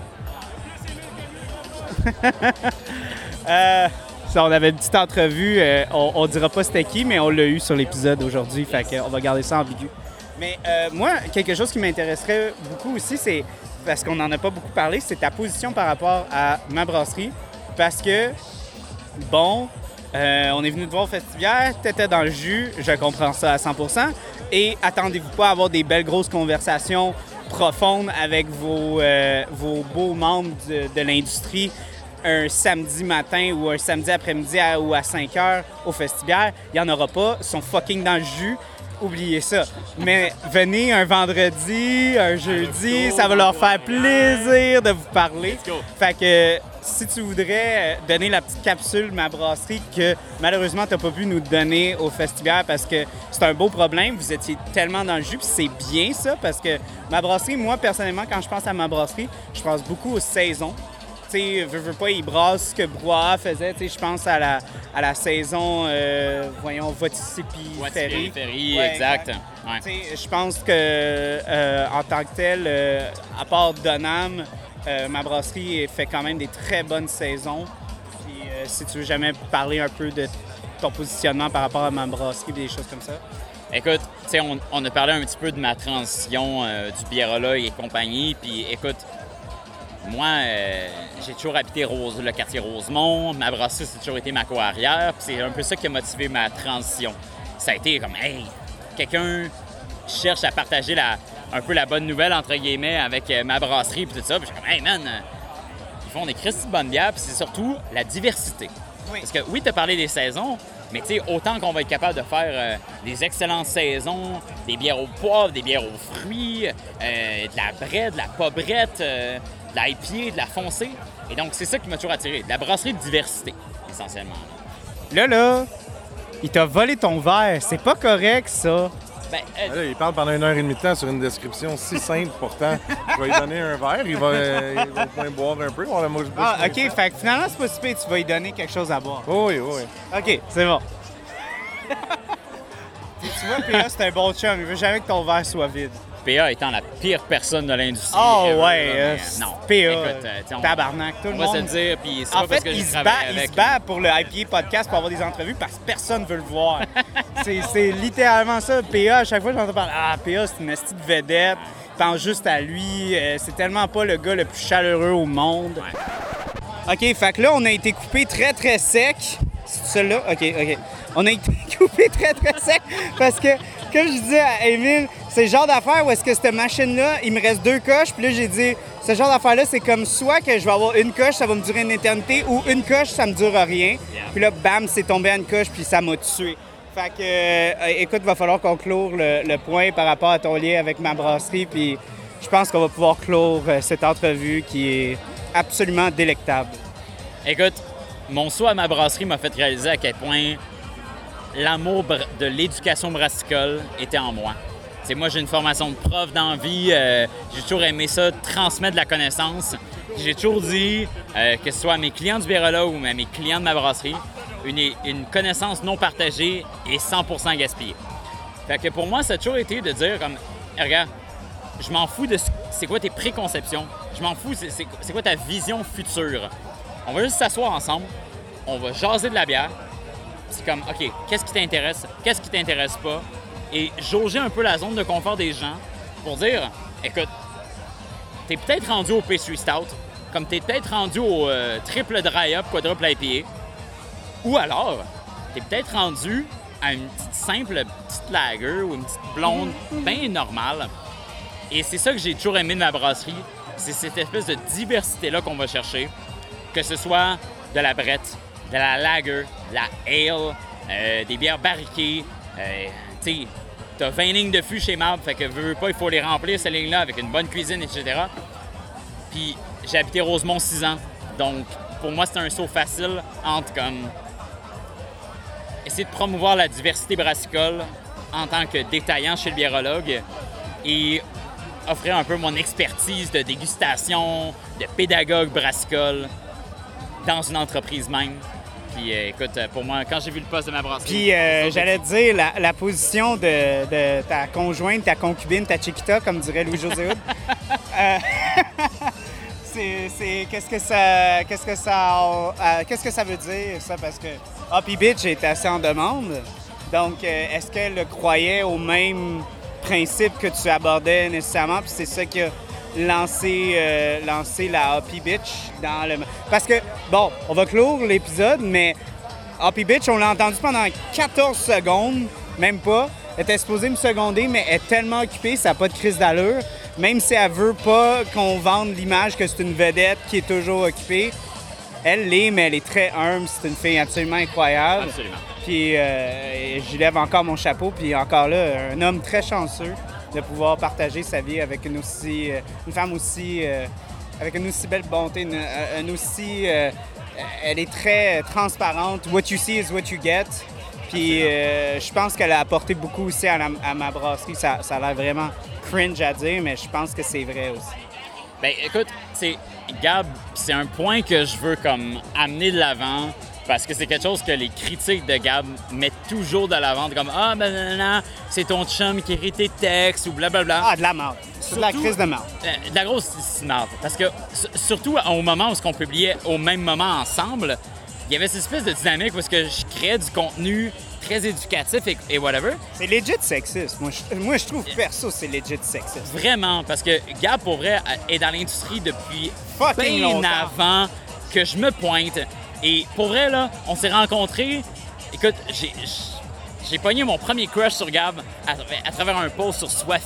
Speaker 1: euh, ça, on avait une petite entrevue. Euh, on, on dira pas c'était qui, mais on l'a eu sur l'épisode aujourd'hui. Fait qu'on va garder ça ambigu. Mais euh, moi, quelque chose qui m'intéresserait beaucoup aussi, c'est, parce qu'on n'en a pas beaucoup parlé, c'est ta position par rapport à ma brasserie. Parce que, bon, euh, on est venu te voir au Festivière, t'étais dans le jus, je comprends ça à cent pour cent. Et attendez-vous pas à avoir des belles grosses conversations profondes avec vos, euh, vos beaux membres de, de l'industrie un samedi matin ou un samedi après-midi à, ou à cinq heures au Festivière. Il n'y en aura pas, ils sont fucking dans le jus. Oubliez ça. Mais venez un vendredi, un jeudi, ça va leur faire plaisir de vous parler. Fait que si tu voudrais donner la petite capsule Ma Brasserie que malheureusement tu n'as pas pu nous donner au Festivière parce que c'est un beau problème, vous étiez tellement dans le jus, puis c'est bien ça parce que Ma Brasserie, moi personnellement, quand je pense à Ma Brasserie, je pense beaucoup aux saisons. Tu sais, veux, veux pas, ils brassent ce que Brouhaha faisait. Tu sais, je pense à la, à la saison, euh, voyons, Votissipi-Ferry.
Speaker 10: Ferry, ouais, exact. Ouais.
Speaker 1: Tu sais, je pense que euh, en tant que tel, euh, à part Donham, euh, Ma Brasserie fait quand même des très bonnes saisons. Puis euh, si tu veux jamais parler un peu de ton positionnement par rapport à Ma Brasserie et des choses comme ça.
Speaker 10: Écoute, tu sais, on, on a parlé un petit peu de ma transition euh, du Bièrola et compagnie. Puis écoute, moi, euh, j'ai toujours habité Rose, le quartier Rosemont. Ma brasserie, c'est toujours été ma cour arrière. Puis c'est un peu ça qui a motivé ma transition. Ça a été comme, hey, quelqu'un cherche à partager la, un peu la bonne nouvelle, entre guillemets, avec euh, ma brasserie puis tout ça. Puis je suis comme, hey, man, euh, ils font des Christy de bonnes bières. Puis c'est surtout la diversité. Oui. Parce que oui, tu as parlé des saisons, mais tu sais, autant qu'on va être capable de faire euh, des excellentes saisons, des bières au poivre, des bières aux fruits, euh, de la braie, de la pobrette, euh, de la I P A, de la foncée. Et donc, c'est ça qui m'a toujours attiré. De la brasserie de diversité, essentiellement.
Speaker 1: Là, là, il t'a volé ton verre. C'est pas correct, ça.
Speaker 3: Ben, euh... là, il parle pendant une heure et demie de temps sur une description si simple, pourtant. Je vais lui donner un verre, il va, euh, il va au moins boire un peu. On moi, je
Speaker 1: ah, OK. Fait que finalement, c'est pas si pire, tu vas lui donner quelque chose à boire.
Speaker 3: Oui, oui.
Speaker 1: OK, c'est bon. Tu vois, P A, c'est un bon chum. Il veut jamais que ton verre soit vide.
Speaker 10: P A étant la pire personne de l'industrie.
Speaker 1: Oh
Speaker 10: ever,
Speaker 1: ouais,
Speaker 10: là,
Speaker 1: euh,
Speaker 10: non.
Speaker 1: P A,
Speaker 10: Écoute, euh, on,
Speaker 1: tabarnak, tout le
Speaker 10: on
Speaker 1: monde.
Speaker 10: On va se le dire, puis c'est
Speaker 1: en
Speaker 10: pas
Speaker 1: fait,
Speaker 10: parce que
Speaker 1: il
Speaker 10: je
Speaker 1: se
Speaker 10: travaille
Speaker 1: bat,
Speaker 10: avec...
Speaker 1: il se bat pour le I P A podcast pour avoir des entrevues parce que personne veut le voir. c'est, c'est littéralement ça. P A, à chaque fois que j'entends parler, ah, P A, c'est une esti de vedette, il pense juste à lui, euh, c'est tellement pas le gars le plus chaleureux au monde. Ouais. OK, fait que là, on a été coupé très, très sec. C'est celui-là? OK, OK. On a été coupé très, très sec parce que, comme je disais à Émile, c'est le genre d'affaire où est-ce que cette machine-là, il me reste deux coches, puis là, j'ai dit, ce genre d'affaire-là, c'est comme soit que je vais avoir une coche, ça va me durer une éternité, ou une coche, ça me dure rien. Puis là, bam, c'est tombé à une coche, puis ça m'a tué. Fait que, euh, écoute, il va falloir conclure le, le point par rapport à ton lien avec ma brasserie, puis je pense qu'on va pouvoir clore euh, cette entrevue qui est absolument délectable.
Speaker 10: Écoute, mon saut à ma brasserie m'a fait réaliser à quel point l'amour de l'éducation brassicole était en moi. T'sais, moi, j'ai une formation de prof d'envie. Euh, j'ai toujours aimé ça, transmettre de la connaissance. J'ai toujours dit, euh, que ce soit à mes clients du Bièrola ou à mes clients de ma brasserie, une, une connaissance non partagée est cent pour cent gaspillée. Fait que pour moi, ça a toujours été de dire comme, hey, regarde, je m'en fous de ce, c'est quoi tes préconceptions. Je m'en fous, c'est, c'est, c'est quoi ta vision future. On va juste s'asseoir ensemble, on va jaser de la bière. C'est comme, OK, qu'est-ce qui t'intéresse, qu'est-ce qui t'intéresse pas? Et jauger un peu la zone de confort des gens pour dire, écoute, t'es peut-être rendu au pastry stout, comme t'es peut-être rendu au euh, triple dry up, quadruple I P A, ou alors, t'es peut-être rendu à une petite simple petite lager ou une petite blonde bien normale. Et c'est ça que j'ai toujours aimé de ma brasserie, c'est cette espèce de diversité-là qu'on va chercher, que ce soit de la brette, de la lager, de la ale, euh, des bières barriquées, euh, tu sais, t'as vingt lignes de fût chez Marbre, fait que veux, veux pas, il faut les remplir, ces lignes-là, avec une bonne cuisine, et cetera. Puis j'ai habité Rosemont six ans, donc pour moi, c'est un saut facile entre comme essayer de promouvoir la diversité brassicole en tant que détaillant chez le biérologue et offrir un peu mon expertise de dégustation, de pédagogue brassicole dans une entreprise même. Puis euh, écoute, pour moi, quand j'ai vu le poste de ma brasserie...
Speaker 1: Puis euh, j'allais te dire, la, la position de, de ta conjointe, ta concubine, ta chiquita, comme dirait Louis-José Hood, euh, c'est, c'est, qu'est-ce que ça, qu'est-ce que ça, euh, qu'est-ce que ça veut dire, ça? Parce que Hoppy Bitch est assez en demande. Donc, euh, est-ce qu'elle le croyait au même principe que tu abordais nécessairement? Puis c'est ça qui a lancé, euh, lancé la Hoppy Bitch dans le... Parce que, bon, on va clore l'épisode, mais Hoppy Bitch, on l'a entendu pendant quatorze secondes, même pas. Elle était supposée me seconder, mais elle est tellement occupée, ça n'a pas de crise d'allure. Même si elle veut pas qu'on vende l'image que c'est une vedette qui est toujours occupée, elle l'est, mais elle est très humble. C'est une fille absolument incroyable.
Speaker 10: Absolument.
Speaker 1: Puis euh, je lève encore mon chapeau. Puis encore là, un homme très chanceux de pouvoir partager sa vie avec une aussi, euh, une femme aussi, euh, avec une aussi belle bonté, une, une aussi, euh, elle est très transparente. What you see is what you get. Puis euh, je pense qu'elle a apporté beaucoup aussi à, la, à ma brasserie. Ça, ça a l'air vraiment cringe à dire, mais je pense que c'est vrai aussi.
Speaker 10: Ben écoute, c'est Gab, c'est un point que je veux comme amener de l'avant parce que c'est quelque chose que les critiques de Gab mettent toujours de l'avant, comme ah ben non, non, c'est ton chum qui écrit tes textes ou blablabla.
Speaker 1: Ah de la merde, c'est de la crise de merde.
Speaker 10: Euh, de la grosse merde, parce que surtout au moment où on publiait au même moment ensemble, il y avait cette espèce de dynamique où est-ce que je créais du contenu très éducatif et, et whatever.
Speaker 1: C'est legit sexiste. Moi, je, moi, je trouve perso, c'est legit sexiste.
Speaker 10: Vraiment, parce que Gab, pour vrai, est dans l'industrie depuis
Speaker 1: Fucking
Speaker 10: bien
Speaker 1: longtemps.
Speaker 10: avant que je me pointe. Et pour vrai, là, on s'est rencontrés. Écoute, j'ai, j'ai pogné mon premier crush sur Gab à, à travers un post sur Swafi.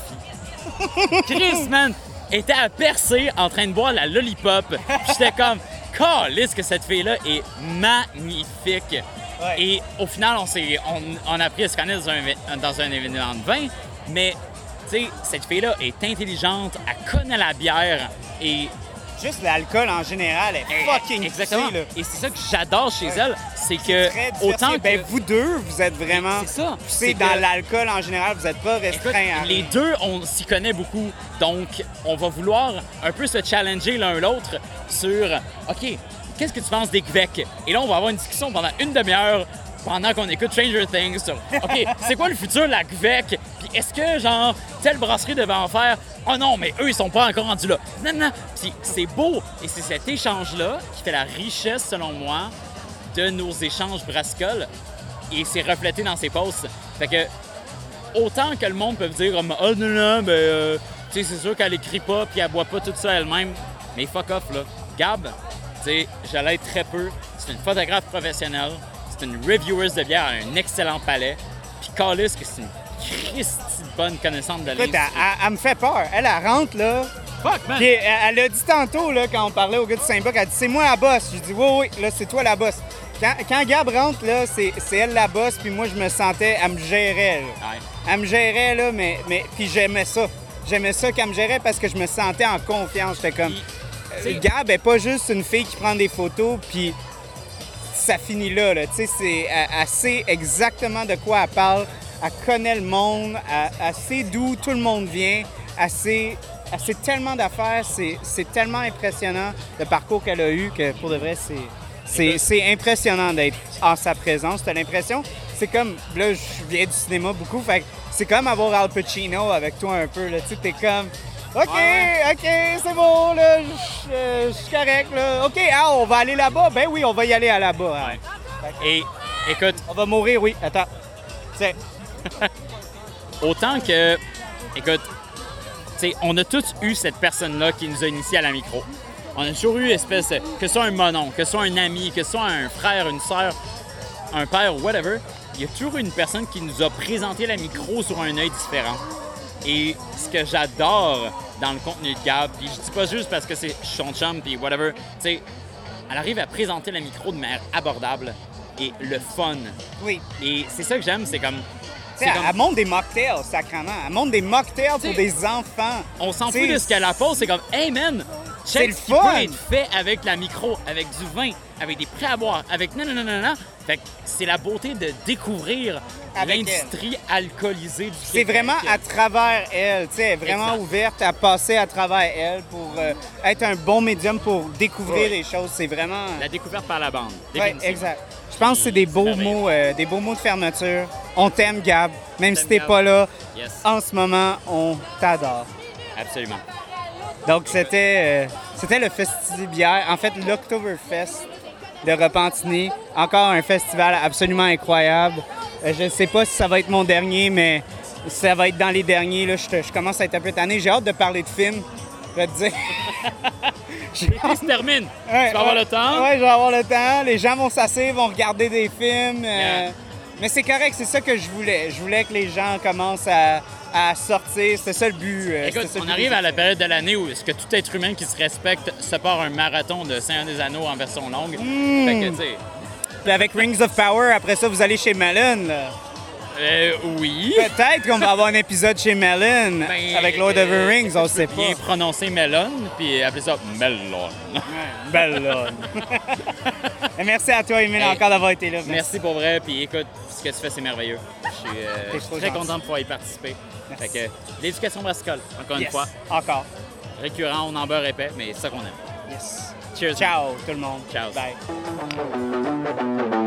Speaker 10: Chris, man, était à percer en train de boire la lollipop. Puis j'étais comme, calisse que cette fille-là est magnifique. Ouais. Et au final, on, s'est, on, on a appris à se connaître dans un, dans un événement de vin, mais tu sais, cette fille-là est intelligente, elle connaît la bière et...
Speaker 1: Juste l'alcool en général est et, fucking
Speaker 10: exactement.
Speaker 1: poussé, là.
Speaker 10: Et c'est ça que j'adore chez ouais. elle, c'est que
Speaker 1: c'est
Speaker 10: autant que...
Speaker 1: Ben, vous deux, vous êtes vraiment
Speaker 10: c'est ça.
Speaker 1: poussés
Speaker 10: c'est
Speaker 1: dans
Speaker 10: que...
Speaker 1: l'alcool en général, vous n'êtes pas restreints à...
Speaker 10: Les deux, on s'y connaît beaucoup, donc on va vouloir un peu se challenger l'un l'autre sur, OK, qu'est-ce que tu penses des G V E C? Et là, on va avoir une discussion pendant une demi-heure pendant qu'on écoute Stranger Things sur OK, c'est quoi le futur de la G V E C? Puis est-ce que, genre, telle brasserie devait en faire? Oh non, mais eux, ils sont pas encore rendus là. Non, non. Puis c'est beau. Et c'est cet échange-là qui fait la richesse, selon moi, de nos échanges brassicoles. Et c'est reflété dans ces posts. Fait que, autant que le monde peut dire comme oh non, non, ben, euh, tu sais, c'est sûr qu'elle écrit pas puis elle boit pas tout ça elle-même. Mais fuck off, là. Gab, tu sais, je l'aide très peu. C'est une photographe professionnelle. C'est une revieweuse de bière, elle a un excellent palais. Puis calisse que c'est une Christy bonne connaissance de l'industrie.
Speaker 1: Écoute, elle, elle, elle me fait peur. Elle, elle rentre, là.
Speaker 10: Fuck, man!
Speaker 1: Puis elle, elle a dit tantôt, là, quand on parlait au gars de Saint-Boc, elle dit c'est moi la boss. J'ai dit oui, oui, là, c'est toi la boss. Quand, quand Gab rentre, là, c'est, c'est elle la boss, puis moi, je me sentais, elle me gérait, là.
Speaker 10: Ouais.
Speaker 1: Elle me gérait, là, mais, mais puis j'aimais ça. J'aimais ça qu'elle me gérait parce que je me sentais en confiance. J'étais comme, euh, Gab est pas juste une fille qui prend des photos, puis ça finit là, là. Tu sais, c'est, elle, elle sait exactement de quoi elle parle. Elle connaît le monde, elle, elle sait d'où tout le monde vient. Elle sait, elle sait tellement d'affaires, c'est, c'est tellement impressionnant le parcours qu'elle a eu que pour de vrai, c'est, c'est, c'est impressionnant d'être en sa présence. T'as l'impression, c'est comme, là, je viens du cinéma beaucoup, fait que c'est comme avoir Al Pacino avec toi un peu, là. Tu sais, t'es comme, OK, OK, c'est bon, là, je euh, je suis correct, là. OK, ah, on va aller là-bas? Ben oui, on va y aller à là-bas. Hein.
Speaker 10: Et écoute,
Speaker 1: On va mourir, oui. Attends. Tiens.
Speaker 10: autant que, écoute, tu sais, on a tous eu cette personne-là qui nous a initiés à la micro. On a toujours eu espèce, de- que ce soit un monon, que ce soit un ami, que ce soit un frère, une sœur, un père, whatever, il y a toujours eu une personne qui nous a présenté la micro sur un œil différent. Et ce que j'adore dans le contenu de Gab, puis je dis pas juste parce que c'est son chum, puis whatever, tu sais, elle arrive à présenter la micro de manière abordable et le fun.
Speaker 1: Oui.
Speaker 10: Et c'est ça que j'aime, c'est comme...
Speaker 1: Tu
Speaker 10: c'est
Speaker 1: sais,
Speaker 10: comme-
Speaker 1: elle monte des mocktails, sacrément. Elle monte des mocktails pour
Speaker 10: T'sais,
Speaker 1: des enfants.
Speaker 10: On s'en
Speaker 1: T'sais,
Speaker 10: fout de ce qu'elle apporte, c'est comme, hey man,
Speaker 1: C'est
Speaker 10: check
Speaker 1: le
Speaker 10: ce qui
Speaker 1: fun.
Speaker 10: peut être fait avec la micro, avec du vin, avec des prêts à boire, avec non, non, non, non, non. Fait que c'est la beauté de découvrir
Speaker 1: Avec
Speaker 10: l'industrie alcoolisée du
Speaker 1: C'est
Speaker 10: Québec.
Speaker 1: vraiment à travers elle, tu sais, elle est vraiment
Speaker 10: Exact.
Speaker 1: ouverte à passer à travers elle pour euh, être un bon médium pour découvrir
Speaker 10: Ouais.
Speaker 1: les choses. C'est vraiment...
Speaker 10: La découverte par la bande.
Speaker 1: Oui,
Speaker 10: définitivement.
Speaker 1: exact. Je pense que c'est des beaux
Speaker 10: merveilleux.
Speaker 1: mots, euh, des beaux mots de fermeture. On t'aime, Gab. Même si
Speaker 10: t'aime,
Speaker 1: t'es
Speaker 10: Gab.
Speaker 1: pas là,
Speaker 10: Yes,
Speaker 1: en ce moment, on t'adore.
Speaker 10: absolument.
Speaker 1: Donc, c'était, euh, c'était le Festibière, en fait, l'Oktoberfest de Repentigny. Encore un festival absolument incroyable. Euh, je ne sais pas si ça va être mon dernier, mais ça va être dans les derniers. Là. Je, te- je commence à être un peu tanné. J'ai hâte de parler de films, je vais te dire. J'ai
Speaker 10: L'été se termine.
Speaker 1: Ouais,
Speaker 10: tu vas avoir
Speaker 1: ouais.
Speaker 10: le temps.
Speaker 1: Oui, je vais avoir le temps. Les gens vont s'asseoir, vont regarder des films. euh,
Speaker 10: Yeah.
Speaker 1: Mais c'est correct, c'est ça que je voulais. Je voulais que les gens commencent à, à sortir. C'était ça le but. euh,
Speaker 10: Écoute,
Speaker 1: c'était ça le
Speaker 10: on
Speaker 1: but
Speaker 10: arrive
Speaker 1: des
Speaker 10: à la
Speaker 1: émissions.
Speaker 10: période de l'année où est-ce que tout être humain qui se respecte se part un marathon de Seigneur des Anneaux en version longue.
Speaker 1: Hmm.
Speaker 10: Fait que, tu sais,
Speaker 1: Puis avec Rings of Power, après ça, vous allez chez Mellon. là.
Speaker 10: euh, oui.
Speaker 1: Peut-être qu'on va avoir un épisode chez Mellon
Speaker 10: Ben,
Speaker 1: avec Lord of the
Speaker 10: euh,
Speaker 1: Rings, on sait pas.
Speaker 10: Bien prononcer melon, puis appeler ça melon.
Speaker 1: Mellon. Et merci à toi, Émile,
Speaker 10: Hey,
Speaker 1: encore d'avoir été là.
Speaker 10: Merci pour vrai, puis écoute, ce que tu fais, c'est merveilleux. Je suis euh,
Speaker 1: T'es trop
Speaker 10: très
Speaker 1: gentil.
Speaker 10: content de pouvoir y participer. Fait que l'éducation brassicole, encore
Speaker 1: Yes.
Speaker 10: une fois,
Speaker 1: Encore.
Speaker 10: récurrent, on en beurre épais, mais c'est ça qu'on aime.
Speaker 1: Yes.
Speaker 10: Cheers.
Speaker 1: Ciao, tout le monde.
Speaker 10: Ciao.
Speaker 1: Bye.